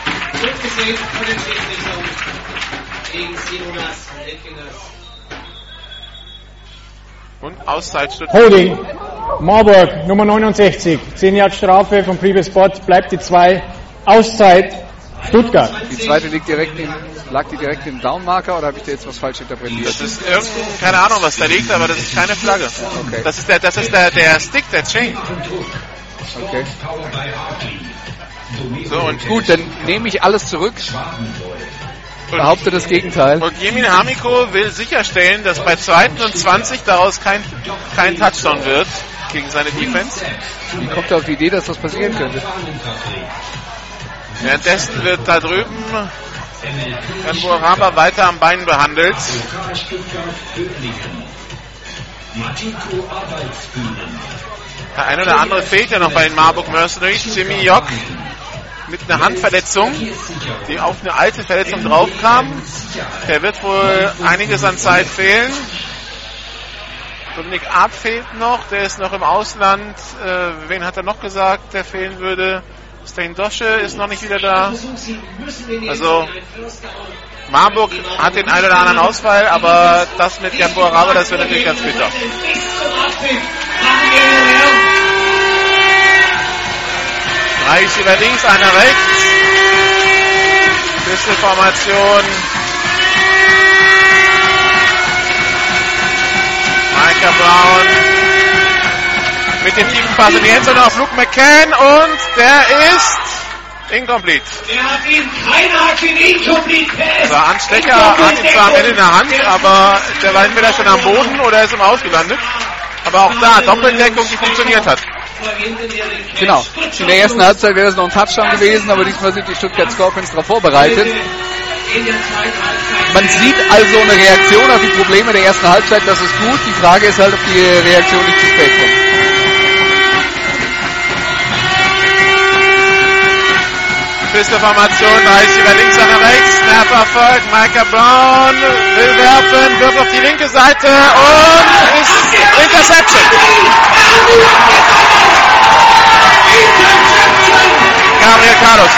Und Auszeit Stuttgart. Holding. Marburg, Nummer neunundsechzig. zehn Yard Strafe vom Previous Spot, bleibt die zwei. Auszeit Stuttgart. Die zweite liegt direkt im, lag die direkt im Downmarker oder habe ich da jetzt was falsch interpretiert? Das ist irgendein, keine Ahnung was da liegt, aber das ist keine Flagge. Okay. Das ist der, das ist der, der Stick, der Chain. Okay. So, und gut, dann nehme ich alles zurück. Behaupte das Gegenteil. Und Jemin Hamiko will sicherstellen, dass bei zweiten und zwanzig daraus kein, kein Touchdown wird gegen seine Defense. Wie kommt er auf die Idee, dass das passieren könnte? Währenddessen wird da drüben Jan Burhaba weiter am Bein behandelt. Der eine oder andere fehlt ja noch bei den Marburg Mercenaries. Jimmy Jock mit einer Handverletzung, die auf eine alte Verletzung draufkam. Der wird wohl einiges an Zeit fehlen. Dominik Arp fehlt noch, der ist noch im Ausland. Äh, wen hat er noch gesagt, der fehlen würde? Stein Dosche ist noch nicht wieder da. Also Marburg hat den einen oder anderen Ausfall, aber das mit Jan Boerabe, das wird natürlich ganz bitter. Drei Receiver links, einer rechts. Schlüsselformation. Micah Brown mit dem tiefen Pass in die Endzone auf Luke McCann und der ist incomplete. Der hat ihn, keiner hat ihn incomplete. Also Hans Stecher hat ihn zwar am Ende in der Hand, aber der war entweder schon am Boden oder ist im Ausgelandet. Aber auch da Doppeldeckung, die funktioniert hat. Genau. In der ersten Halbzeit wäre das noch ein Touchdown gewesen, aber diesmal sind die Stuttgart Scorpions darauf vorbereitet. Man sieht also eine Reaktion auf die Probleme der ersten Halbzeit, das ist gut. Die Frage ist halt, ob die Reaktion nicht zu spät kommt. Formation, dreißig über links, einer rechts, Snap erfolgt, Micah Brown will werfen, wirft auf die linke Seite und ist Interception. Gabriel Carlos.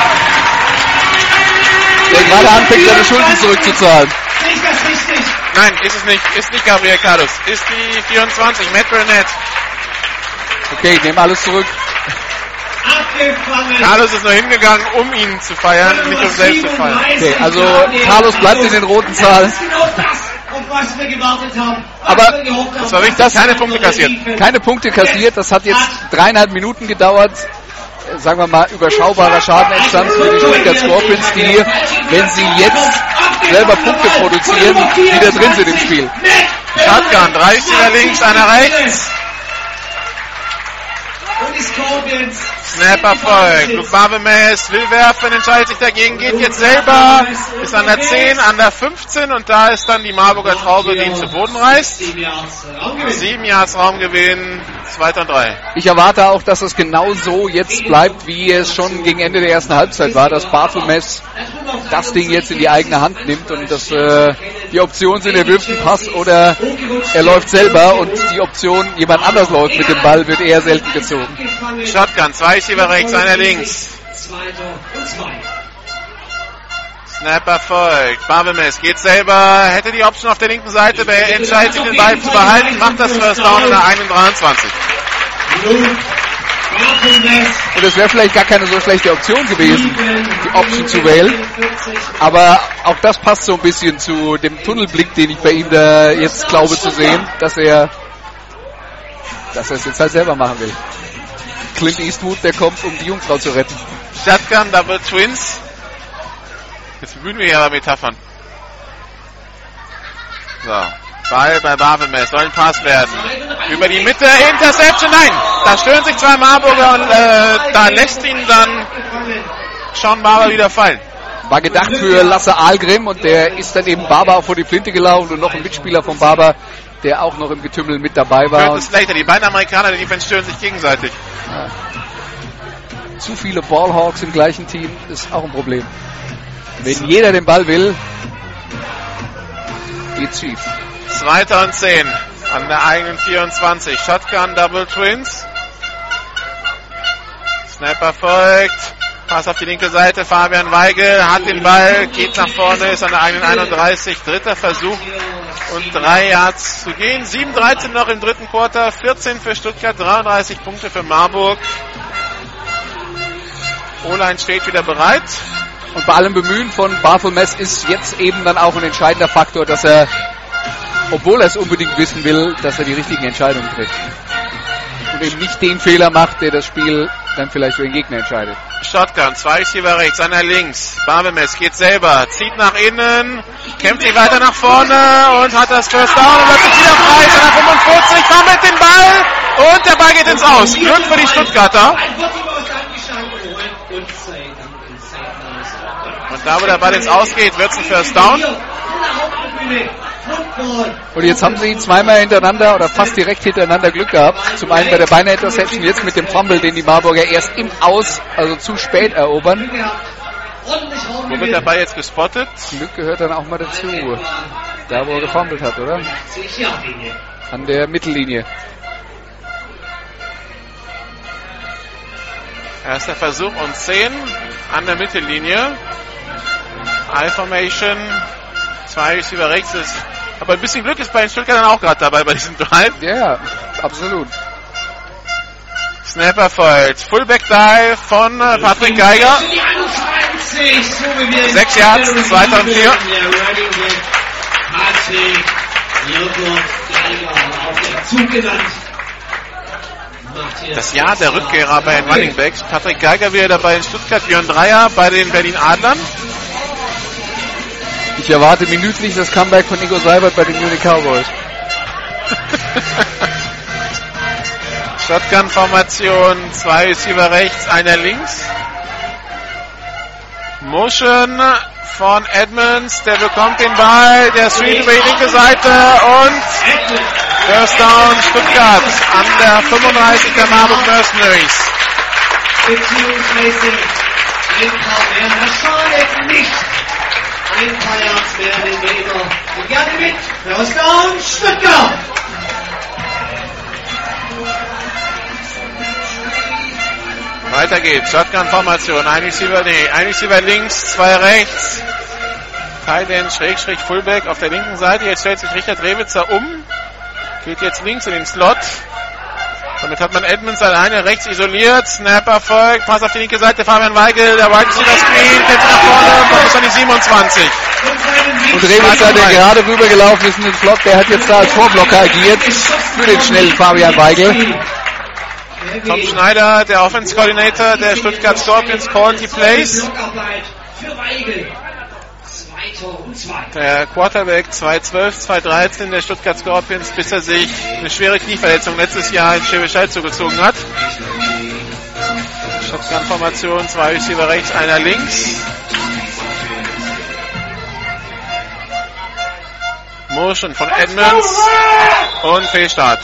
Der gerade anfängt, seine Schulden zurückzuzahlen. Nein, ist es nicht, ist nicht Gabriel Carlos, ist die vierundzwanzig, Matt Burnett. Okay, ich nehme alles zurück. Carlos ist nur hingegangen, um ihn zu feiern, nicht um selbst zu feiern. Okay, also Carlos bleibt in den roten Zahlen. Aber das war wichtig, keine Punkte kassiert. Keine Punkte kassiert, das hat jetzt dreieinhalb Minuten gedauert. Sagen wir mal, überschaubarer Schaden entstanden für die Stuttgart Scorpions, die, wenn sie jetzt selber Punkte produzieren, wieder drin sind im Spiel. Shotgun, dreißig links, einer rechts. Snap erfolgt. Luke Barbemes will werfen, entscheidet sich dagegen, geht jetzt selber, ist an der zehn, an der fünfzehn und da ist dann die Marburger Traube, die ihn zu Boden reißt. Sieben Yards Raumgewinn, zweiter und drei. Ich erwarte auch, dass es genau so jetzt bleibt, wie es schon gegen Ende der ersten Halbzeit war, dass Barthelmess das Ding jetzt in die eigene Hand nimmt und dass äh, die Option sind, er wirft einen Pass oder er läuft selber und die Option, jemand anders läuft mit dem Ball, wird eher selten gezogen. Shotgun, zwei Receiver rechts, einer links. Snap erfolgt. Barbemes geht selber, hätte die Option auf der linken Seite, entscheidet sich den Ball zu behalten, macht das First Down in der einunddreißig. Und es wäre vielleicht gar keine so schlechte Option gewesen, die Option zu wählen. Aber auch das passt so ein bisschen zu dem Tunnelblick, den ich bei ihm da jetzt glaube zu sehen, dass er dass er es jetzt halt selber machen will. Clint Eastwood, der kommt, um die Jungfrau zu retten. Shotgun, Double Twins. Jetzt bemühen wir hier aber Metaphern. So, Ball bei Barbemes, soll ein Pass werden. Über die Mitte, Interception, nein! Da stören sich zwei Marburger und äh, da lässt ihn dann Sean Barber wieder fallen. War gedacht für Lasse Ahlgrim und der ist dann eben Barber auch vor die Flinte gelaufen und noch ein Mitspieler von Barber, der auch noch im Getümmel mit dabei war. Curtis Slater, die beiden Amerikaner, die Defense stören sich gegenseitig. Ja. Zu viele Ballhawks im gleichen Team ist auch ein Problem. Wenn jeder den Ball will, geht's schief. Zweiter und zehn an der eigenen vierundzwanzig. Shotgun, Double Twins. Snap erfolgt. Pass auf die linke Seite. Fabian Weigel hat den Ball, geht nach vorne, ist an der eigenen einunddreißig. Dritter Versuch und drei Yards zu gehen. sieben dreizehn noch im dritten Quarter. vierzehn für Stuttgart, dreiunddreißig Punkte für Marburg. O-Line steht wieder bereit. Und bei allem Bemühen von Barthelmess ist jetzt eben dann auch ein entscheidender Faktor, dass er, obwohl er es unbedingt wissen will, dass er die richtigen Entscheidungen trifft. Und eben nicht den Fehler macht, der das Spiel dann vielleicht für den Gegner entscheidet. Shotgun, zwei Receiver rechts, einer links. Barbemes geht selber, zieht nach innen, kämpft sich weiter nach vorne und hat das First Down und läuft sich wieder frei. Ist an der fünfundvierzig, sammelt den Ball und der Ball geht ins Aus. Glück für die Stuttgarter. Und da, wo der Ball ins Aus geht, wird es ein First Down. Und jetzt haben sie zweimal hintereinander oder fast direkt hintereinander Glück gehabt. Zum einen bei der Beine Interception, jetzt mit dem Fumble, den die Marburger erst im Aus, also zu spät erobern. Wo wird der Ball jetzt gespottet? Glück gehört dann auch mal dazu. Da, wo er gefummelt hat, oder? An der Mittellinie. Erster Versuch und zehn an der Mittellinie. I-Formation. Zwei Receiver rechts ist. Aber ein bisschen Glück ist bei den Stuttgartern auch gerade dabei bei diesem Drive. Ja, yeah, absolut. Snapper folgt. Fullback Dive von äh, Patrick Geiger. Sechs Yards, zweiter und vier. Das Jahr der Rückkehrer bei den Running Backs. Patrick Geiger wieder dabei in Stuttgart, Björn Dreier bei den Berlin Adlern. Ich erwarte minütlich das Comeback von Ingo Seibert bei den Munich Cowboys. Shotgun-Formation, zwei Receiver rechts, einer links. Motion von Edmonds, der bekommt den Ball, der Street über die linke Seite und First Down Stuttgart an der fünfunddreißig der Marburg Mercenaries. Beziehungsweise ein paar mehr, das schadet nicht. Ein paar Yards mehr, den Gegner. Und gerne mit. First Down Stuttgart. Weiter geht's. Shotgun-Formation. Ein Receiver, nee, ein Receiver links, zwei rechts. Tight End, Schräg, Schräg, Fullback auf der linken Seite. Jetzt stellt sich Richard Rewitzer um. Geht jetzt links in den Slot. Damit hat man Edmonds alleine rechts isoliert. Snap erfolgt. Pass auf die linke Seite. Fabian Weigel. Der Wide Receiver Screen. Fällt nach vorne. Kommt bis an die siebenundzwanzig. Und Rewitzer, der gerade rübergelaufen ist in den Slot, der hat jetzt da als Vorblocker agiert. Für den schnellen Fabian Weigel. Tom Schneider, der Offense Coordinator der Stuttgart Scorpions, called die Plays. Der Quarterback zwei zwölf, zwei dreizehn der Stuttgart Scorpions, bis er sich eine schwere Knieverletzung letztes Jahr in Schäbisch-Hall zugezogen hat. Shotgun-Formation, zwei Receiver rechts, einer links. Motion von Edmonds und Fehlstart.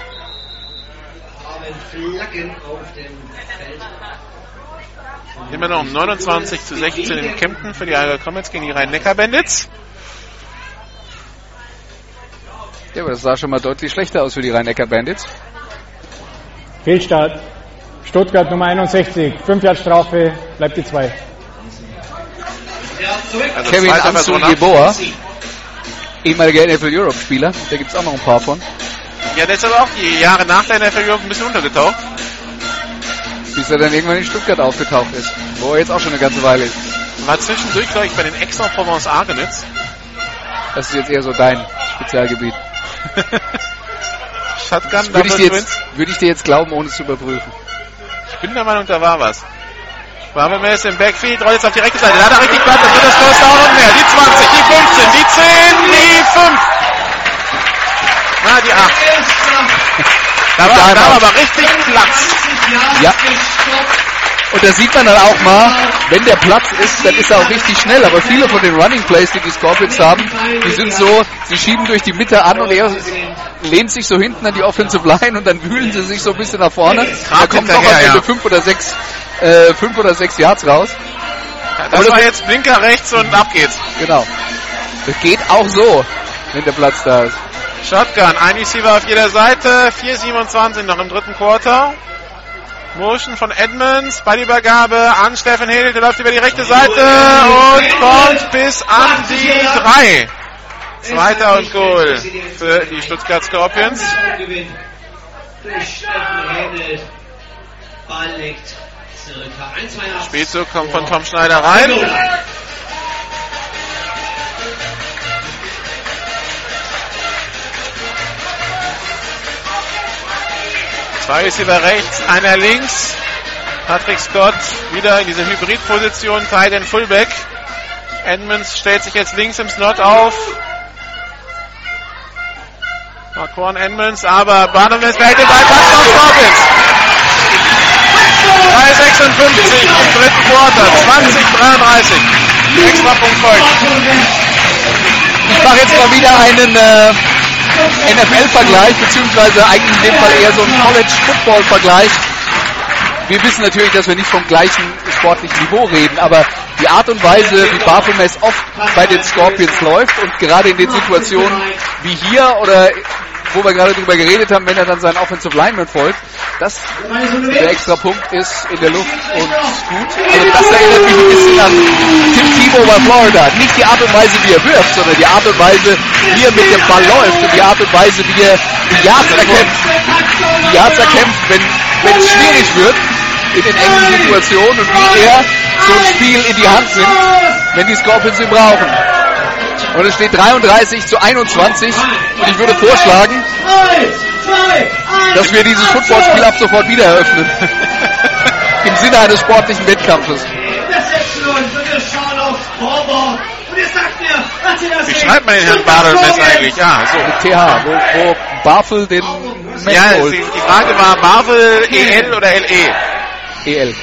Immer noch um neunundzwanzig zu sechzehn in Kempten für die Allgäu Comets gegen die Rhein-Neckar-Bandits. Ja, aber das sah schon mal deutlich schlechter aus für die Rhein-Neckar-Bandits. Fehlstart. Stuttgart Nummer einundsechzig. fünf Jahre Strafe, bleibt die zwei. Also Kevin Ansu Jeboa, ehemaliger N F L Europe-Spieler. Da gibt es auch noch ein paar von. Ja, der ist aber auch die Jahre nach der N F L Europe ein bisschen untergetaucht. Bis er dann irgendwann in Stuttgart aufgetaucht ist, wo er jetzt auch schon eine ganze Weile ist. War zwischendurch, glaube ich, bei den Aix-en-Provence Argonauts. Das ist jetzt eher so dein Spezialgebiet. Shotgun, würde ich, dir jetzt, würde ich dir jetzt glauben, ohne es zu überprüfen. Ich bin der Meinung, da war was. Barber ist im Backfield, rollt jetzt auf die rechte Seite. Da hat er richtig Platz, das wird das First Down und mehr. Die zwanzig, die fünfzehn, die zehn, die fünf. Na, die acht. Da war, da war aber richtig Platz. Ja. Und da sieht man dann auch mal, wenn der Platz ist, dann ist er auch richtig schnell. Aber viele von den Running Plays, die die Scorpions haben, die sind so, sie schieben durch die Mitte an und er lehnt sich so hinten an die Offensive Line und dann wühlen sie sich so ein bisschen nach vorne. Da kommt noch am Ende ja. fünf oder sechs, äh, fünf oder sechs Yards raus. Das Aber war das jetzt Blinker rechts und ab geht's. Genau. Das geht auch so, wenn der Platz da ist. Shotgun, ein Receiver auf jeder Seite, vier siebenundzwanzig noch im dritten Quarter. Motion von Edmonds, Ballübergabe an Steffen Hedel, der läuft über die rechte Seite und kommt bis an die drei. Zweiter und Goal für die Stuttgart Scorpions. Spielzug kommt von Tom Schneider rein. Zwei Receiver rechts, einer links. Patrick Scott wieder in diese Hybridposition, Tight End Fullback. Edmonds stellt sich jetzt links im Slot auf. Marquand Edmonds, aber Barnabas behält den Ball, Touchdown Scorpions. drei sechsundfünfzig im dritten Quarter, zwanzig dreiunddreißig. Extra Punkt folgt. Ich mache jetzt mal wieder einen äh, N F L-Vergleich, beziehungsweise eigentlich in dem Fall eher so einen College-Football-Vergleich. Wir wissen natürlich, dass wir nicht vom gleichen sportlichen Niveau reden, aber die Art und Weise, wie Baphomet oft bei den Scorpions läuft und gerade in den Situationen wie hier oder wo wir gerade drüber geredet haben, wenn er dann seinen Offensive Lineman folgt, das, der extra Punkt ist in der Luft und gut. Also das erinnert mich ein bisschen an Tim Tebow bei Florida. Nicht die Art und Weise, wie er wirft, sondern die Art und Weise, wie er mit dem Ball läuft und die Art und Weise, wie er die Yards erkämpft. Die Yards erkämpft, wenn, wenn es schwierig wird in den engen Situationen und wie er so ein Spiel in die Hand nimmt, wenn die Scorpions ihn brauchen. Und es steht dreiunddreißig zu einundzwanzig und ich würde vorschlagen, dass wir dieses Footballspiel ab sofort wieder eröffnen. Im Sinne eines sportlichen Wettkampfes. Wie schreibt man den Herrn Barthelmess eigentlich? Ja, so. Mit T H, wo, wo Barthel den Match Ja, holt. die, die Frage war Marvel E L oder L E? E L.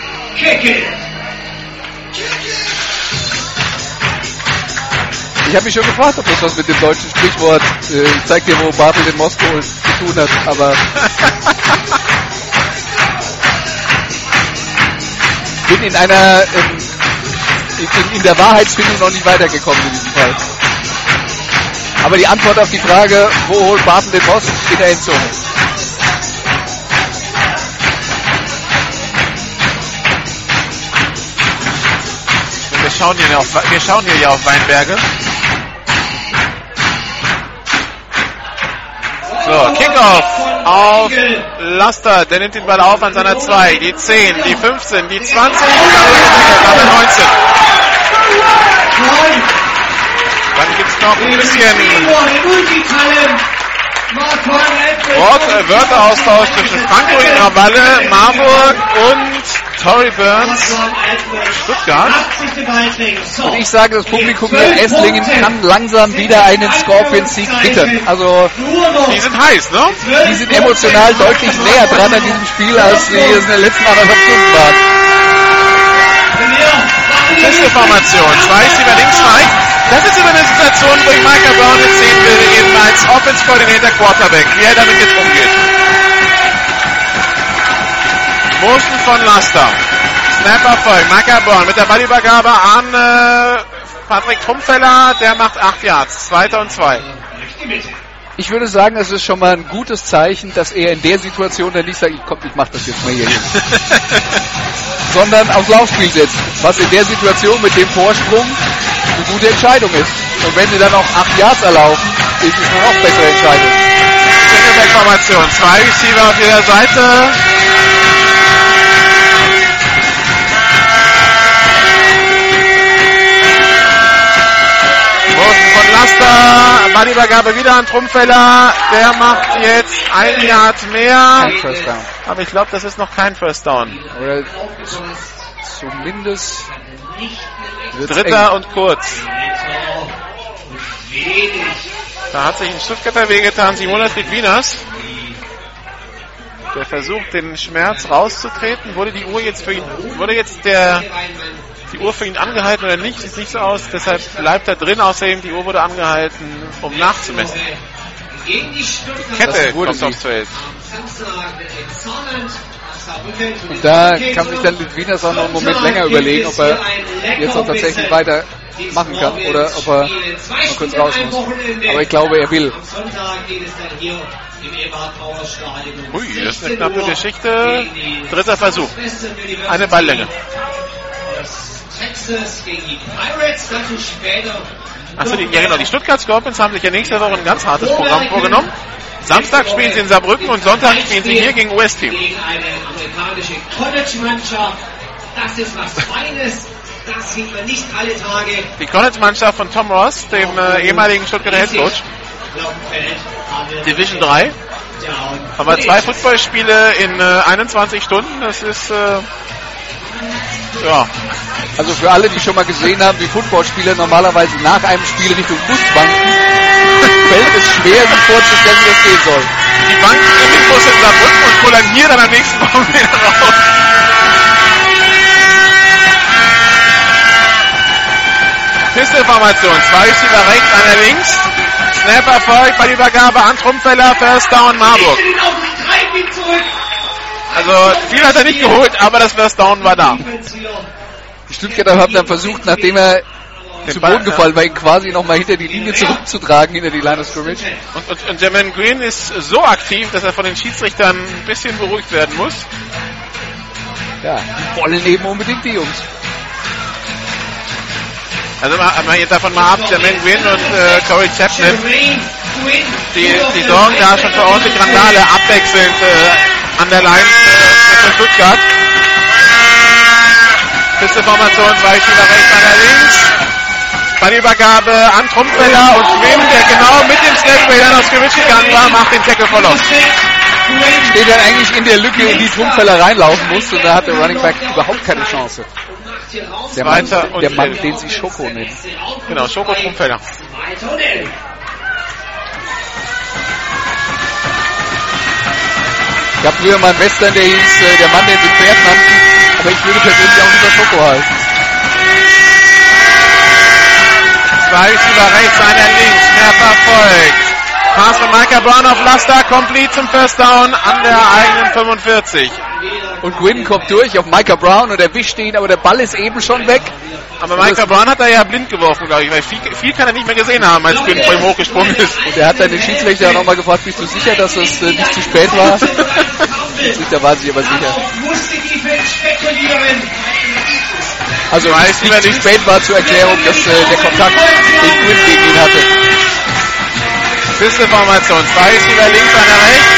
Ich habe mich schon gefragt, ob das was mit dem deutschen Sprichwort äh, ich zeig dir, wo Bartel den Most holt, zu tun hat, aber bin in einer ähm, in, in der Wahrheitsfindung noch nicht weitergekommen in diesem Fall. Aber die Antwort auf die Frage, wo holt Bartel den Most, in der Endzone. Wir schauen hier auf, wir schauen hier ja auf Weinberge. So, Kickoff auf Laster, der nimmt den Ball auf an seiner zwei, die zehn, die fünfzehn, die zwanzig und dann neunzehn. Dann gibt's noch ein bisschen Wort, äh, Wörteraustausch zwischen Franco in Ravalle, Marburg und Tory Burns, Stuttgart. Und ich sage, das Publikum hier in Esslingen kann langsam wieder einen Scorpions-Sieg wittern. Also, die sind heiß, ne? Die sind emotional deutlich näher dran an diesem Spiel, als sie es in den letzten anderthalb Stunden waren. Pisteformation, zwei ist über links rein. Das ist über eine Situation, wo ich Micah Brown jetzt sehen will, eben als Offense-Coordinator Quarterback, wie er damit jetzt umgeht. Motion von Laster. Snap erfolgt. Micah Brown mit der Ballübergabe an äh, Patrick Trumpfeller. Der macht acht Yards. Zweiter und zwei. Ich würde sagen, es ist schon mal ein gutes Zeichen, dass er in der Situation dann nicht sagt, ich, komm, ich mach das jetzt mal hier hin. Sondern aufs Laufspiel setzt. Was in der Situation mit dem Vorsprung eine gute Entscheidung ist. Und wenn sie dann auch acht Yards erlaufen, ist es eine noch bessere Entscheidung. Formation. Zwei Receiver auf jeder Seite. Von Laster, Ballübergabe wieder an Trumpfeller, der macht jetzt ein Yard mehr. Kein First Down. Aber ich glaube, das ist noch kein First Down. Oder zumindest Dritter eng. Und kurz. Da hat sich ein Stuttgarter wehgetan, Simonas Litvinas. Der versucht, den Schmerz rauszutreten. Wurde die Uhr jetzt für ihn, wurde jetzt der die Uhr für ihn angehalten oder nicht? Sieht nicht so aus. Deshalb bleibt er drin. Außerdem die Uhr wurde angehalten, um nachzumessen. Die Kette kommt aufs Feld. Und da kann sich dann Litvinas auch noch einen Moment länger überlegen, ob er jetzt auch tatsächlich weiter machen kann oder ob er noch kurz raus muss. Aber ich glaube, er will. Ui, das ist eine knappe Geschichte. Dritter Versuch. Eine Balllänge. Achso, die, ja genau, die Stuttgart Scorpions haben sich ja nächste Woche ein ganz hartes Programm vorgenommen. Samstag spielen sie in Saarbrücken und Sonntag spielen sie hier gegen U S-Team. Gegen eine amerikanische College-Mannschaft. Das ist was Feines. Das sieht man nicht alle Tage. Die College-Mannschaft von Tom Ross, dem äh, ehemaligen Stuttgarter Headcoach. Division drei. Aber zwei Footballspiele in äh, einundzwanzig Stunden, das ist äh, ja. Also für alle, die schon mal gesehen haben, wie Footballspieler normalerweise nach einem Spiel Richtung Bus wanken, fällt es schwer, sich vorzustellen, wie das gehen soll. Die wanken in den Bus in Saarbrücken und kullern hier dann am nächsten Morgen wieder raus. Pistol-Formation. Zwei Receiver rechts, einer links. Snap erfolgt bei der Übergabe an Trumpfeller. First Down Marburg. Also viel hat er nicht geholt, aber das First Down war da. Die Stuttgarter haben dann versucht, nachdem er zu Boden gefallen war, ihn quasi nochmal hinter die Linie zurückzutragen, hinter die Line of Scrimmage. Und, und, und Jermaine Green ist so aktiv, dass er von den Schiedsrichtern ein bisschen beruhigt werden muss. Ja, die wollen eben unbedingt die Jungs. Also mal, mal jetzt davon mal ab, Jermaine Green und äh, Corey Chapman, die, die sorgen da schon für ordentlich Randale abwechselnd äh, an der Line äh, für Stuttgart. Pistol-Formation, zwei Spieler rechts, einer links. Ballübergabe an Trumpfeller und Quinn, der genau mit dem Snap dann aufs Scrimmage gegangen war, macht den Tackle voll auf. Der dann eigentlich in der Lücke in die Trumpfeller reinlaufen musste und da hat der Running Back überhaupt keine Chance. Der Mann, der Mann den sie Schoko nennen. Genau, Schoko Trumpfeller. Es gab früher mal einen Western, der hieß äh, der Mann, den sie Pferd nannten, aber ich würde persönlich auch lieber Schoko heißen. Zwei Schieber rechts, einer links, mehr verfolgt. Pass von Micah Brown auf Laster, complete zum First Down an der eigenen fünfundvierzig. Und Gwynn kommt durch auf Micah Brown und erwischt ihn, aber der Ball ist eben schon weg. Aber Micah Brown hat er ja blind geworfen, glaube ich, weil viel, viel kann er nicht mehr gesehen haben, als Gwynn vor ihm hochgesprungen ist. Und er hat dann den Schiedsrichter auch nochmal gefragt, bist du sicher, dass es äh, nicht zu spät war? Der Schiedsrichter war sich aber sicher. Also weil es nicht zu spät war zur Erklärung, dass äh, der Kontakt den Gwynn gegen ihn hatte. Pistol-Formation, zwei ist über links, einer rechts.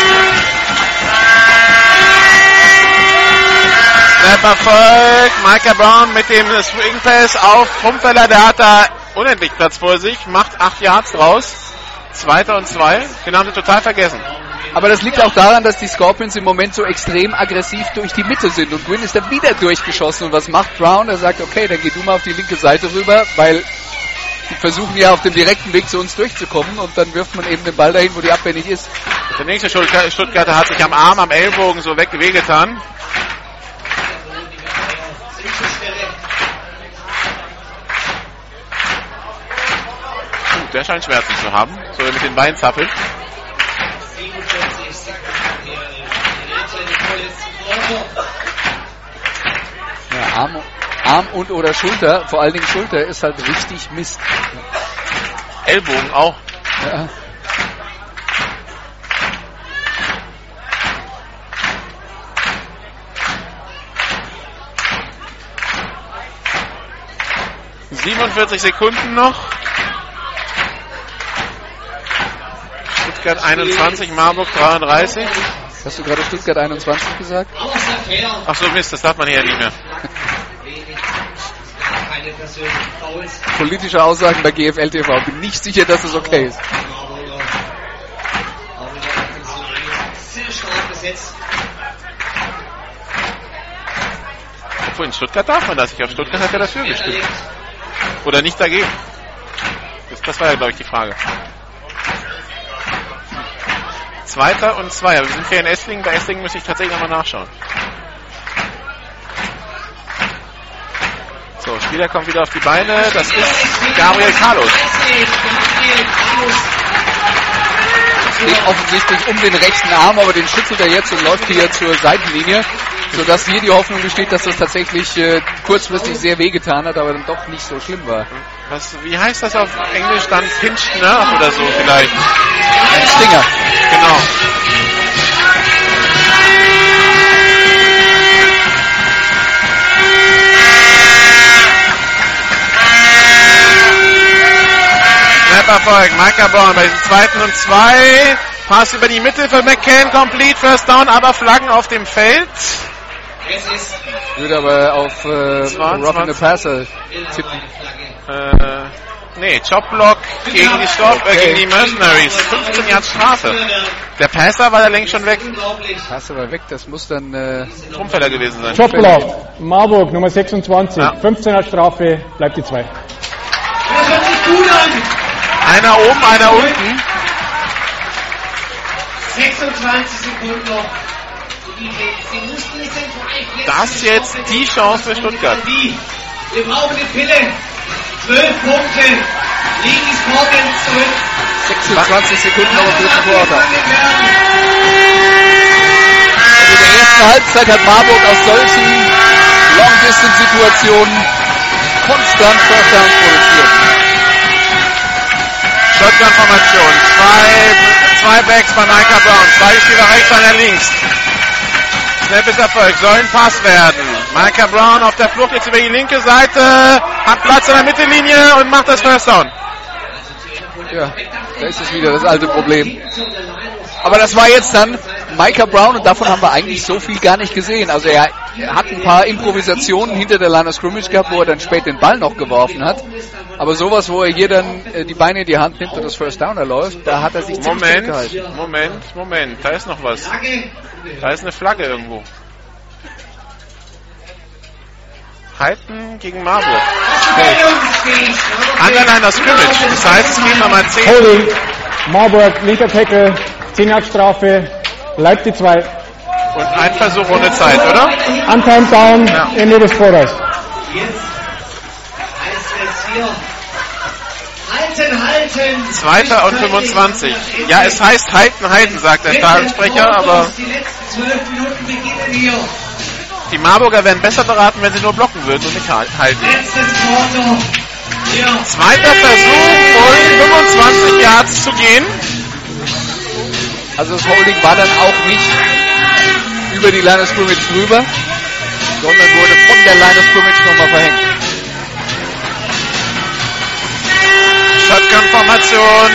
Snap erfolgt, Micah Brown mit dem Swing Pass auf Trumpfeller, der hat da unendlich Platz vor sich, macht acht Yards draus. Zweiter und zwei, den haben sie total vergessen. Aber das liegt auch daran, dass die Scorpions im Moment so extrem aggressiv durch die Mitte sind. Und Gwynn ist dann wieder durchgeschossen. Und was macht Brown? Er sagt, okay, dann geh du mal auf die linke Seite rüber, weil die versuchen ja auf dem direkten Weg zu uns durchzukommen. Und dann wirft man eben den Ball dahin, wo die Abwehr nicht ist. Der nächste Stuttgarter hat sich am Arm, am Ellbogen so weg wehgetan. Der scheint Schmerzen zu haben, so er mit den Beinen zappelt. Ja, Arm, Arm und oder Schulter, vor allen Dingen Schulter ist halt richtig Mist. Ellbogen auch. Ja. siebenundvierzig Sekunden noch. Stuttgart einundzwanzig, Marburg dreiunddreißig. Hast du gerade Stuttgart einundzwanzig gesagt? Ach so, Mist, das darf man hier nicht mehr. Politische Aussagen bei G F L T V. Bin nicht sicher, dass es okay ist. Obwohl in Stuttgart darf man das. Ich auf Stuttgart hat er dafür gestimmt. Oder nicht dagegen. Das, das war ja, glaube ich, die Frage. Zweiter und zwei. Aber wir sind hier in Esslingen. Bei Esslingen müsste ich tatsächlich nochmal nachschauen. So, Spieler kommt wieder auf die Beine. Das ist Gabriel Carlos. Es geht offensichtlich um den rechten Arm, aber den schüttelt er jetzt und läuft hier zur Seitenlinie, sodass hier die Hoffnung besteht, dass das tatsächlich äh, kurzfristig sehr wehgetan hat, aber dann doch nicht so schlimm war. Was, wie heißt das auf Englisch dann? Pinched Nerve oder so vielleicht? Ein Stinger. Genau. Erfolg. Micah Brown bei den zweiten und zwei. Pass über die Mitte für McCann. Complete. First down, aber Flaggen auf dem Feld. Ich würde aber auf äh, Roughing the Passer tippen. Äh, nee, Jobblock gegen die Stop, äh, gegen die Mercenaries. fünfzehn Yards Strafe. Der Passer war da längst schon weg. Passer war weg, das muss dann äh, Trumpfeller gewesen sein. Jobblock. Marburg, Nummer sechsundzwanzig. Ja. fünfzehn Yards Strafe, bleibt die zwei. Das hört sich gut an. Einer oben, einer unten. sechsundzwanzig Sekunden noch. Das ist jetzt die Chance für Stuttgart. Wir brauchen die Pille. zwölf Punkte liegen die Scorpions zurück. sechsundzwanzig Sekunden noch im dritten Quarter. Also in der ersten Halbzeit hat Marburg aus solchen Long-Distance-Situationen konstant First Downs produziert. Shotgun-Formation. Zwei, zwei Backs bei Micah Brown. Zwei Spieler rechts, einer links. Snap ist Erfolg. Soll ein Pass werden. Micah Brown auf der Flucht jetzt über die linke Seite. Hat Platz in der Mittellinie und macht das First Down. Ja, da ist es wieder das alte Problem. Aber das war jetzt dann Micah Brown und davon haben wir eigentlich so viel gar nicht gesehen. Also er, er hat ein paar Improvisationen hinter der Line of Scrimmage gehabt, wo er dann spät den Ball noch geworfen hat. Aber sowas, wo er hier dann äh, die Beine in die Hand nimmt und das First Down erläuft, da hat er sich ziemlich zurückgehalten. Moment, Moment, Moment, da ist noch was. Da ist eine Flagge irgendwo. Halten gegen Marburg. Okay. Underline das Scrimmage. Das heißt, es geht nochmal zehn. Holding, Marburg, linker Tackle, zehn Yard Strafe, bleibt die zwei. Und ein Versuch ohne Zeit, oder? Untime Down, Ja. Ende des Quarters. Jetzt heißt es hier. Halten, halten. Zweiter und fünfundzwanzig. Ja, es heißt halten, halten, sagt der Stadionsprecher, aber Die letzten zwölf Minuten beginnen hier. die Marburger wären besser beraten, wenn sie nur blocken würden und nicht halten. Letztes Quarter. Hier. Zweiter Versuch und fünfundzwanzig Yards zu gehen. Also das Holding war dann auch nicht über die Line of Scrimmage drüber, sondern wurde von der Line of Scrimmage nochmal verhängt. Shotgun-Formation.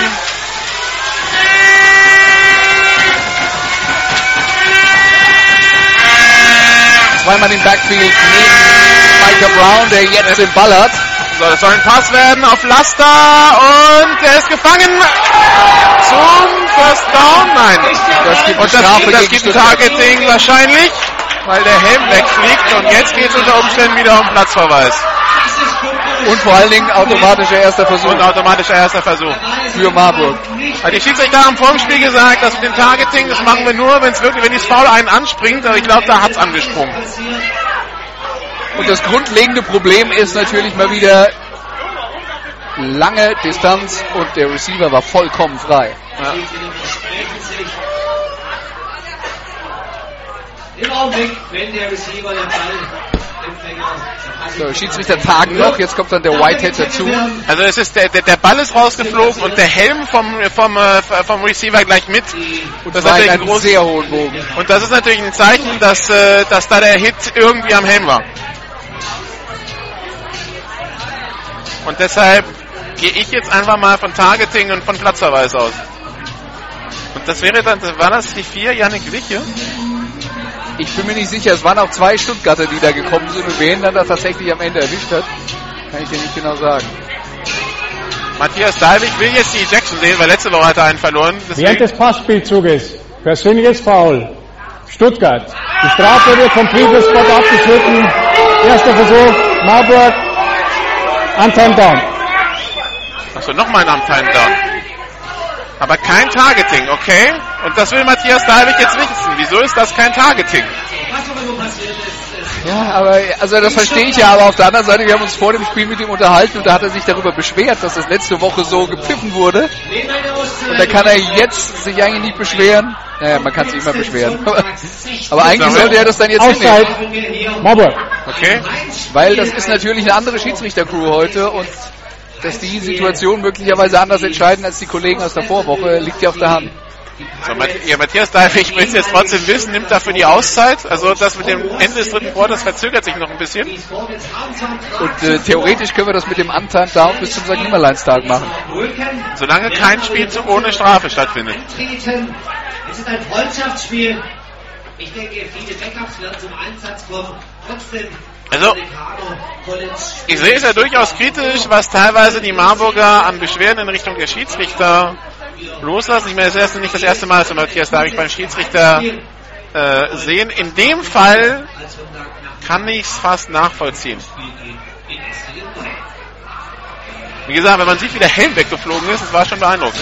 Zweimal im Backfield neben Micah Brown, der jetzt den Ball hat. So, das soll ein Pass werden auf Laster und er ist gefangen zum First Down. Nein, Das gibt und eine das, Strafe das gegen gibt ein Stuttgart. Targeting wahrscheinlich, weil der Helm wegfliegt und jetzt geht es unter Umständen wieder um Platzverweis. Und vor allen Dingen automatischer erster Versuch Und automatischer erster Versuch. für Marburg. Also die Schiedsrichter haben vor dem Spiel gesagt, dass mit dem Targeting, das machen wir nur, wenn es wirklich, wenn das Foul einen anspringt, aber ich glaube, da hat es angesprungen. Und das grundlegende Problem ist natürlich mal wieder lange Distanz und der Receiver war vollkommen frei. Ja. Im Augenblick, wenn der Receiver den Ball So, Schiedsrichter tagen noch, jetzt kommt dann der Whitehead dazu. Also es ist der, der, der Ball ist rausgeflogen und der Helm vom, vom, äh, vom Receiver gleich mit. Und das das war ist in natürlich ein einem groß, sehr hohen Bogen. und das ist natürlich ein Zeichen, dass, äh, dass da der Hit irgendwie am Helm war. Und deshalb gehe ich jetzt einfach mal von Targeting und von Platzverweis aus. Und das wäre dann, war das die vier, Yannick Wiche? Ich bin mir nicht sicher, es waren auch zwei Stuttgarter, die da gekommen sind und wer ihn dann da tatsächlich am Ende erwischt hat, kann ich dir nicht genau sagen. Matthias Dalwig will jetzt die Jackson sehen, weil letzte Woche hat er einen verloren. Während Deswegen, des Passspielzuges, persönliches Foul, Stuttgart. Die Strafe wird vom Previous-Spot abgeschnitten. Erster Versuch, Marburg, Untime Down. achso, nochmal ein Time Down. Aber kein Targeting, okay? Und das will Matthias Dalwig jetzt wissen. Wieso ist das kein Targeting? Was aber nur passiert ist, Ja, aber also das verstehe ich ja, aber auf der anderen Seite, wir haben uns vor dem Spiel mit ihm unterhalten und da hat er sich darüber beschwert, dass das letzte Woche so gepfiffen wurde. Und da kann er jetzt sich eigentlich nicht beschweren. Naja, man kann sich immer beschweren. Aber eigentlich sollte er das dann jetzt Auszeit, hinnehmen. Marburg. Okay? Weil das ist natürlich eine andere Schiedsrichtercrew heute und dass die Situation möglicherweise anders entscheiden als die Kollegen aus der Vorwoche, liegt ja auf der Hand. So, Matt- ja, Matthias Dalwig, ich möchte jetzt trotzdem wissen, nimmt dafür die Auszeit? Also das mit dem Ende des dritten Quarters verzögert sich noch ein bisschen. Und äh, theoretisch können wir das mit dem Untime Down bis zum Sankt Nimmerleinstag machen. Solange kein Spielzug ohne Strafe stattfindet. Es ist ein Freundschaftsspiel. Ich denke, viele Backups werden zum Einsatz kommen. Trotzdem, Also, ich sehe es ja durchaus kritisch, was teilweise die Marburger an Beschwerden in Richtung der Schiedsrichter loslassen. Ich meine, das ist nicht das erste Mal, dass wir Matthias Dalwig beim Schiedsrichter äh, sehen. In dem Fall kann ich es fast nachvollziehen. Wie gesagt, wenn man sieht, wie der Helm weggeflogen ist, das war schon beeindruckend.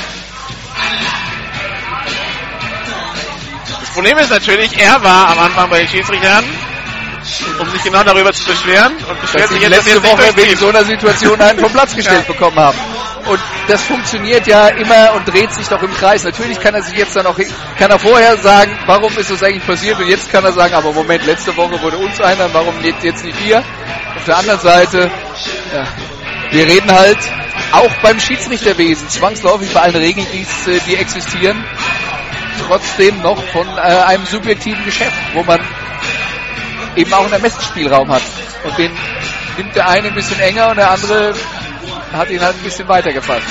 Das Problem ist natürlich, er war am Anfang bei den Schiedsrichtern um sich genau darüber zu beschweren. Und beschwert dass sich sie jetzt letzte jetzt nicht Woche durchs wegen Team. so einer Situation einen vom Platz gestellt Ja. bekommen haben. Und das funktioniert ja immer und dreht sich doch im Kreis. Natürlich kann er sich jetzt dann auch, kann er vorher sagen, warum ist das eigentlich passiert, und jetzt kann er sagen, aber Moment, letzte Woche wurde uns einer, warum jetzt, jetzt nicht wir? Auf der anderen Seite, ja, wir reden halt auch beim Schiedsrichterwesen, zwangsläufig bei allen Regeln, die, die existieren, trotzdem noch von äh, einem subjektiven Geschäft, wo man eben auch einen Ermessensspielraum hat. Und den nimmt der eine ein bisschen enger und der andere hat ihn halt ein bisschen weiter gefasst.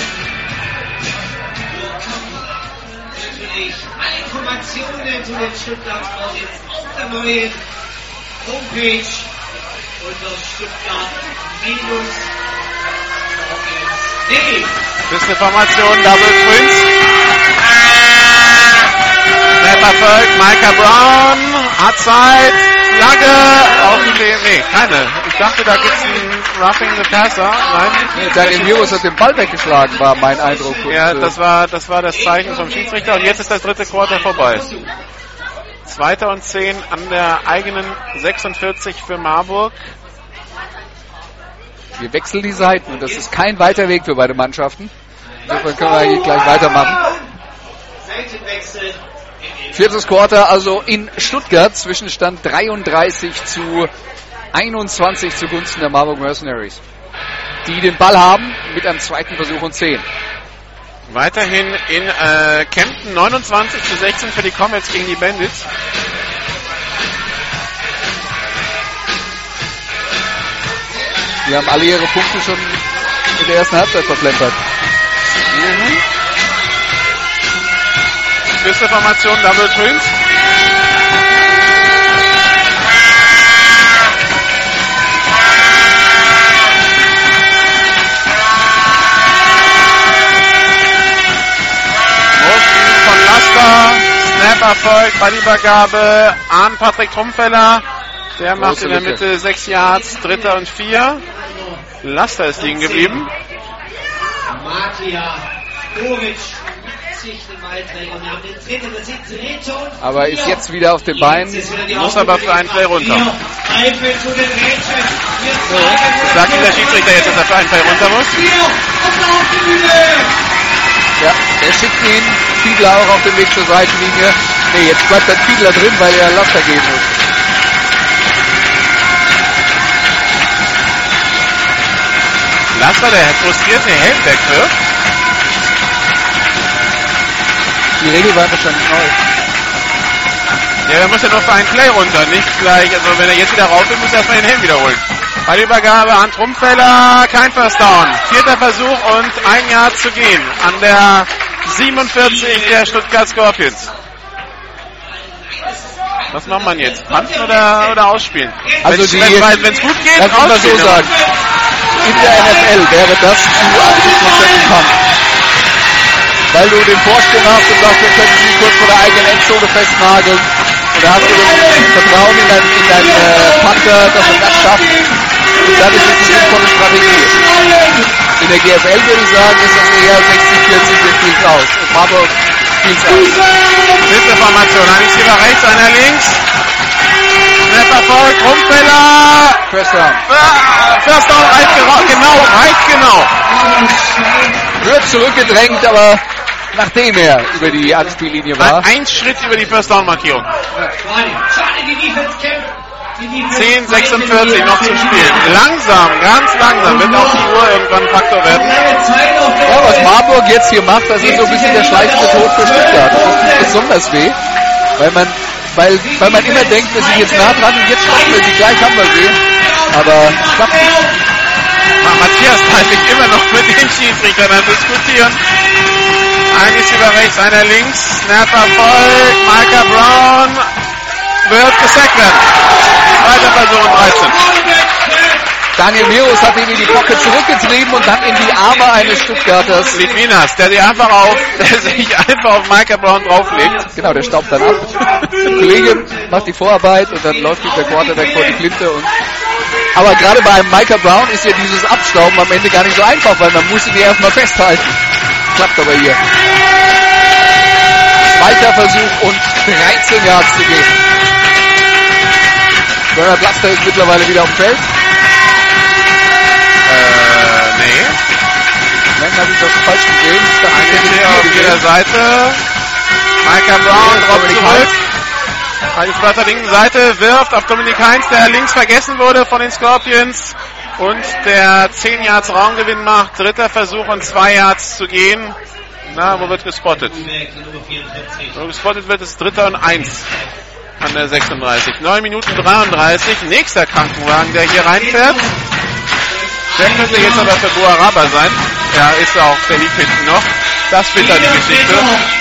Natürlich alle Informationen zu den Stuttgart Sports jetzt auf der neuen Homepage unter Stuttgart-Sports punkt de. Das ist eine Formation, Double Twins. Snapper folgt, Micah Brown hat Zeit, Flagge auf den, nee, keine. Ich dachte, da gibt's einen Roughing the Passer. Nein. Nee, Daniel Virus hat den Ball weggeschlagen, war mein Eindruck. Und, Ja, äh, das war, das war das Zeichen vom Schiedsrichter und jetzt ist das dritte Quarter vorbei. Zweiter und zehn an der eigenen sechsundvierzig für Marburg. wir wechseln die Seiten und das ist kein weiter Weg für beide Mannschaften. Insofern können wir eigentlich gleich weitermachen. Seitenwechsel. Viertes Quarter also in Stuttgart, Zwischenstand dreiunddreißig zu einundzwanzig zugunsten der Marburg Mercenaries, die den Ball haben mit einem zweiten Versuch und zehn. Weiterhin in äh, Kempten neunundzwanzig zu sechzehn für die Comets gegen die Bandits. Die haben alle ihre Punkte schon in der ersten Halbzeit verplempert. Mhm. Nächste Formation Double Twins. Motion von Laster. Snap erfolgt, Ballübergabe an Patrick Trumpfeller. Der macht Große in der Lücke. Mitte sechs Yards, Dritter und vier. Laster ist liegen geblieben. Matia Boric sich den Ballträger und wir haben den dritten, der sitzt Reto. Aber ist jetzt wieder auf den Beinen. Muss aber für einen Play runter. Greifen zu den Rädchen. Das sagt ihm der Schiedsrichter jetzt, dass er für einen Play runter muss. Hier auf der Hauptbühne. Ja, er schickt ihn, Fiedler auch auf dem Weg zur Seitenlinie. Nee, jetzt bleibt dann Fiedler drin, weil er Laster geben muss. Laster, der frustriert den Helm wegwirft. Die Regel war wahrscheinlich neu. Ja, der muss ja nur für einen Play runter, nicht gleich. Also wenn er jetzt wieder rauf will, muss er erstmal den Helm wiederholen. Ballübergabe an Trumpfeller, kein First Down. Vierter Versuch und ein Jahr zu gehen an der siebenundvierzig der Stuttgart Scorpions. Was macht man jetzt? Panten oder, oder ausspielen? Also Wenn's- die- wenn es gut geht, Lass uns mal so ausspielen. sagen. In der N F L wäre das zu achtzig Prozent Punt. Weil du den Vorsprung hast und sagst, wir können sie kurz vor der eigenen Endzone festnageln. Und da hast du das Vertrauen in deinen in dein, äh, Panther, dass er das schafft. Und dann ist es eine sinnvolle Strategie. In der G F L würde ich sagen, ist das eher sechzig vierzig, wir spielen es aus. Und Marburg spielt es aus. Dritte Formation, ein Receiver rechts, einer links. Snap Erfolg, Trumpfeller. First down. Ah, First Down, reicht gera- genau, reicht genau. Wird zurückgedrängt, aber nachdem er über die Anspiellinie war. Ein Schritt über die First Down Markierung. Schade, die Defense kämpft. Die Defense zehn sechsundvierzig noch zu spielen. Langsam, ganz langsam wird auch die Uhr irgendwann ein Faktor werden. Ja, was Marburg jetzt hier macht, das ist so ein bisschen der schleichende Tod für Stuttgart. Das tut besonders weh, weil man, weil, weil man immer denkt, wir sind jetzt nah dran und jetzt schaffen wir sie, gleich haben wir sie. Aber es klappt nicht. Ma- Matthias Teifig immer noch mit den Schiedsrichtern am Diskutieren. Ein ist über rechts, einer links. Snap Erfolg. Micah Brown wird gesackt werden. Zweiter Versuch und dreizehn. Daniel Virus hat ihn in die Pocket zurückgetrieben und dann in die Arme eines Stuttgarters. Litvinas, der sich einfach auf, der sich einfach auf Micah Brown drauflegt. Genau, der staubt dann ab. Der Kollege macht die Vorarbeit und dann läuft ihm der Quarterback vor die Flinte. Und aber gerade bei einem Micah Brown ist ja dieses Abstauben am Ende gar nicht so einfach, weil man muss ihn ja erstmal festhalten. Klappt aber hier. Zweiter Versuch und dreizehn Yards zu gehen. Bernard Laster ist mittlerweile wieder auf dem Feld. Äh, nee. Nein, habe ich das falsch gesehen. Ich dachte, Eine ich hätte hier auf gesehen. jeder Seite. Micah Brown droppt zurück. Auf der linken Seite wirft auf Dominik Heinz, der links vergessen wurde von den Scorpions. Und der zehn Yards Raumgewinn macht. Dritter Versuch und zwei Yards zu gehen. Na, wo wird gespottet? Wo gespottet wird, ist Dritter und eins an der sechsunddreißig. neun Minuten dreiunddreißig. Nächster Krankenwagen, der hier reinfährt. Der könnte jetzt aber für Boaraba sein. Ja, ist auch. Der liegt hinten noch. Das wird dann die Geschichte.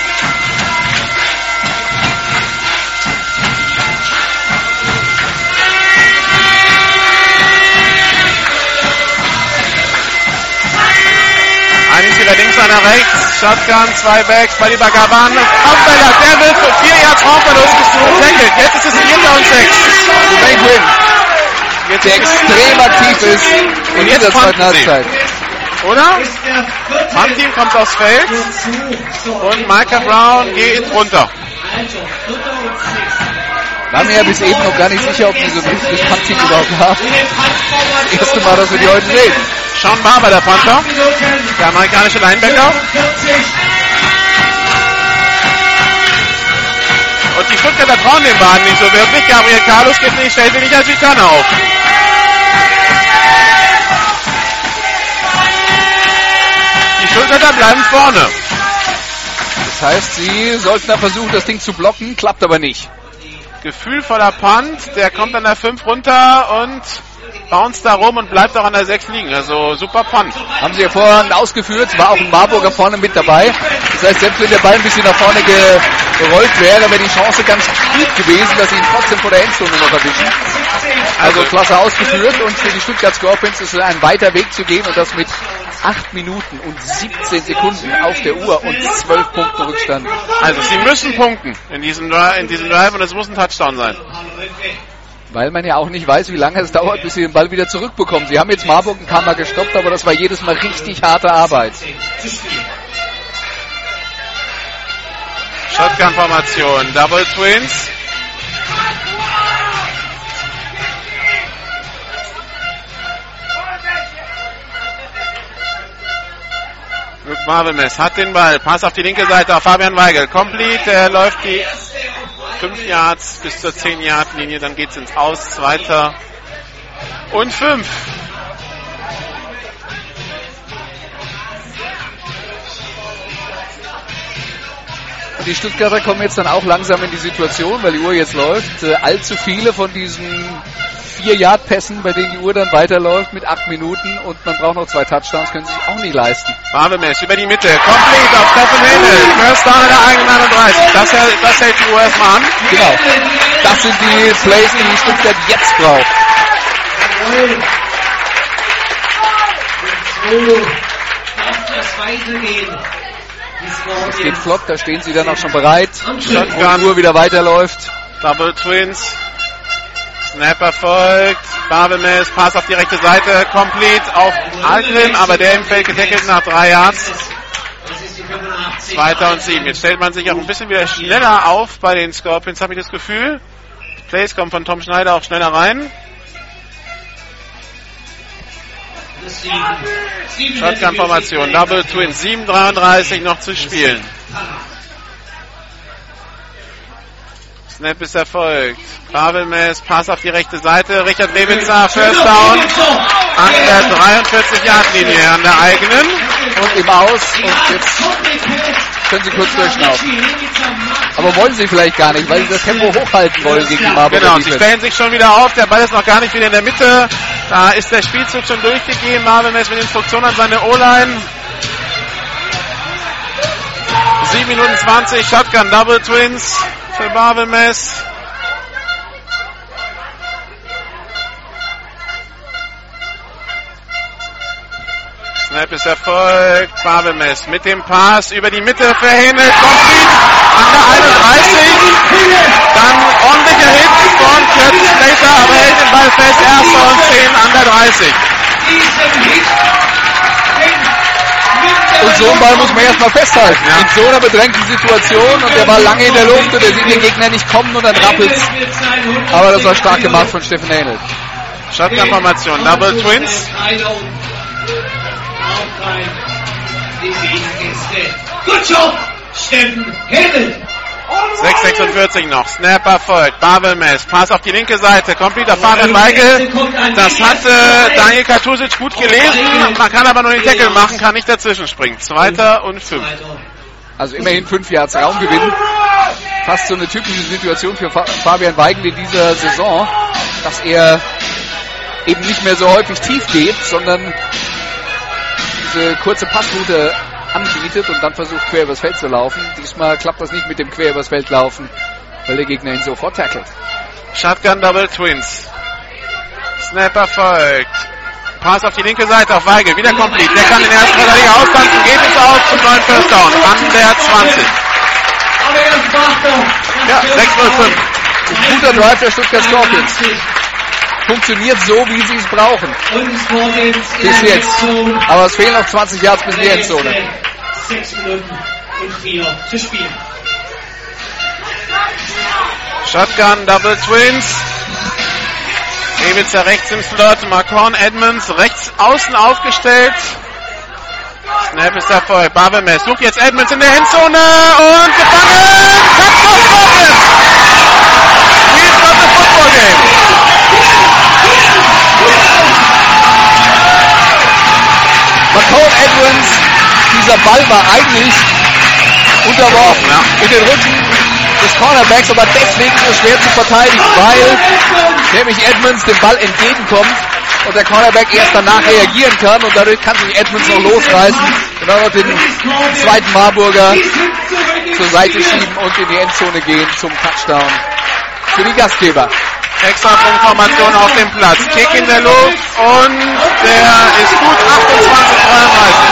Ein Spieler links, einer rechts. Shotgun, zwei Backs. Ball über Gavan. Aufbellert. Der wird für vier Yards Raumverlust getackelt. Jetzt ist es vierter und sechs. Jermaine Quinn, Jetzt der extrem aktiv ist in Und dieser jetzt zweiten punten sie. Halbzeit. Oder? Punt-Team kommt aufs Feld. Und Micah Brown geht runter. War mir ja bis eben noch gar nicht sicher, ob wir so ein richtiges Punt-Team überhaupt haben. Das erste Mal, dass wir die heute sehen. Sean Barber, der Panther. Der amerikanische Linebacker. Und die Stuttgarter trauen den Bahn nicht so wirklich. Gabriel Carlos geht nicht, stellt sich nicht als Returner auf. Die Stuttgarter bleiben vorne. Das heißt, sie sollten da versuchen, das Ding zu blocken, klappt aber nicht. Gefühlvoller Punt, der kommt an der fünf runter und bounced da rum und bleibt auch an der sechs liegen. Also super Punt. Haben sie ja vorhin ausgeführt, es war auch ein Marburger vorne mit dabei. Das heißt, selbst wenn der Ball ein bisschen nach vorne gerollt wäre, wäre die Chance ganz gut gewesen, dass sie ihn trotzdem vor der Endzone noch erwischen. Also klasse ausgeführt und für die Stuttgart Scorpions ist es ein weiter Weg zu gehen und das mit acht Minuten und siebzehn Sekunden auf der Uhr und zwölf Punkte Rückstand. Also sie müssen punkten in diesem, in diesem Drive und es muss ein Touchdown sein. Weil man ja auch nicht weiß, wie lange es dauert, bis sie den Ball wieder zurückbekommen. Sie haben jetzt Marburg ein paar Mal gestoppt, aber das war jedes Mal richtig harte Arbeit. Shotgun-Formation, Double Twins. Luke Marvelmess hat den Ball, Pass auf die linke Seite auf Fabian Weigel, complete, er läuft die fünf Yards bis zur zehn Yard Linie, dann geht's ins Aus, zweiter und fünf. Und die Stuttgarter kommen jetzt dann auch langsam in die Situation, weil die Uhr jetzt läuft. Äh, allzu viele von diesen vier Yard Pässen, bei denen die Uhr dann weiterläuft mit acht Minuten und man braucht noch zwei Touchdowns, können sie sich auch nicht leisten. Marvelmess über die Mitte, complete auf Stephen Himmel, First Down in der eigenen neununddreißig. Das, das hält die Uhr erstmal an. Genau. Das sind die Plays, die die Stuttgart jetzt braucht. Es geht flott, da stehen sie dann auch schon bereit. Und die Uhr wieder weiterläuft. Double Twins. Snap erfolgt. Marvelmess, Pass auf die rechte Seite, complete auf Algrim, aber der im Feld gedeckelt nach drei Yards. Zweiter und sieben. Jetzt stellt man sich auch ein bisschen wieder schneller auf bei den Scorpions, habe ich das Gefühl. Plays kommen von Tom Schneider auch schneller rein. Shotgun-Formation, Double Twins, sieben dreiunddreißig noch zu spielen. Snap ist erfolgt. Pavelmess, Pass auf die rechte Seite. Richard Lewitzer, First Down an der dreiundvierzig Yard Linie, an der eigenen. Und im Aus. Und jetzt können sie kurz durchschnaufen. Aber wollen sie vielleicht gar nicht, weil sie das Tempo hochhalten wollen gegen die Marburger. Genau, sie stellen sich schon wieder auf. Der Ball ist noch gar nicht wieder in der Mitte. Da ist der Spielzug schon durchgegeben. Pavelmess mit Instruktion an seine O-Line. sieben Minuten zwanzig, Shotgun, Double Twins für Marvelmess. Snap ist erfolgt. Marvelmess mit dem Pass über die Mitte für Himmel. Complete an der einunddreißig. Dann ordentlicher Hit von Curtis Slater, aber hält den Ball fest. Erster und zehn an der dreißig. Diesen Hit nimmt der Und so einen Ball muss man erstmal festhalten. Ja. In so einer bedrängten Situation und der war lange in der Luft und der sieht den Gegner nicht kommen und dann rappelt's. Aber das war stark gemacht von Steffen Hähnel. Shotgun-Formation, Double Twins. Good job, Steffen Hähnel. sechs sechsundvierzig noch. Snapper folgt. Babelmess. Pass auf die linke Seite. Complete auf Fabian Weigel. Das hat äh, Daniel Katusic gut gelesen. Man kann aber nur den Tackle machen, kann nicht dazwischen springen. Zweiter und fünf. Also immerhin fünf Yards Raumgewinn. Fast so eine typische Situation für Fabian Weigel in dieser Saison, dass er eben nicht mehr so häufig tief geht, sondern diese kurze Passroute anbietet und dann versucht, quer übers Feld zu laufen. Diesmal klappt das nicht mit dem quer übers Feld laufen, weil der Gegner ihn sofort tackelt. Shotgun Double Twins. Snapper folgt. Pass auf die linke Seite auf Weigel. Wieder complete. Der kann den ersten Verteidiger austanzen. Geht es aus zum neuen First Down. An der zwanzig. Ja, sechs null fünf. Guter Drive der Stuttgart Scorpions. Funktioniert so, wie sie es brauchen. Bis jetzt. Aber es fehlen noch zwanzig Yards bis in die Endzone. sechs Minuten und vier zu spielen. Shotgun, Double Twins. Ewitzer rechts im Slot. Marquand Edmonds rechts außen aufgestellt. Snap ist Erfolg. Babelmess sucht jetzt Edmonds in der Endzone und gefangen. Touchdown Scorpions. We've got the football game. Marquand Edmonds, dieser Ball war eigentlich unterworfen, ja, in den Rücken des Cornerbacks, aber deswegen so schwer zu verteidigen, weil nämlich Edmonds dem Ball entgegenkommt und der Cornerback erst danach reagieren kann und dadurch kann sich Edmonds noch losreißen und dann noch den zweiten Marburger zur Seite schieben und in die Endzone gehen zum Touchdown für die Gastgeber. Extra-Punkt-Formation auf dem Platz. Kick in der Luft und der ist gut. achtundzwanzig dreiunddreißig.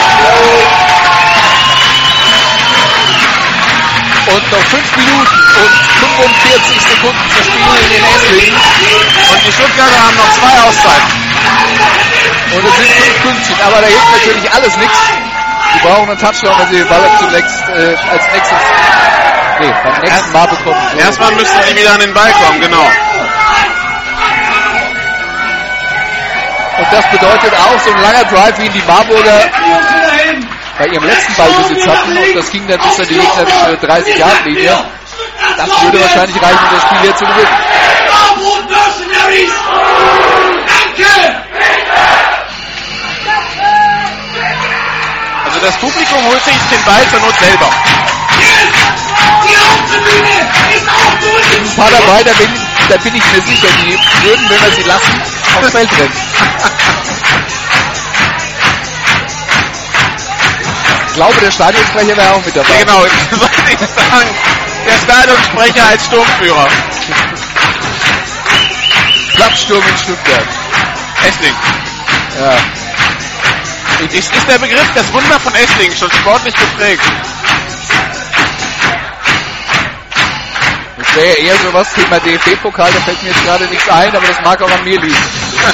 Und noch fünf Minuten und fünfundvierzig Sekunden zu spielen in den Esslingen. Und die Stuttgarter haben noch zwei Auszeiten. Und es sind fünf fünfzehn, aber da hilft natürlich alles nichts. Die brauchen einen Touchdown, wenn sie den Ball zunächst äh, als nächstes nee, beim nächsten Erst, Mal bekommen. So. Erstmal müssen sie wieder an den Ball kommen, genau. Und das bedeutet auch so ein langer Drive, wie ihn die Marburger bei ihrem letzten Ballbesitz hatten. Und das ging dann bis an die gegnerische dreißig Yard Linie. Das würde wahrscheinlich reichen, um das Spiel hier zu gewinnen. Also das Publikum holt sich den Ball zur Not selber. Ein paar dabei, da bin, da bin ich mir sicher, die würden, wenn wir sie lassen, aufs Feld rennen. Ich glaube, der Stadionsprecher wäre auch mit dabei. Ja, genau, wollte ich sagen. Der Stadionsprecher als Sturmführer. Platzsturm in Stuttgart. Essling. Ja. Ist, ist der Begriff das Wunder von Esslingen schon sportlich geprägt? Das wäre eher sowas Thema D F B-Pokal, da fällt mir jetzt gerade nichts ein, aber das mag auch an mir liegen.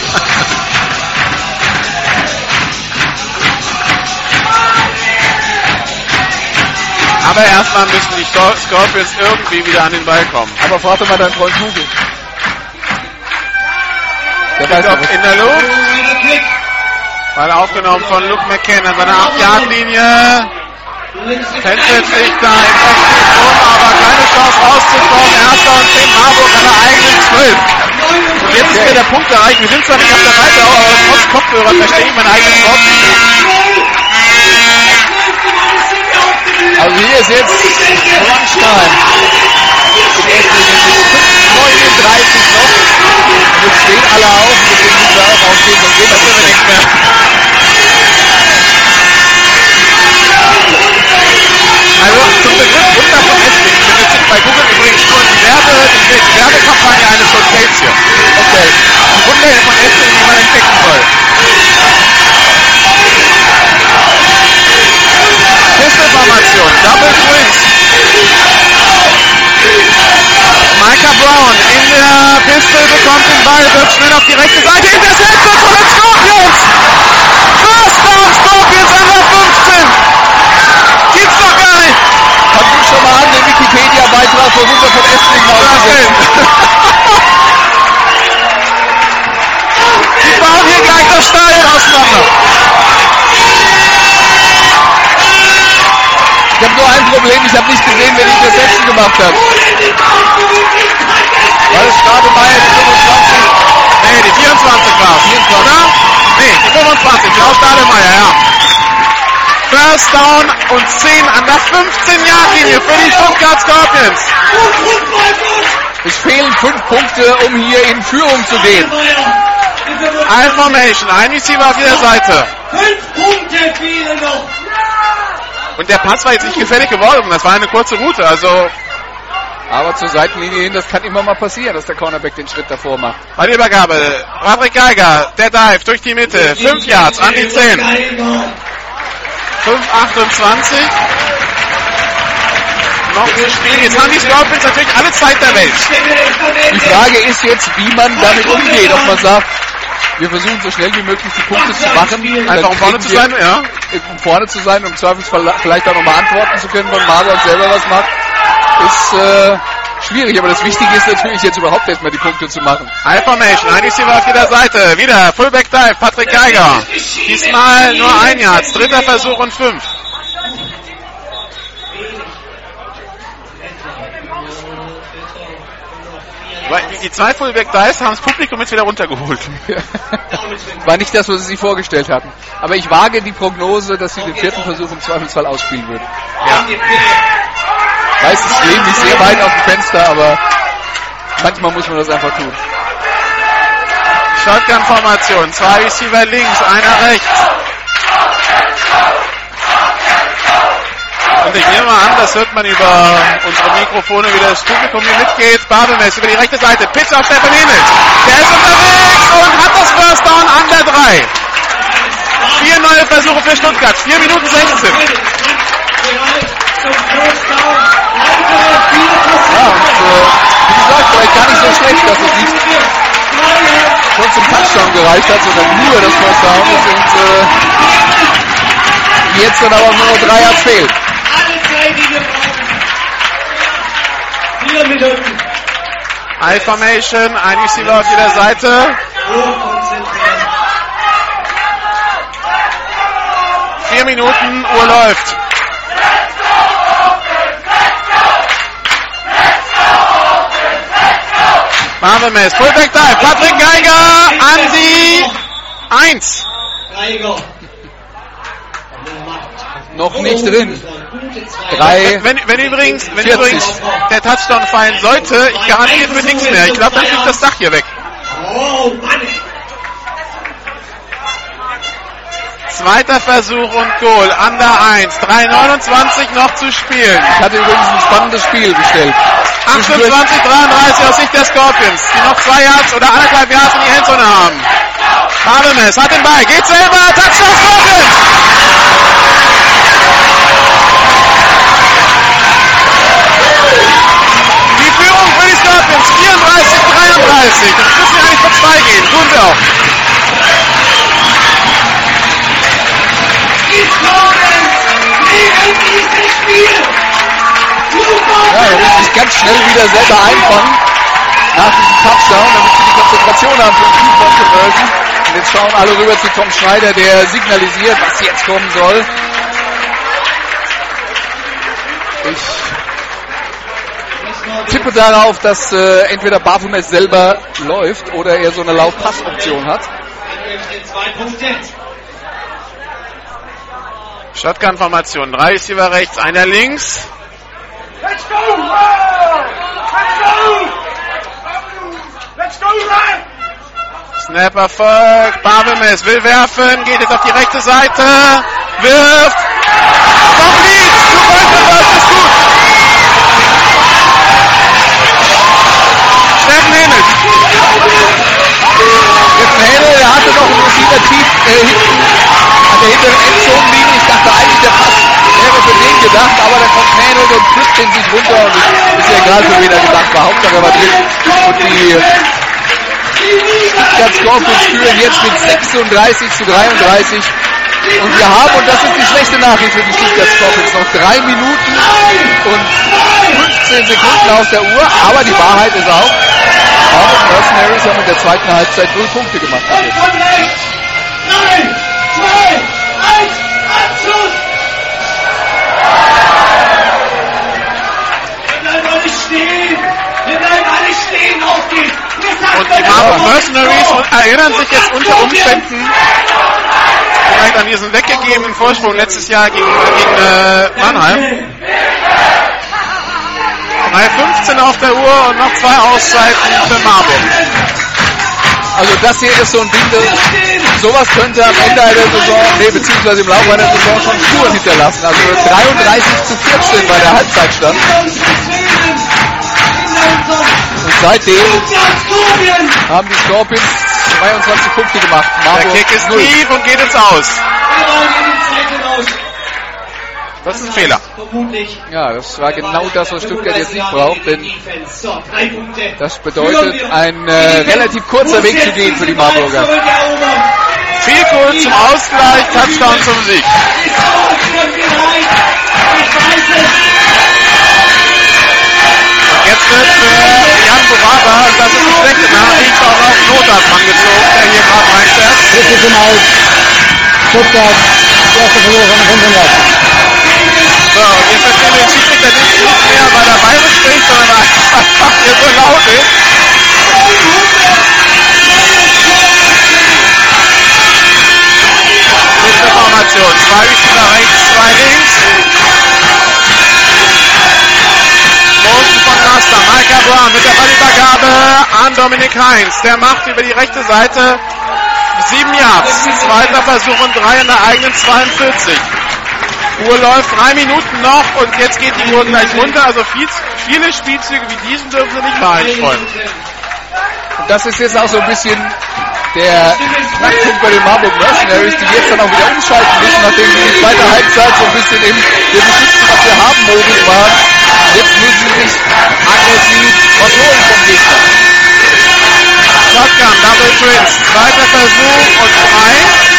Aber erstmal müssen die Scorpions irgendwie wieder an den Ball kommen. Aber frag doch mal deinen Freund Google. Der weiß doch in der Luft. Ball aufgenommen von Luke McCann an seiner acht Yard Linie. Tänzelt sich da im Backfield rum, aber keine Chance rauszukommen. Erster und zehn Marburg an der eigenen zwölf. Und jetzt ist mir der Punkt erreicht. Wir sind zwar nicht auf der Seite, aber trotz Kopfhörer verstehe ich mein eigenes Wort. Also hier ist jetzt Crunch-Time. neununddreißig noch. Und jetzt stehen alle auf. Und deswegen müssen wir auch aufstehen, sonst geht das immer nichts mehr. Also zum Begriff Wunder von Esslingen findet sich bei Google übrigens nur die, Werbe, die Werbekampagne eines Hotels hier. Okay. Ein Wunder von Esslingen, wie man entdecken soll. Pistol-Formation, Double Twins. Micah Brown in der Pistol bekommt den Ball, wird schnell auf die rechte Seite, intercepted von den Scorpions! First down Scorpions an der fünfzehn! ich habe nicht gesehen, wer die Interception gemacht hat. War das Stademeier, die fünfundzwanzig? Nee, die vierundzwanzig war es, oder? Nee, die fünfundzwanzig, Klaus Stademeier, ja. First Down und zehn an der fünfzehn-Yard-Linie für die Stuttgart Scorpions. Es fehlen fünf Punkte, um hier in Führung zu gehen. I-Formation, ein Receiver auf jeder Seite. Fünf Punkte fehlen noch. Und der Pass war jetzt nicht gefährlich geworden, das war eine kurze Route, also... Aber zur Seitenlinie hin, das kann immer mal passieren, dass der Cornerback den Schritt davor macht. Bei der Übergabe, Patrick Geiger, der Dive durch die Mitte, fünf Yards an die zehn. fünf achtundzwanzig. Noch zu spielen. Jetzt haben die Scorpions natürlich alle Zeit der Welt. Die Frage ist jetzt, wie man damit umgeht. Ob man sagt, wir versuchen so schnell wie möglich die Punkte zu machen. Einfach um vorne zu sein, ja. Um vorne zu sein, um im Zweifelsfall vielleicht auch nochmal antworten zu können, wenn Margot selber was macht. Ist äh, schwierig, aber das Wichtige ist natürlich jetzt überhaupt erstmal die Punkte zu machen. I-Formation, ein Receiver auf jeder Seite. Wieder Fullback Dive, Patrick Geiger. Diesmal nur ein Yard. Dritter Versuch und fünf. Die zwei Fullback Dives haben das Publikum jetzt wieder runtergeholt. War nicht das, was sie sich vorgestellt hatten. Aber ich wage die Prognose, dass sie den vierten Versuch im Zweifelsfall ausspielen würden. Ja. Ich weiß, es lehnt nicht sehr weit auf dem Fenster, aber manchmal muss man das einfach tun. Shotgun-Formation, zwei Receiver links, einer rechts. Und ich nehme mal an, das hört man über unsere Mikrofone, wie das Publikum hier mitgeht. Babelmess über die rechte Seite, Pitch auf Stefan Hemel. Der ist unterwegs und hat das First Down an der drei. Vier neue Versuche für Stuttgart, vier Minuten sechzehn. Ja, und äh, wie gesagt, vielleicht gar nicht so schlecht, dass es nicht schon zum Touchdown gereicht hat, sondern nur das First Down ist und äh, jetzt dann aber nur drei Yards fehlt. I-Formation, ein Receiver auf jeder Seite. Vier Minuten, Uhr läuft. Babelmess, Fullback Dive, Patrick Geiger an die eins. Noch nicht drin. Drei. Wenn, wenn übrigens, wenn übrigens der Touchdown fallen sollte, ich garantiere für nichts mehr. Ich glaube, dann fliegt das Dach hier weg. Zweiter Versuch und Goal an der eins. drei neunundzwanzig noch zu spielen. Ich hatte übrigens ein spannendes Spiel bestellt. achtundzwanzig dreiunddreißig aus Sicht der Scorpions, die noch zwei Yards oder anderthalb Yards in die Endzone haben. Babelmess hat den Ball, geht selber, Touchdown Scorpions! Die Führung für die Scorpions, vierunddreißig dreiunddreißig. Das müssen wir eigentlich vor zwei gehen, tun wir auch. Die Scorpions lieben dieses Spiel! Ja, er muss sich ganz schnell wieder selber einfangen nach diesem Touchdown, damit sie die Konzentration haben für den Two-Point-Conversion. Und jetzt schauen alle rüber zu Tom Schneider, der signalisiert, was jetzt kommen soll. Ich tippe darauf, dass äh, entweder Baphomet selber läuft oder er so eine Lauf-Pass-Option hat. Shotgun-Formation, drei Receiver rechts, einer links. Let's go, run! Let's go! Let's go, run! Snap Erfolg, Babelmess will werfen, geht jetzt auf die rechte Seite, wirft, complete, Two-Point-Conversion ist gut. Steffen Hemel. Steffen Hemel, der hatte noch einen Receiver tief äh, hinten an der hinteren Endzone-Linie. Ich dachte eigentlich, der Pass wäre für den gedacht, aber dann kommt Hemel und flippt den sich runter und ist ja egal, für wen er gedacht war. Hauptsache er war drin. Und die Stuttgart Scorpions führen jetzt mit sechsunddreißig zu dreiunddreißig. Und wir haben, und das ist die schlechte Nachricht für die Stuttgart Scorpions, noch drei Minuten und fünfzehn Sekunden auf der Uhr. Aber die Wahrheit ist auch, Harvard Mercenaries haben in der zweiten Halbzeit null Punkte gemacht. Nein! Zwei! Eins! Abschluss! Und die Marburg Mercenaries erinnern sich jetzt unter Umständen vielleicht an diesen weggegebenen Vorsprung letztes Jahr gegen, gegen äh, Mannheim. drei fünfzehn auf der Uhr und noch zwei Auszeiten für Marburg. Also das hier ist so ein Ding, das, sowas könnte am Ende einer Saison, nee, beziehungsweise im Laufe einer Saison schon Spuren hinterlassen. Also dreiunddreißig zu vierzehn bei der Halbzeitstand. Und seitdem haben die Scorpions zweiundzwanzig Punkte gemacht. Marburg der Kick ist null. Tief und geht ins Aus. Das ist ein Fehler. Ja, das war genau das, was Stuttgart jetzt nicht braucht, denn das bedeutet ein äh, relativ kurzer Weg zu gehen für die Marburger. Viel kurz zum Ausgleich, Touchdown zum Sieg. Und jetzt wird für Jan Boraba, das ist eine schlechte Nachricht, auch auf Notas angezogen, der hier gerade reinfährt. Richtig im Aus. Stuttgart, erster Versuch an der fünfunddreißig. So, und jetzt verstehen wir den Schiedsrichter nicht mehr, weil er bayerisch spricht, sondern weil es einfach hier so laut ist. Nächste Formation. Zwei Spieler rechts, zwei links. Motion von Master. Micah Brown mit der Ballübergabe an Dominik Heinz. Der macht über die rechte Seite sieben Yards. Zweiter Versuch und drei in der eigenen zweiundvierzig. Uhr läuft, drei Minuten noch und jetzt geht die Uhr gleich runter. Also viel, viele Spielzüge wie diesen dürfen sie nicht mehr einstreuen. Und das ist jetzt auch so ein bisschen der Knackpunkt bei den Marburg Mercenaries, die jetzt dann auch wieder umschalten müssen, nachdem sie die zweite Halbzeit so ein bisschen im wir beschützen, was wir haben Modus waren. Jetzt müssen sie sich aggressiv was holen vom Gegner. Shotgun, Double Twins, zweiter Versuch und drei.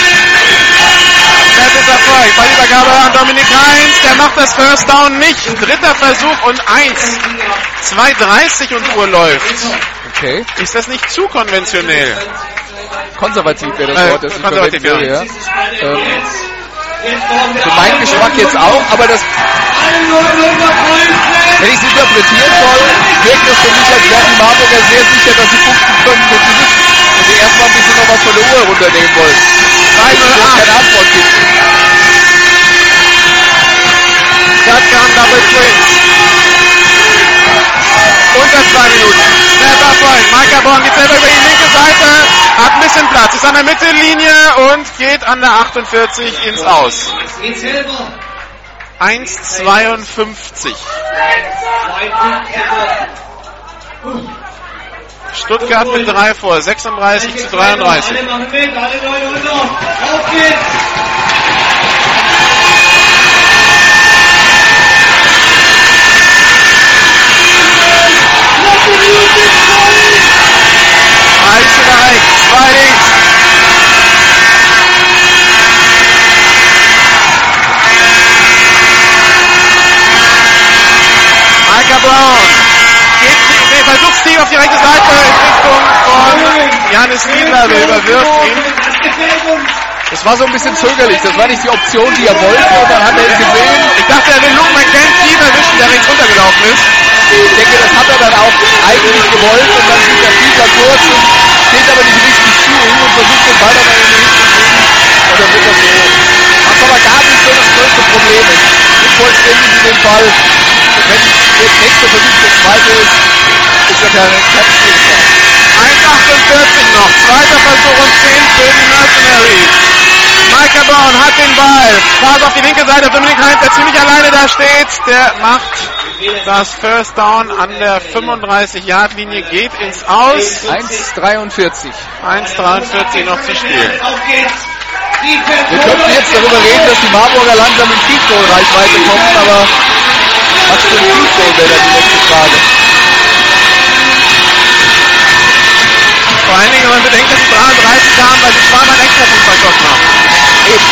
Ist Erfolg. Ballübergabe an Dominik Heinz. Der macht das First Down nicht. Dritter Versuch und eins. zwei dreißig und Uhr läuft. Okay. Ist das nicht zu konventionell? Konservativ wäre das Wort, das äh, ich konservativ, verwenden würde, ja. ja. Ähm, für meinen Geschmack jetzt auch, aber das, wenn ich es interpretieren soll, wirkt es für mich, als wären die Marburger sehr sicher, dass sie punkten können, wenn sie nicht, und sie erstmal ein bisschen noch was von der Uhr runternehmen wollen. Weil es keine Antwort gibt. Shotgun, Double Twins. Unter zwei Minuten. Snap Erfolg. Micah Brown geht selber über die linke Seite. Hat ein bisschen Platz. Ist an der Mittellinie und geht an der achtundvierzig ins Aus. eins zweiundfünfzig. Stuttgart mit drei vor. sechsunddreißig zu dreiunddreißig. Eins über rechts, zwei links. Micah Brown geht, nee, versucht Steve auf die rechte Seite in Richtung von Janis Niedler, der überwirft ihn. Das war so ein bisschen zögerlich, das war nicht die Option, die er wollte, und dann hat er es gesehen. Ich dachte, er will Luke McKenzie erwischen, der rechts runtergelaufen ist. Ich denke, das hat er dann auch eigentlich gewollt, und dann sieht der Spieler kurz und steht aber nicht richtig zu ihm und versucht den Ball dann in die Richtung zu kriegen. Und dann wird das so. Was aber gar nicht so das größte Problem ist. Nicht vollständig in dem Fall. Wenn der nächste Versuch der zweite ist, ist ja keine Schwierigkeit. eins achtundvierzig noch, zweiter Versuch und zehn für die Mercenaries. Micah Brown hat den Ball, fahrt auf die linke Seite, Dominik Heinz, der ziemlich alleine da steht, der macht das First Down an der fünfunddreißig-Yard-Linie, geht ins Aus. eins dreiundvierzig. eins dreiundvierzig noch zu spielen. Wir könnten jetzt darüber reden, dass die Marburger langsam in Field Goal Reichweite kommen, aber was für ein Field Goal wäre da die letzte Frage. Vor allen Dingen, wenn man bedenkt, dass sie dreiunddreißig haben, weil sie zweimal einen Extrapunkt verschossen haben. Eben.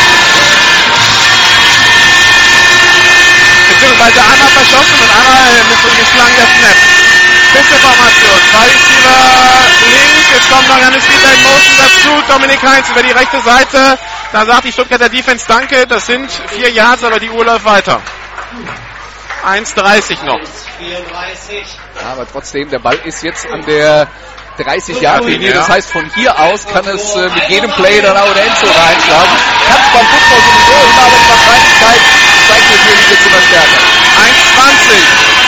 Beziehungsweise einmal verschossen und einmal mit geschlagen der Snap. Fünfte Formation. Zwei Receiver links. Jetzt kommt noch Janis Niedler in Motion dazu. Dominik Heinz über die rechte Seite. Da sagt die Stuttgarter Defense danke. Das sind vier Yards, aber die Uhr läuft weiter. eins dreißig noch. Aber trotzdem, der Ball ist jetzt an der dreißig-Yard-Linie. Das heißt, von hier aus kann es äh, mit jedem Play dann auch in der Endzone einschlagen. Kann es beim Football sowieso immer, aber die Wahrscheinlichkeit steigt natürlich jetzt immer stärker. eins zwanzig.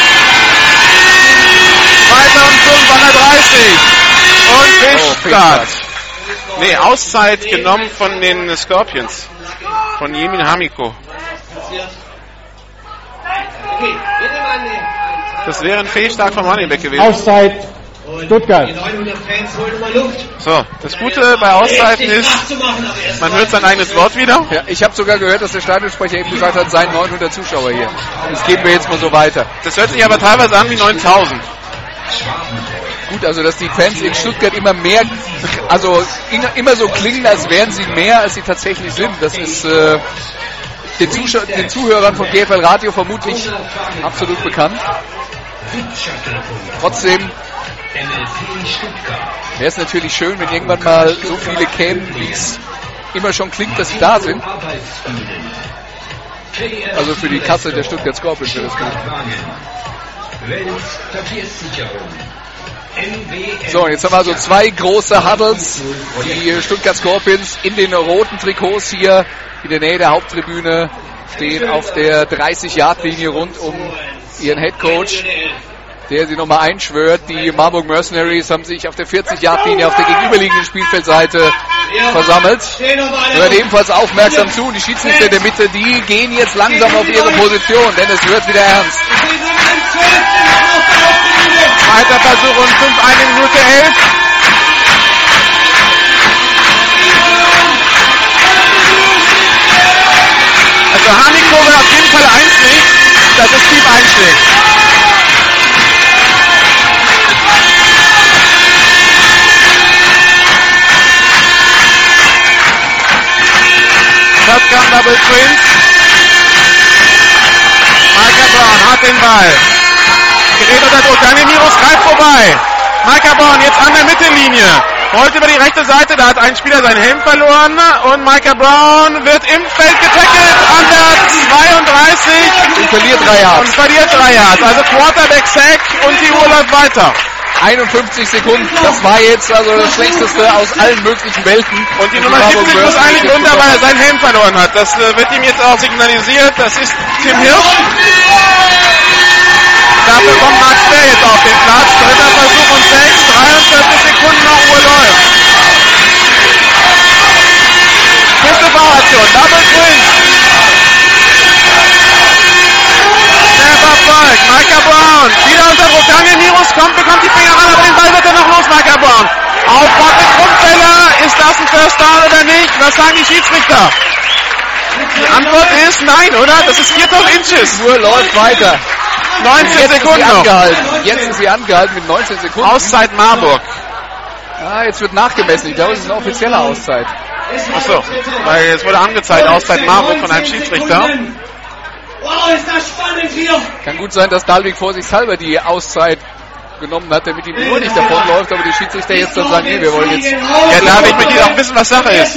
zweiter und fünf an der dreißig. Und Fischstart. Oh, nee, Auszeit genommen von den Scorpions. Von Yemin Hamiko. Das wäre ein Fehlstart von Moneyback gewesen. Auszeit Stuttgart. So, das Gute bei Auszeiten ist, man hört sein eigenes Wort wieder. Ja, ich habe sogar gehört, dass der Stadionsprecher eben gesagt hat, seien neunhundert Zuschauer hier. Das geben wir jetzt mal so weiter. Das hört sich aber teilweise an wie neuntausend. Gut, also dass die Fans in Stuttgart immer mehr, also immer so klingen, als wären sie mehr, als sie tatsächlich sind. Das ist äh, den, Zuschau- den Zuhörern von G F L Radio vermutlich absolut bekannt. Trotzdem wäre es natürlich schön, wenn irgendwann mal so viele kämen, wie es immer schon klingt, dass sie da sind. Also für die Kasse der Stuttgart Scorpions wäre das gut. So, und jetzt haben wir also zwei große Huddles. Die Stuttgart Scorpions in den roten Trikots hier in der Nähe der Haupttribüne stehen auf der dreißig-Yard-Linie rund um ihren Headcoach, der sie nochmal einschwört. Die Marburg Mercenaries haben sich auf der vierzig-Yard-Linie auf der gegenüberliegenden Spielfeldseite versammelt. Hören ebenfalls aufmerksam zu. Die Schiedsrichter der Mitte, die gehen jetzt langsam auf ihre Position, denn es wird wieder ernst. Zweiter Versuch und fünf, eine Minute elf. Also Hamiko will auf jeden Fall eins nicht, dass es tief einschlägt. Shotgun Double Twins. Micah Brown hat den Ball. Gerät unter Druck. Daniel Miros greift vorbei. Micah Brown jetzt an der Mittellinie. Rollt über die rechte Seite. Da hat ein Spieler seinen Helm verloren. Und Micah Brown wird im Feld getackelt an der zweiunddreißig. Und verliert drei Yards. Und verliert drei Yards. Also Quarterback Sack und die Uhr läuft weiter. einundfünfzig Sekunden, das war jetzt also das Schlechteste aus allen möglichen Welten. Und die Nummer siebzig muss eigentlich runter, weil er seinen Helm verloren hat. Das äh, wird ihm jetzt auch signalisiert. Das ist Tim Hirsch. Dafür kommt Max Bär jetzt auf den Platz. Dritter Versuch und sechs. dreiundvierzig Sekunden noch Uhr läuft. Fünfte Bauaktion. Double Twins. Snap Erfolg. Micah Brown. Wieder unter Druck. Daniel Miros kommt, bekommt die Finger ran, aber den Ball wird er noch los, Micah Brown. Aufwand mit Grundfäller. Ist das ein First Down oder nicht? Was sagen die Schiedsrichter? Die Antwort ist nein, oder? Das ist vierter Inches. Die Uhr läuft weiter. neunzehn jetzt Sekunden ist sie noch. angehalten. Jetzt ist sie angehalten mit neunzehn Sekunden. Auszeit Marburg. Ah, jetzt wird nachgemessen. Ich glaube, es ist eine offizielle Auszeit. Achso, weil es wurde angezeigt, Auszeit Marburg von einem Schiedsrichter. Wow, ist das spannend hier. Kann gut sein, dass Dalvik vorsichtshalber die Auszeit genommen hat, damit die Uhr nicht davonläuft, aber die Schiedsrichter jetzt dann sagen, nee, wir wollen jetzt... Ja, Dalvik möchte auch wissen, was Sache ist.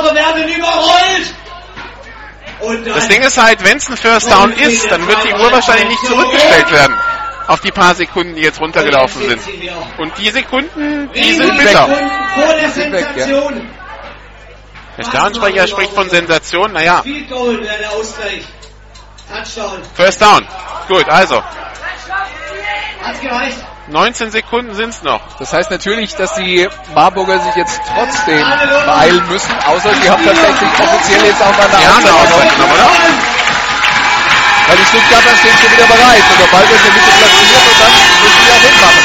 Das Ding ist halt, wenn es ein First Down ist, dann wird die Uhr wahrscheinlich nicht zurückgestellt werden. Auf die paar Sekunden, die jetzt runtergelaufen sind. Und die Sekunden, die sind bitter. Vor der Sensation. Der Stadionsprecher spricht von Sensation, naja. Field Goal wäre der Ausgleich. Touchdown. First Down. Gut, also. Hat's gereicht. neunzehn Sekunden sind's noch. Das heißt natürlich, dass die Marburger sich jetzt trotzdem beeilen müssen, außer sie haben tatsächlich offiziell jetzt auch mal eine Ja, eine Auszeit Auszeit genommen, oder? Weil die Stuttgarter stehen schon wieder bereit und der Ball wird in der Mitte platziert und dann müssen sie auch hinmachen.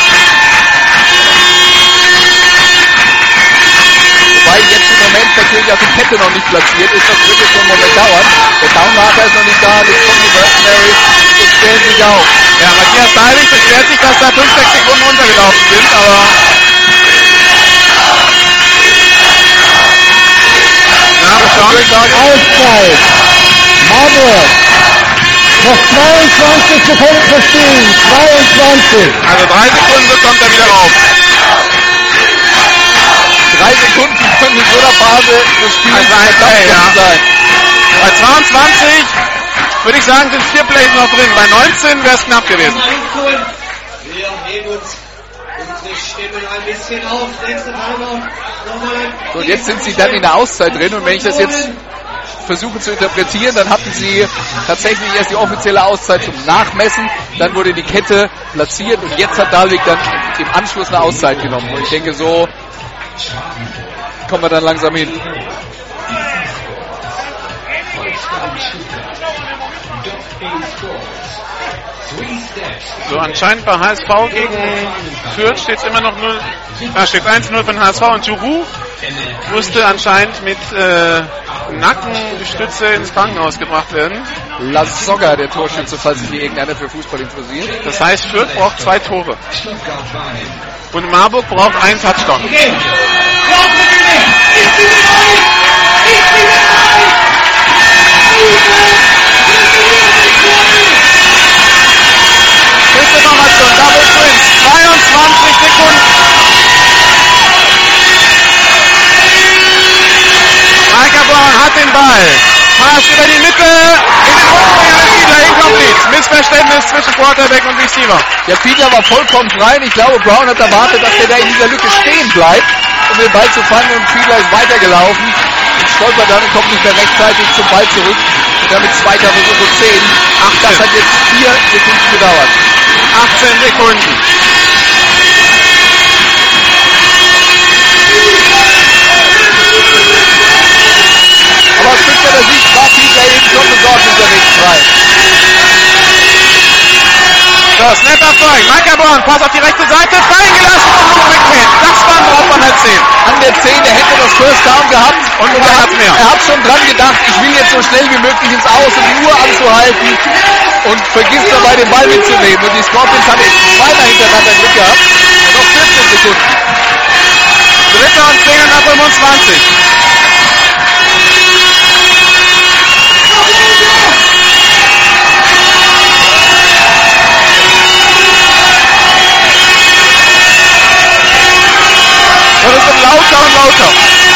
Wobei jetzt im Moment natürlich auch die Kette noch nicht platziert ist, das wird jetzt schon einen Moment dauern. Der Downmarker ist noch nicht da, jetzt kommen die Mercenaries und stellen sich auf. Ja, Matthias Dalvik beschwert sich, dass da fünf, sechs Sekunden runtergelaufen sind, aber... Na, wir schauen. Auszeit. Marburg. Noch zweiundzwanzig Sekunden zu spielen. zweiundzwanzig. Also drei Sekunden, so kommt er wieder rauf. Drei Sekunden können in so einer Phase des Spiels Also ein Play, ja. sein. Bei zweiundzwanzig würde ich sagen, sind vier Plays noch drin. Bei neunzehn wäre es knapp gewesen. Wir heben uns unsere Stimmen ein bisschen auf. Nächste Timeout. Nochmal ein. So, und jetzt sind sie dann in der Auszeit drin und wenn ich das jetzt versuche zu interpretieren, dann hatten sie tatsächlich erst die offizielle Auszeit zum Nachmessen, dann wurde die Kette platziert und jetzt hat Dalvik dann im Anschluss eine Auszeit genommen. Und ich denke, so kommen wir dann langsam hin. So, anscheinend bei H S V gegen Fürth steht es immer noch null. Da steht eins null von H S V und Juru musste anscheinend mit äh, Nackenstütze ins Krankenhaus gebracht werden. Lasogga, der Torschütze, falls sich hier irgendeiner für Fußball interessiert. Das heißt, Fürth braucht zwei Tore. Und Marburg braucht einen Touchdown. Okay. Ich bin bereit! Ich bin bereit! Nächste Formation, Double Twins, zweiundzwanzig Sekunden. Micah Brown hat den Ball. Pass über die Mitte, in den Rückenfinger des Fiedler, incomplete. Missverständnis zwischen Quarterback und Receiver. Der Fiedler war vollkommen frei. Ich glaube, Brown hat erwartet, dass der da in dieser Lücke stehen bleibt, um den Ball zu fangen, und Fiedler ist weitergelaufen und stolpert dann und kommt nicht mehr rechtzeitig zum Ball zurück. Und damit zweiter Versuch und zehn. Ach, das hat jetzt vier Sekunden gedauert. achtzehn Sekunden. Aber aus Stuttgarter Sicht war Fiedler eben schon besorgt unterwegs frei. So, Snap erfolgt. Micah Brown, Pass auf die rechte Seite, fallen gelassen von Ludwig Fehn. Das war ein Drauf von der zehn. An der zehn, der hätte das First Down gehabt. Und Und er er hat hat, mehr. er hat schon dran gedacht, ich will jetzt so schnell wie möglich ins Aus, um die Uhr anzuhalten. Und vergisst dabei, den Ball mitzunehmen. Und die Scorpions haben jetzt zweimal hintereinander Glück gehabt. Und noch vierzehn Sekunden. Dritter und zehn nach fünfundzwanzig. Und es wird lauter und lauter.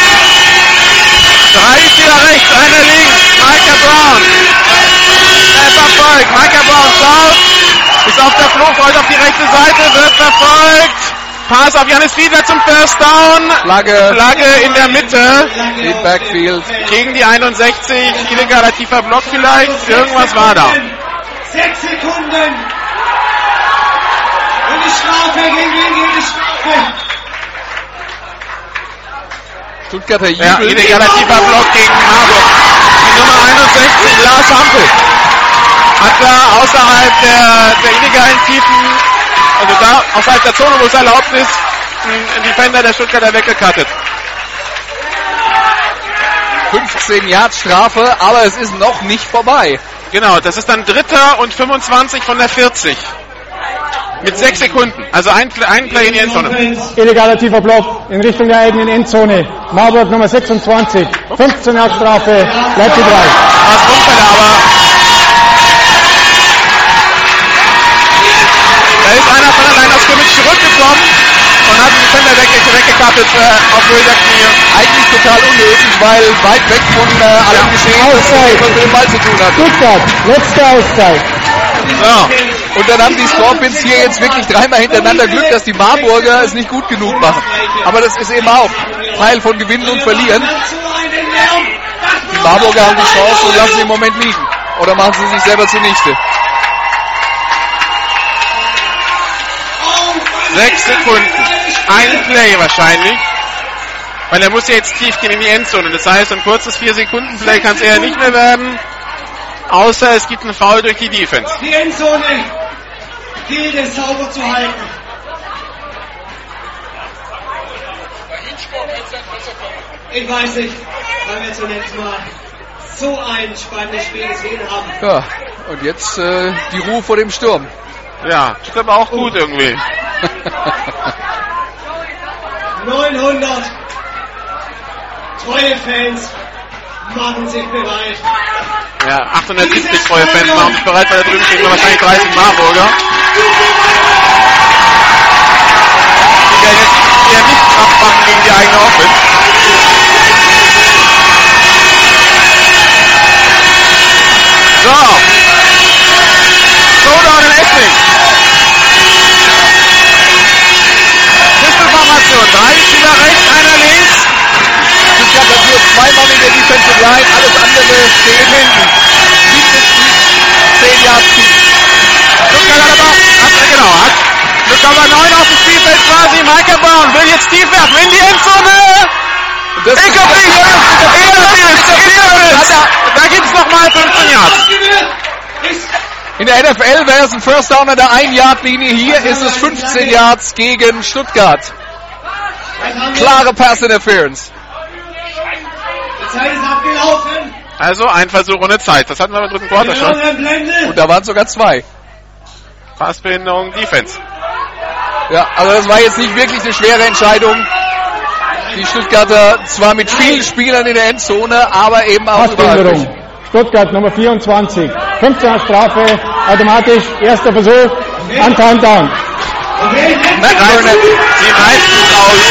Drei Spieler rechts, einer links. Micah Brown. Er verfolgt. Micah Brown schaut. Ist auf der Flucht, rollt auf die rechte Seite, wird verfolgt. Pass auf Janis Fiedler zum First Down. Flagge. Flagge in der Mitte. Im Backfield. Gegen die einundsechzig. Illegaler tiefer Block vielleicht. Irgendwas war da. Sechs Sekunden. Und die Strafe, gegen wen geht die Strafe? Stuttgarter Ja, Jubel. illegaler tiefer Block gegen Marburg. Die Nummer einundsechzig, Lars Hampel, hat da außerhalb der, der illegalen Tiefen, also da außerhalb der Zone, wo es erlaubt ist, einen Defender der Stuttgarter weggekattet. fünfzehn Yards Strafe, aber es ist noch nicht vorbei. Genau, das ist dann Dritter und fünfundzwanzig von der vierzig. Mit sechs Sekunden. Also ein, ein Play in die Endzone. Illegaler tiefer Block in Richtung der eigenen Endzone. Marburg Nummer sechsundzwanzig. fünfzehn Yard Strafe. Bleibt die drei. Was Unfälle, aber da ist einer von der Line of Scrimmage zurückgekommen und hat den Defender wegge- weggekattet äh, auf Höhe der Knie. Eigentlich total unnötig, weil weit weg von äh, allem Ja. Geschehen, was mit dem Ball zu tun hat. Stuttgart, letzte Auszeit. So. Und dann haben die Scorpions hier jetzt wirklich dreimal hintereinander Glück, dass die Marburger es nicht gut genug machen. Aber das ist eben auch Teil von Gewinnen und Verlieren. Die Marburger haben die Chance und lassen sie im Moment liegen. Oder machen sie sich selber zunichte. Sechs Sekunden. Ein Play wahrscheinlich. Weil er muss ja jetzt tief gehen in die Endzone. Das heißt, ein kurzes vier Sekunden Play kann es eher nicht mehr werden. Außer es gibt einen Foul durch die Defense. Die Endzone gilt es sauber zu halten. Ich weiß nicht, weil wir zuletzt mal so ein spannendes Spiel gesehen haben. Ja, und jetzt äh, die Ruhe vor dem Sturm. Ja, ist aber auch gut irgendwie. neunhundert treue Fans machen sich bereit. Ja, achthundertsiebzig treue Fans machen sich bereit, weil da drüben stehen wahrscheinlich dreißig Marburger. Die werden jetzt eher nicht abmachen gegen die eigene Offense. So, David Hinton. zehn Yards Ziel. Stuttgart hat aber, hat, genau, hat Glück Nummer neun auf dem Spielfeld quasi. Michael Brown will jetzt tief werfen in die Endzone. Das ist da gibt's nochmal fünfzehn Yards. In der N F L wäre es ein First Down an der ein-Yard-Linie. Hier ist es fünfzehn Yards gegen Stuttgart. Klare Pass Interference. Die Zeit ist abgelaufen. Also ein Versuch ohne Zeit. Das hatten wir im dritten Quarter schon. Und da waren sogar zwei. Passbehinderung, Defense. Ja, also das war jetzt nicht wirklich eine schwere Entscheidung. Die Stuttgarter zwar mit vielen Spielern in der Endzone, aber eben auch Passbehinderung. Stuttgart Nummer vierundzwanzig. fünfzehner Strafe, automatisch, erster Versuch, Anton Down. Die meisten aus.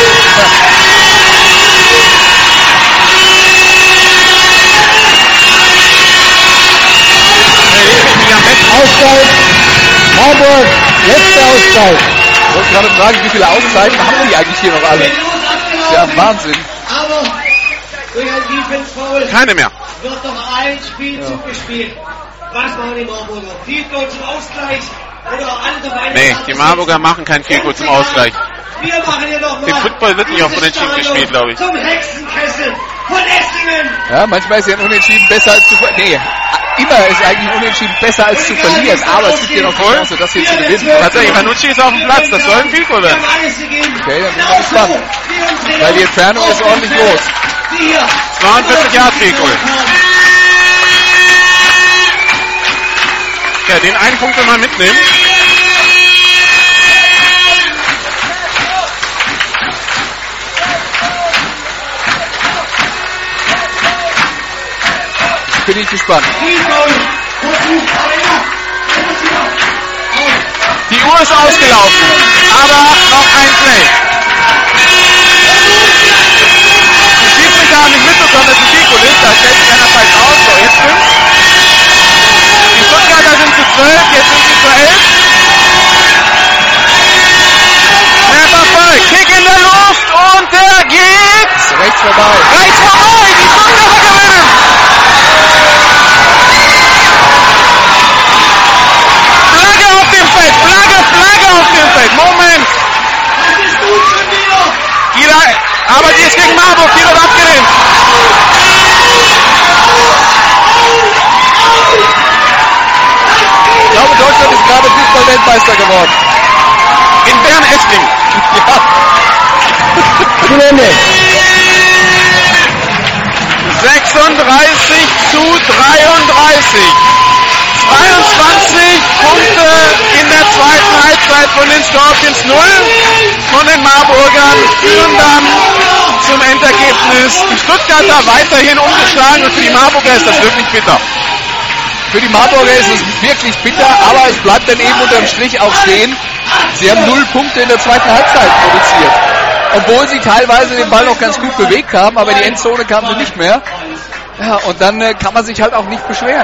Auszeit, Marburg, letzte Auszeit. Ich wollte gerade fragen, wie viele Auszeiten haben die eigentlich hier noch alle? Ja, Wahnsinn. Aber durch ein Defense-Foul Keine mehr. wird noch ein Spielzug ja. gespielt. Was machen die Marburger? Field Goal zum Ausgleich oder andere Weise? Nee, die Marburger machen kein Field Goal zum Ausgleich. Wir machen hier noch mal. Im Football wird nicht auf Unentschieden gespielt, glaube ich. Zum Hexenkessel von Esslingen. Ja, manchmal ist ja ein Unentschieden besser als zu verlieren. Nee, immer ist eigentlich ein Unentschieden besser als zu verlieren. Aber es gibt ja noch die Chance, das hier zu gewinnen. Tatsächlich, Manucci ist auf dem Platz. Das soll ein Field Goal werden. Okay, dann bin ich gespannt. Weil die Entfernung ist ordentlich groß. zweiundvierzig Yard Field Goal. Ja, den einen Punkt will man mitnehmen. Bin ich gespannt. Die Uhr ist ausgelaufen, aber noch ein Play. Die Schiedsrichter haben nicht mitbekommen, dass es Field Goal ist. Da stellt sich einer falsch aus. So, jetzt stimmt's. Die Stuttgarter sind zu zwölf, jetzt sind sie zu elf. Snapper voll, Kick in der Luft und der geht rechts vorbei. Rechts vorbei, die Stuttgarter gewinnen. Flagge auf dem Feld, Flagge, Flagge auf dem Feld. Moment. Gila, aber die ist gegen Marburg, die wird abgelehnt. Ich glaube, Deutschland ist gerade Fußball-Weltmeister geworden. In Bern-Essling. Gelände. sechsunddreißig zu dreiunddreißig. zweiundzwanzig Punkte in der zweiten Halbzeit von den Scorpions, null von den Marburgern, führen dann zum Endergebnis. Die Stuttgarter weiterhin ungeschlagen und für die Marburger ist das wirklich bitter. Für die Marburger ist es wirklich bitter, aber es bleibt dann eben unterm Strich auch stehen. Sie haben null Punkte in der zweiten Halbzeit produziert. Obwohl sie teilweise den Ball noch ganz gut bewegt haben, aber in die Endzone kamen sie nicht mehr. Ja, und dann äh, kann man sich halt auch nicht beschweren.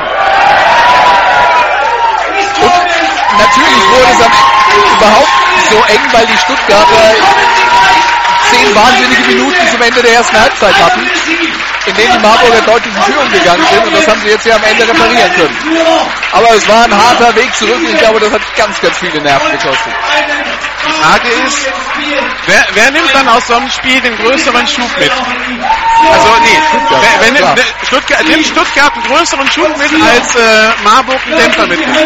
Und natürlich wurde es am überhaupt so eng, weil die Stuttgarter zehn wahnsinnige Minuten zum Ende der ersten Halbzeit hatten, in denen die Marburger deutlich in Führung gegangen sind, und das haben sie jetzt hier am Ende reparieren können. Aber es war ein harter Weg zurück und ich glaube, das hat ganz, ganz viele Nerven gekostet. Die Frage ist, wer, wer nimmt dann aus so einem Spiel den größeren Schub mit? Also nee, Stuttgart, wer, wer nimmt, klar. Stuttgart, nimmt Stuttgart einen größeren Schub mit, als äh, Marburg einen Dämpfer mitnimmt?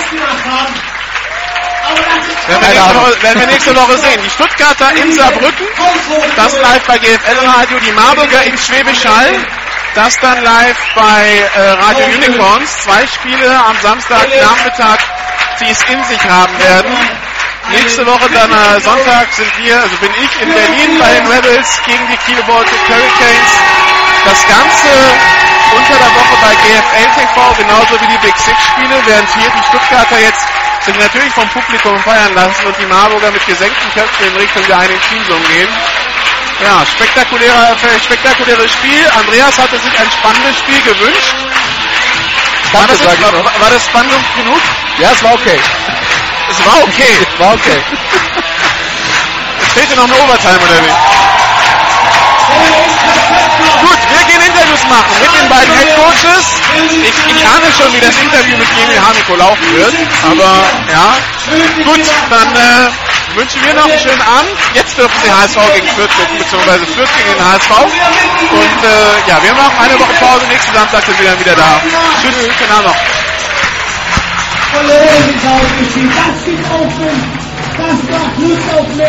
Werden wir, nächste Woche, werden wir nächste Woche sehen. Die Stuttgarter in Saarbrücken, das live bei G F L Radio, die Marburger in Schwäbisch Hall, das dann live bei äh, Radio Unicorns. Zwei Spiele am Samstagnachmittag, die es in sich haben werden. Nächste Woche dann äh, Sonntag sind wir, also bin ich in Berlin bei den Rebels gegen die Kiel Baltic Hurricanes. Das Ganze unter der Woche bei G F L T V, genauso wie die Big Six Spiele, während hier die Stuttgarter jetzt sich natürlich vom Publikum feiern lassen und die Marburger mit gesenkten Köpfen in Richtung der einen Spielsum gehen. Ja, spektakulärer, spektakuläres Spiel. Andreas hatte sich ein spannendes Spiel gewünscht. War das, war, war das spannend genug? Ja, es war okay. Es war okay. Es war okay. Es fehlte noch eine Overtime, oder wie? Gut, wir gehen Interview Interviews machen mit den beiden Head Coaches. Ich, ich ahne schon, wie das Interview mit Emil Haniko laufen wird. Aber ja, gut, dann äh, wünschen wir noch einen schönen Abend. Jetzt dürfen Sie H S V gegen Fürth gucken, beziehungsweise Fürth gegen den H S V. Und äh, ja, wir machen eine Woche Pause. Nächsten Samstag sind wir dann wieder da. Tschüss, schönen Abend noch. Das geht offen. Das macht Lust auf mehr.